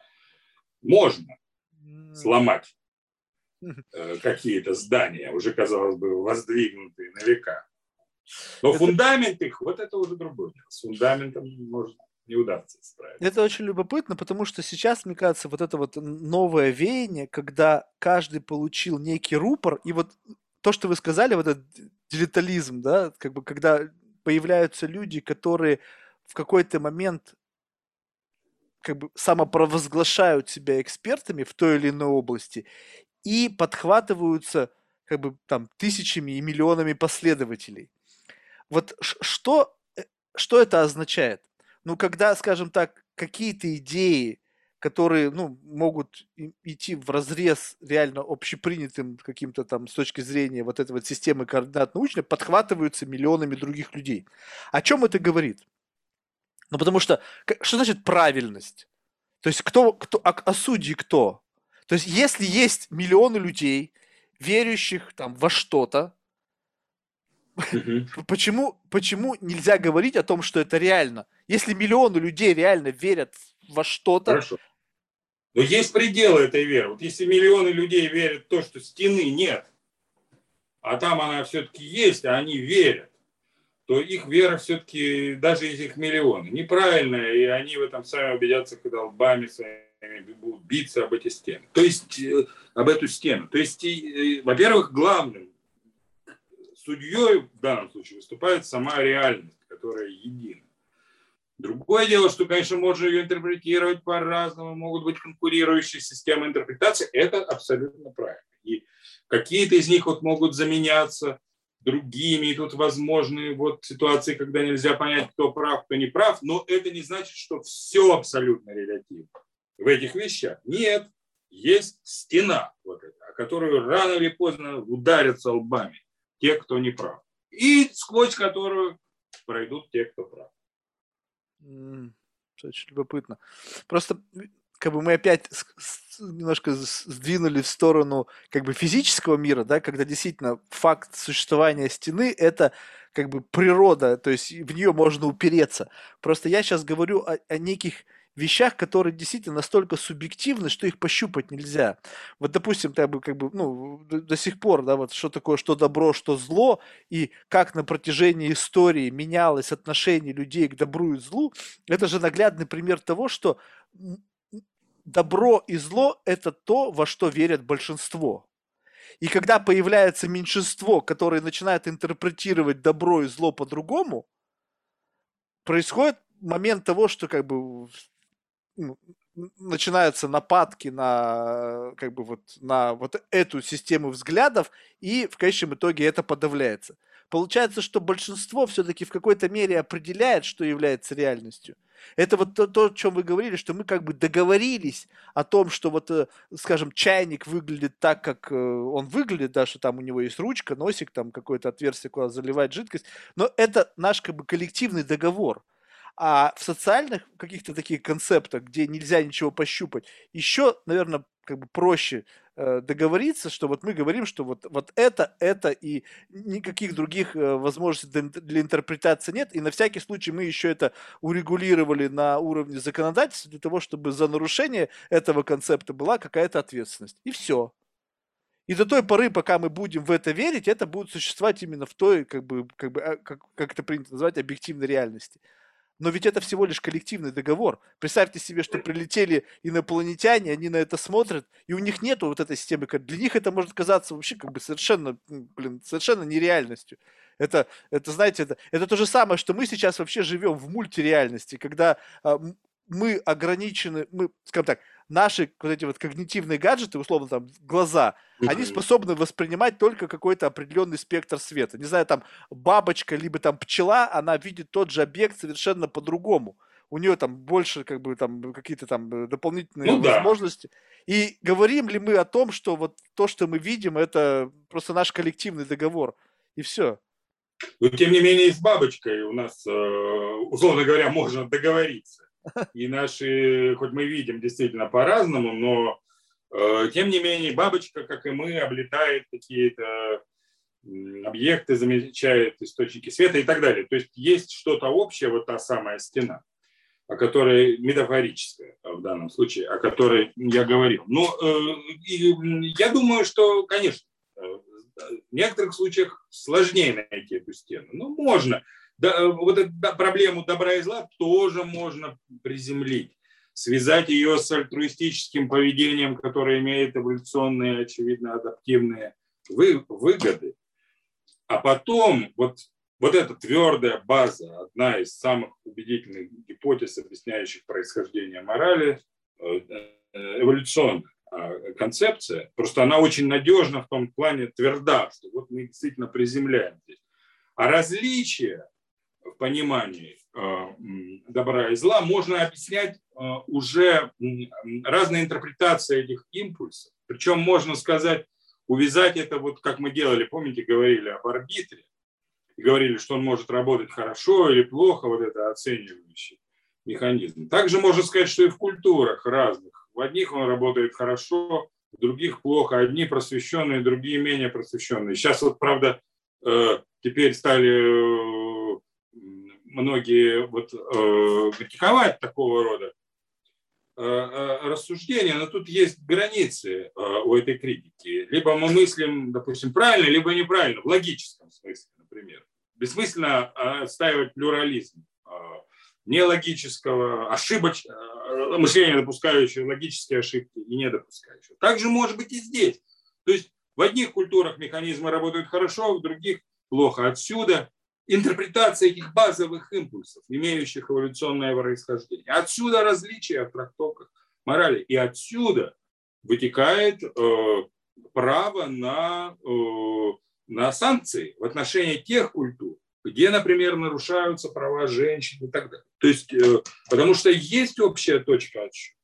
S2: можно сломать э, какие-то здания, уже, казалось бы, воздвигнутые на века. Но это... фундамент их, вот это уже другое дело. С фундаментом может не удастся справиться.
S1: Это очень любопытно, потому что сейчас, мне кажется, вот это вот новое веяние, когда каждый получил некий рупор, и вот то, что вы сказали, вот этот дилетантизм, да, как бы когда появляются люди, которые в какой-то момент как бы самопровозглашают себя экспертами в той или иной области и подхватываются как бы там тысячами и миллионами последователей. Вот что, что это означает? Ну, когда, скажем так, какие-то идеи, которые, ну, могут идти вразрез реально общепринятым каким-то там с точки зрения вот этой вот системы координат научной, подхватываются миллионами других людей. О чем это говорит? Ну, потому что, что значит правильность? То есть, кто, кто, а, а судьи кто? То есть, если есть миллионы людей, верующих там во что-то, Uh-huh. Почему, почему нельзя говорить о том, что это реально? Если миллионы людей реально верят во что-то...
S2: Хорошо. Но есть пределы этой веры. Вот если миллионы людей верят в то, что стены нет, а там она все-таки есть, а они верят, то их вера все-таки, даже если их миллионы, неправильная, и они в этом сами убедятся, когда лбами своими будут биться об эти стены. То есть, об эту стену. То есть, во-первых, главным судьей в данном случае выступает сама реальность, которая едина. Другое дело, что, конечно, можно ее интерпретировать по-разному, могут быть конкурирующие системы интерпретации. Это абсолютно правильно. И какие-то из них вот могут заменяться другими. И тут возможны вот ситуации, когда нельзя понять, кто прав, кто не прав. Но это не значит, что все абсолютно релятивно в этих вещах. Нет, есть стена, вот эта, о которую рано или поздно ударятся лбами те, кто не прав. И сквозь которую пройдут те, кто прав.
S1: Mm, очень любопытно. Просто как бы мы опять немножко сдвинули в сторону как бы физического мира, да, когда действительно факт существования стены – это как бы природа, то есть в нее можно упереться. Просто я сейчас говорю о, о неких вещах, которые действительно настолько субъективны, что их пощупать нельзя. Вот, допустим, как бы, как бы, ну, до, до сих пор, да, вот что такое, что добро, что зло, и как на протяжении истории менялось отношение людей к добру и злу, это же наглядный пример того, что добро и зло – это то, во что верят большинство. И когда появляется меньшинство, которое начинает интерпретировать добро и зло по-другому, происходит момент того, что как бы начинаются нападки на, как бы вот, на вот эту систему взглядов, и в конечном итоге это подавляется. Получается, что большинство все-таки в какой-то мере определяет, что является реальностью. Это вот то, то, о чем вы говорили, что мы как бы договорились о том, что вот, э, скажем, чайник выглядит так, как э, он выглядит, да, что там у него есть ручка, носик, там какое-то отверстие, куда заливать жидкость, но это наш как бы коллективный договор. А в социальных каких-то таких концептах, где нельзя ничего пощупать, еще, наверное, как бы проще э, договориться, что вот мы говорим, что вот, вот это, это и никаких других э, возможностей для, ин- для интерпретации нет. И на всякий случай мы еще это урегулировали на уровне законодательства для того, чтобы за нарушение этого концепта была какая-то ответственность. И все. И до той поры, пока мы будем в это верить, это будет существовать именно в той, как бы, как бы, а, как, как это принято называть, объективной реальности. Но ведь это всего лишь коллективный договор. Представьте себе, что прилетели инопланетяне, они на это смотрят, и у них нету вот этой системы. как- Для них это может казаться вообще как бы совершенно, м, блин, совершенно нереальностью. Это, это, знаете, это, это то же самое, что мы сейчас вообще живем в мультиреальности, когда а, м- мы ограничены, мы, скажем так, наши вот эти вот когнитивные гаджеты, условно там глаза, они
S2: Мгм.
S1: способны воспринимать только какой-то определенный спектр света. Не знаю, там бабочка, либо там пчела, она видит тот же объект совершенно по-другому. У нее там больше как бы там какие-то там э, дополнительные
S2: Ну да.
S1: возможности. И говорим ли мы о том, что вот то, что мы видим, это просто наш коллективный договор. И все.
S2: Но тем не менее и с бабочкой у нас, э, условно говоря, можно договориться. И наши, хоть мы видим действительно по-разному, но э, тем не менее бабочка, как и мы, облетает какие-то м, объекты, замечает источники света и так далее. То есть есть что-то общее, вот та самая стена, о которой метафорическая в данном случае, о которой я говорил. Но э, и, м, я думаю, что, конечно, э, в некоторых случаях сложнее найти эту стену. Ну, можно. Да, э, вот эту да, проблему добра и зла тоже можно приземлить, связать ее с альтруистическим поведением, которое имеет эволюционные, очевидно, адаптивные вы, выгоды. А потом вот, вот эта твердая база, одна из самых убедительных гипотез, объясняющих происхождение морали, э, э, эволюционная а, концепция, просто она очень надежна в том плане, тверда, что вот мы действительно приземляем здесь. А различия в понимании э, м, добра и зла можно объяснять э, уже м, разные интерпретации этих импульсов. Причем можно сказать, увязать это, вот как мы делали, помните, говорили об арбитре, и говорили, что он может работать хорошо или плохо, вот это оценивающий механизм. Также можно сказать, что и в культурах разных. В одних он работает хорошо, в других плохо. Одни просвещенные, другие менее просвещенные. Сейчас вот, правда, э, теперь стали э, многие вот, э, критиковать такого рода рассуждения, но тут есть границы у этой критики. Либо мы мыслим, допустим, правильно, либо неправильно, в логическом смысле, например. Бессмысленно отстаивать плюрализм нелогического, ошибоч... мышления, допускающего логические ошибки и не допускающего. Также может быть и здесь. То есть в одних культурах механизмы работают хорошо, в других плохо. Отсюда интерпретация этих базовых импульсов, имеющих эволюционное происхождение. Отсюда различия в трактовках морали. И отсюда вытекает э, право на, э, на санкции в отношении тех культур, где, например, нарушаются права женщин и так далее. То есть, э, потому что есть общая точка отсчета.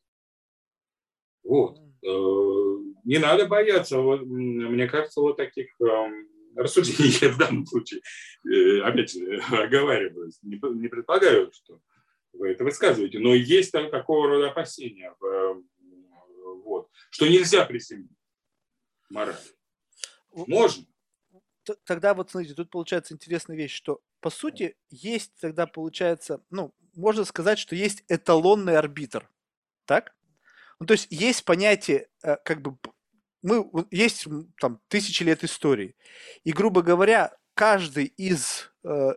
S2: Вот. Э, не надо бояться. Вот, мне кажется, вот таких... Э, рассуждений я в данном случае, опять же, оговариваюсь, не, не предполагаю, что вы это высказываете, но есть там такого рода опасения, вот, что нельзя приземлить мораль. Можно.
S1: Тогда вот, смотрите, тут получается интересная вещь, что по сути есть тогда получается, ну, можно сказать, что есть эталонный арбитр, так? Ну, то есть есть понятие, э, как бы, мы, есть там тысячи лет истории, и, грубо говоря, каждый из э,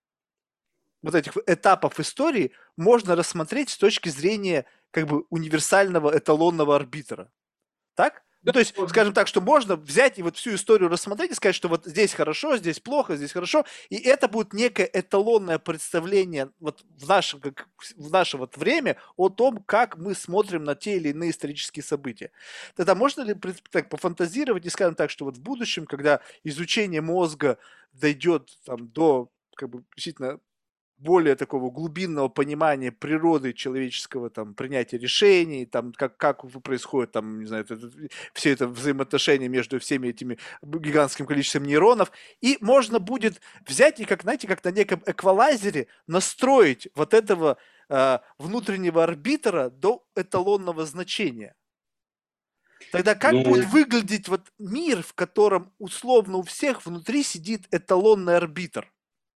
S1: вот этих этапов истории можно рассмотреть с точки зрения как бы универсального эталонного арбитра, так? Ну,
S2: Да,
S1: то есть,
S2: можно.
S1: скажем так, что можно взять и вот всю историю рассмотреть и сказать, что вот здесь хорошо, здесь плохо, здесь хорошо, и это будет некое эталонное представление вот в наше, как, в наше вот время о том, как мы смотрим на те или иные исторические события. Тогда можно ли так пофантазировать и скажем так, что вот в будущем, когда изучение мозга дойдет там, до как бы действительно более такого глубинного понимания природы человеческого там принятия решений, там как, как происходит там, не знаю, это, все это взаимоотношения между всеми этими гигантским количеством нейронов, и можно будет взять и, как, знаете, как на неком эквалайзере настроить вот этого э, внутреннего арбитра до эталонного значения. Тогда как
S2: Ну,
S1: будет выглядеть вот мир, в котором условно у всех внутри сидит эталонный арбитр?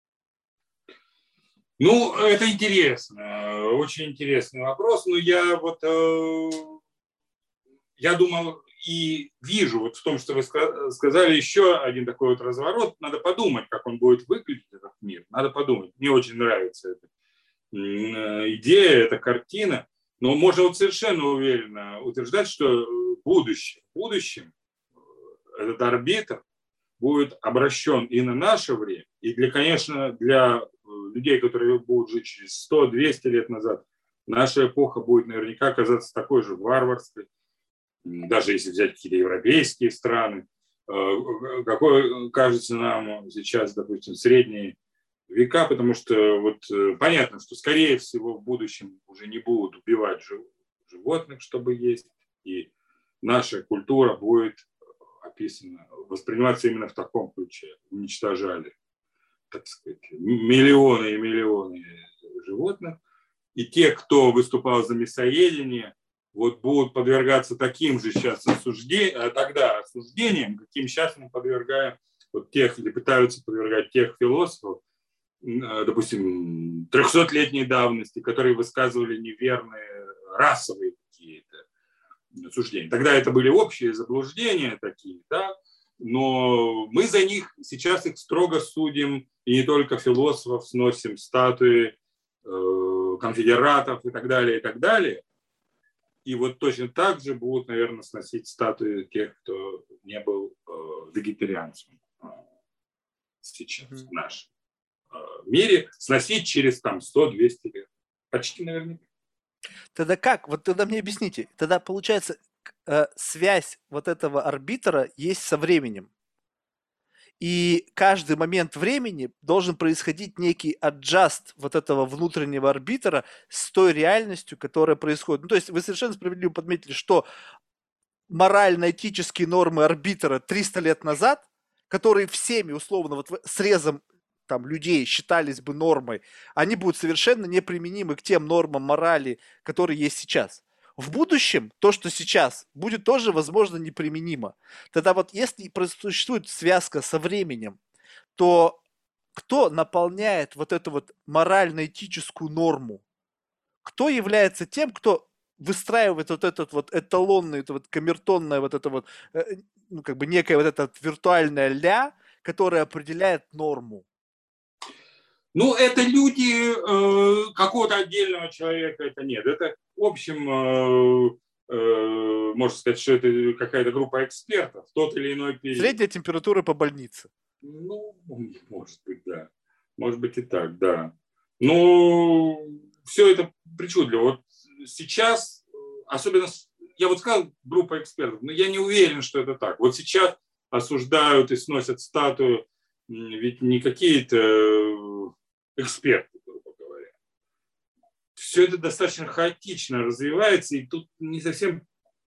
S2: Ну, это интересно, очень интересный вопрос, но я вот, э, я думал и вижу вот в том, что вы сказали, еще один такой вот разворот, надо подумать, как он будет выглядеть, этот мир, надо подумать, мне очень нравится эта идея, эта картина, но можно вот совершенно уверенно утверждать, что в будущем, в будущем этот арбитр будет обращен и на наше время, и, для, конечно, для людей, которые будут жить через сто-двести лет назад, наша эпоха будет наверняка казаться такой же варварской, даже если взять какие-то европейские страны, какой кажется нам сейчас, допустим, средние века, потому что вот понятно, что, скорее всего, в будущем уже не будут убивать животных, чтобы есть, и наша культура будет описана, восприниматься именно в таком ключе. Уничтожали, так сказать, миллионы и миллионы животных. И те, кто выступал за мясоедение, вот будут подвергаться таким же сейчас осуждениям, а тогда осуждениям, каким сейчас мы подвергаем вот тех, или пытаются подвергать тех философов, допустим, трехсотлетней давности, которые высказывали неверные расовые какие-то суждения. Тогда это были общие заблуждения такие, да, но мы за них сейчас их строго судим, и не только философов, сносим статуи э, конфедератов и так далее, и так далее. И вот точно так же будут, наверное, сносить статуи тех, кто не был э, вегетарианцем сейчас mm-hmm. в нашем э, мире, сносить через там сто-двести лет. Почти наверняка.
S1: Тогда как? Вот тогда мне объясните. Тогда получается э, связь вот этого арбитра есть со временем. И каждый момент времени должен происходить некий аджаст вот этого внутреннего арбитра с той реальностью, которая происходит. Ну, то есть вы совершенно справедливо подметили, что морально-этические нормы арбитра триста лет назад, которые всеми условно вот срезом там, людей считались бы нормой, они будут совершенно неприменимы к тем нормам морали, которые есть сейчас. В будущем то, что сейчас, будет тоже, возможно, неприменимо. Тогда вот если существует связка со временем, то кто наполняет вот эту вот морально-этическую норму? Кто является тем, кто выстраивает вот этот вот эталонный, это вот камертонное, вот это вот, ну, как бы некое вот это виртуальное ля, которое определяет норму?
S2: Ну, это люди э, какого-то отдельного человека, это нет. Это в общем, э, э, можно сказать, что это какая-то группа экспертов, тот или иной период.
S1: Средняя температура по больнице.
S2: Ну, может быть, да. Может быть и так, да. Но все это причудливо. Вот сейчас, особенно, я вот сказал, группа экспертов, но я не уверен, что это так. Вот сейчас осуждают и сносят статую ведь не какие-то эксперты, грубо говоря. Все это достаточно хаотично развивается, и тут не совсем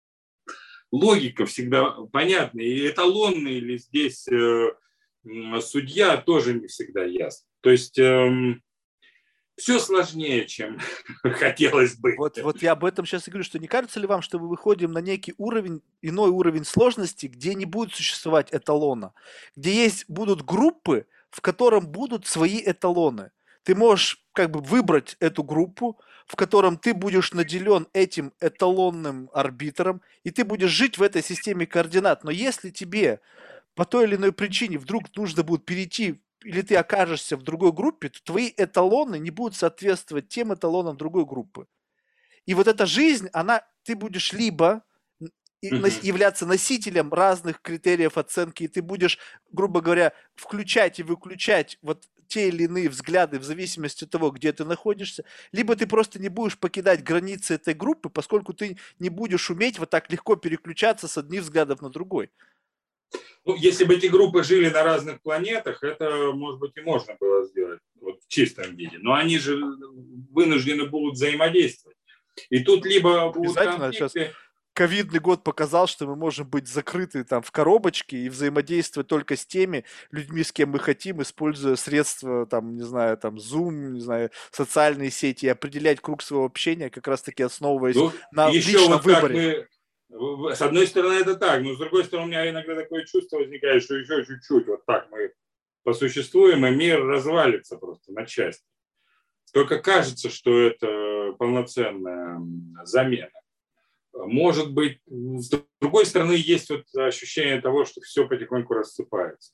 S2: логика всегда понятна. И эталонный ли здесь э, судья тоже не всегда ясно. То есть э, все сложнее, чем хотелось бы.
S1: Вот, вот я об этом сейчас и говорю, что не кажется ли вам, что мы выходим на некий уровень, иной уровень сложности, где не будет существовать эталона, где есть, будут группы, в котором будут свои эталоны. Ты можешь как бы выбрать эту группу, в котором ты будешь наделен этим эталонным арбитром, и ты будешь жить в этой системе координат. Но если тебе по той или иной причине вдруг нужно будет перейти, или ты окажешься в другой группе, то твои эталоны не будут соответствовать тем эталонам другой группы. И вот эта жизнь, она, ты будешь либо являться носителем разных критериев оценки, и ты будешь, грубо говоря, включать и выключать вот те или иные взгляды в зависимости от того, где ты находишься, либо ты просто не будешь покидать границы этой группы, поскольку ты не будешь уметь вот так легко переключаться с одних взглядов на другой.
S2: Ну, если бы эти группы жили на разных планетах, это, может быть, и можно было сделать. Вот чистом виде, но они же вынуждены будут взаимодействовать. И тут либо будут конфликты...
S1: Ковидный год показал, что мы можем быть закрыты там в коробочке и взаимодействовать только с теми людьми, с кем мы хотим, используя средства, там, не знаю, там, Zoom, не знаю, социальные сети, и определять круг своего общения, как раз-таки основываясь ну, на личном вот выборе.
S2: Мы, с одной стороны, это так, но с другой стороны, у меня иногда такое чувство возникает, что еще чуть-чуть вот так мы посуществуем, и мир развалится просто на части. Только кажется, что это полноценная замена. Может быть, с другой стороны, есть вот ощущение того, что все потихоньку рассыпается.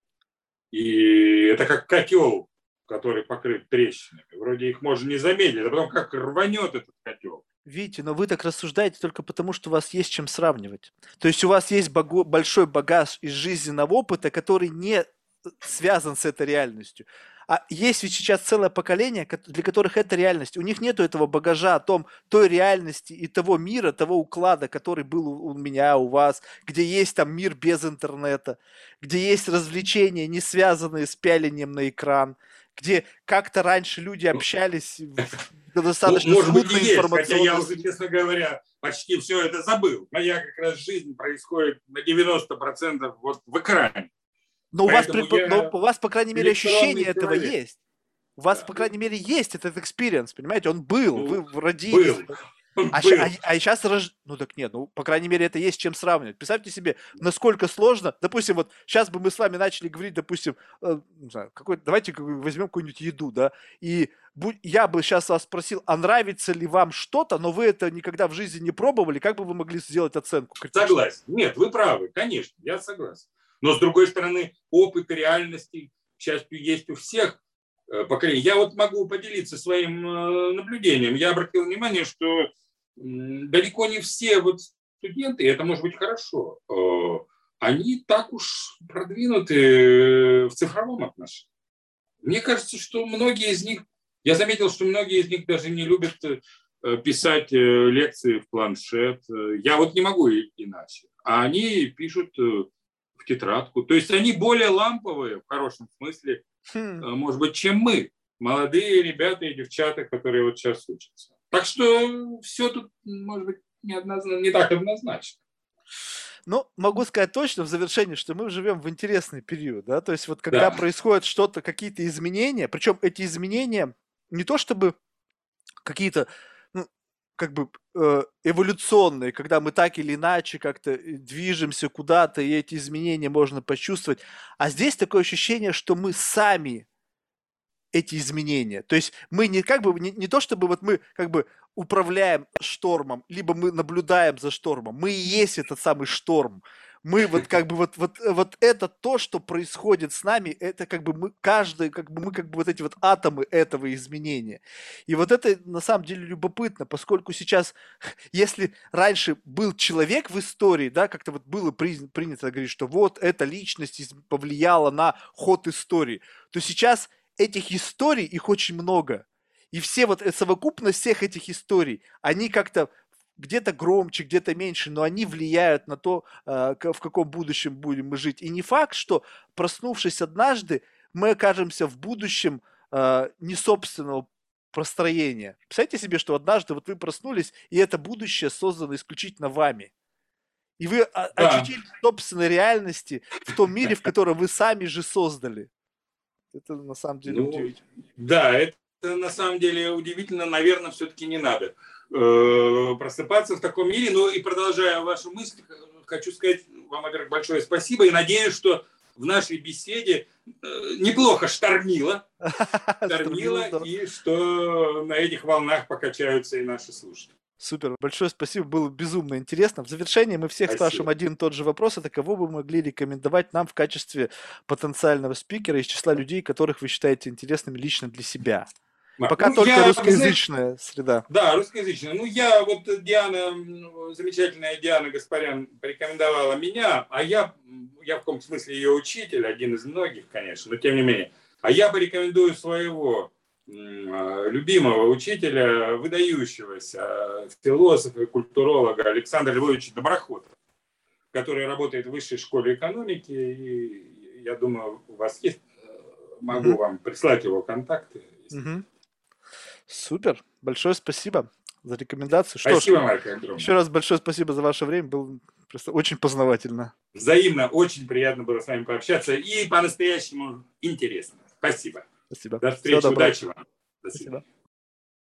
S2: И это как котел, который покрыт трещинами. Вроде их можно не замедлить, а потом как рванет этот котел.
S1: Витя, но вы так рассуждаете только потому, что у вас есть чем сравнивать. То есть у вас есть бого- большой багаж из жизненного опыта, который не связан с этой реальностью. А есть ведь сейчас целое поколение, для которых это реальность. У них нету этого багажа о том, той реальности и того мира, того уклада, который был у меня, у вас, где есть там мир без интернета, где есть развлечения, не связанные с пялением на экран, где как-то раньше люди общались в достаточно
S2: ну, может быть,
S1: смутной
S2: есть,
S1: информационной...
S2: хотя я уже, честно говоря, почти все это забыл. Моя как раз жизнь происходит на девяносто процентов вот в экране.
S1: Но у, вас, но у вас, по крайней мере, ощущение человек. этого есть. У вас, да. по крайней мере, есть этот экспириенс, понимаете? Он был, ну, вы родились. Был. А, был. А, а сейчас, рож... ну так нет, ну, по крайней мере, это есть с чем сравнивать. Представьте себе, насколько сложно, допустим, вот сейчас бы мы с вами начали говорить, допустим, э, не знаю, какой, давайте возьмем какую-нибудь еду, да, и будь, я бы сейчас вас спросил, а нравится ли вам что-то, но вы это никогда в жизни не пробовали, как бы вы могли сделать оценку?
S2: Критично? Согласен. Нет, вы правы, конечно, я согласен. Но, с другой стороны, опыт и реальности, к счастью, есть у всех поколений. Я вот могу поделиться своим наблюдением. Я обратил внимание, что далеко не все вот студенты, и это может быть хорошо, они так уж продвинуты в цифровом отношении. Мне кажется, что многие из них, я заметил, что многие из них даже не любят писать лекции в планшет. Я вот не могу иначе. А они пишут в тетрадку. То есть они более ламповые, в хорошем смысле, хм. может быть, чем мы. Молодые ребята и девчата, которые вот сейчас учатся. Так что все тут, может быть, не, однозначно, не так однозначно.
S1: Ну, могу сказать точно в завершении, что мы живем в интересный период, да, то есть вот когда да. происходит что-то, какие-то изменения, причем эти изменения не то чтобы какие-то, ну, как бы э, эволюционные, когда мы так или иначе как-то движемся куда-то, и эти изменения можно почувствовать, а здесь такое ощущение, что мы сами эти изменения. То есть мы не как бы не, не то чтобы вот мы как бы управляем штормом, либо мы наблюдаем за штормом. Мы и есть этот самый шторм. Мы вот как бы вот вот вот это то, что происходит с нами, это как бы мы каждый как бы мы как бы вот эти вот атомы этого изменения. И вот это на самом деле любопытно, поскольку сейчас, если раньше был человек в истории, да, как-то вот было при, принято говорить, что вот эта личность повлияла на ход истории, то сейчас этих историй, их очень много. И все вот совокупность всех этих историй, они как-то где-то громче, где-то меньше, но они влияют на то, в каком будущем будем мы жить. И не факт, что, проснувшись однажды, мы окажемся в будущем не собственного построения. Представьте себе, что однажды вот вы проснулись, и это будущее создано исключительно вами. И вы да. очутились в собственной реальности, в том мире, в котором вы сами же создали. Это на самом деле ну, удивительно.
S2: Да, это на самом деле удивительно. Наверное, все-таки не надо э, просыпаться в таком мире. Ну и продолжая вашу мысль, хочу сказать вам, во-первых, большое спасибо. И надеюсь, что в нашей беседе э, неплохо штормило. Штормило, и что на этих волнах покачаются и наши слушатели.
S1: Супер, большое спасибо, было безумно интересно. В завершении мы всех спасибо. спрашиваем один и тот же вопрос, это кого вы могли рекомендовать нам в качестве потенциального спикера из числа людей, которых вы считаете интересными лично для себя? А, Пока ну, только я, русскоязычная знаете, среда.
S2: Да, русскоязычная. Ну, я вот Диана, замечательная Диана Гаспарян порекомендовала меня, а я, я в каком-то смысле ее учитель, один из многих, конечно, но тем не менее. А я порекомендую своего любимого учителя, выдающегося философа и культуролога Александра Львовича Доброхотова, который работает в Высшей школе экономики. И я думаю, у вас есть могу
S1: Мгм.
S2: вам прислать его контакты.
S1: Мгм. Супер. Большое спасибо за рекомендацию. Что ж,
S2: Спасибо, Марк,
S1: еще
S2: огромное.
S1: раз большое спасибо за ваше время. Было просто очень познавательно.
S2: Взаимно, очень приятно было с вами пообщаться и по-настоящему интересно. Спасибо.
S1: Спасибо.
S2: До
S1: Всего
S2: встречи,
S1: доброго.
S2: удачи вам. До свидания.
S1: Спасибо.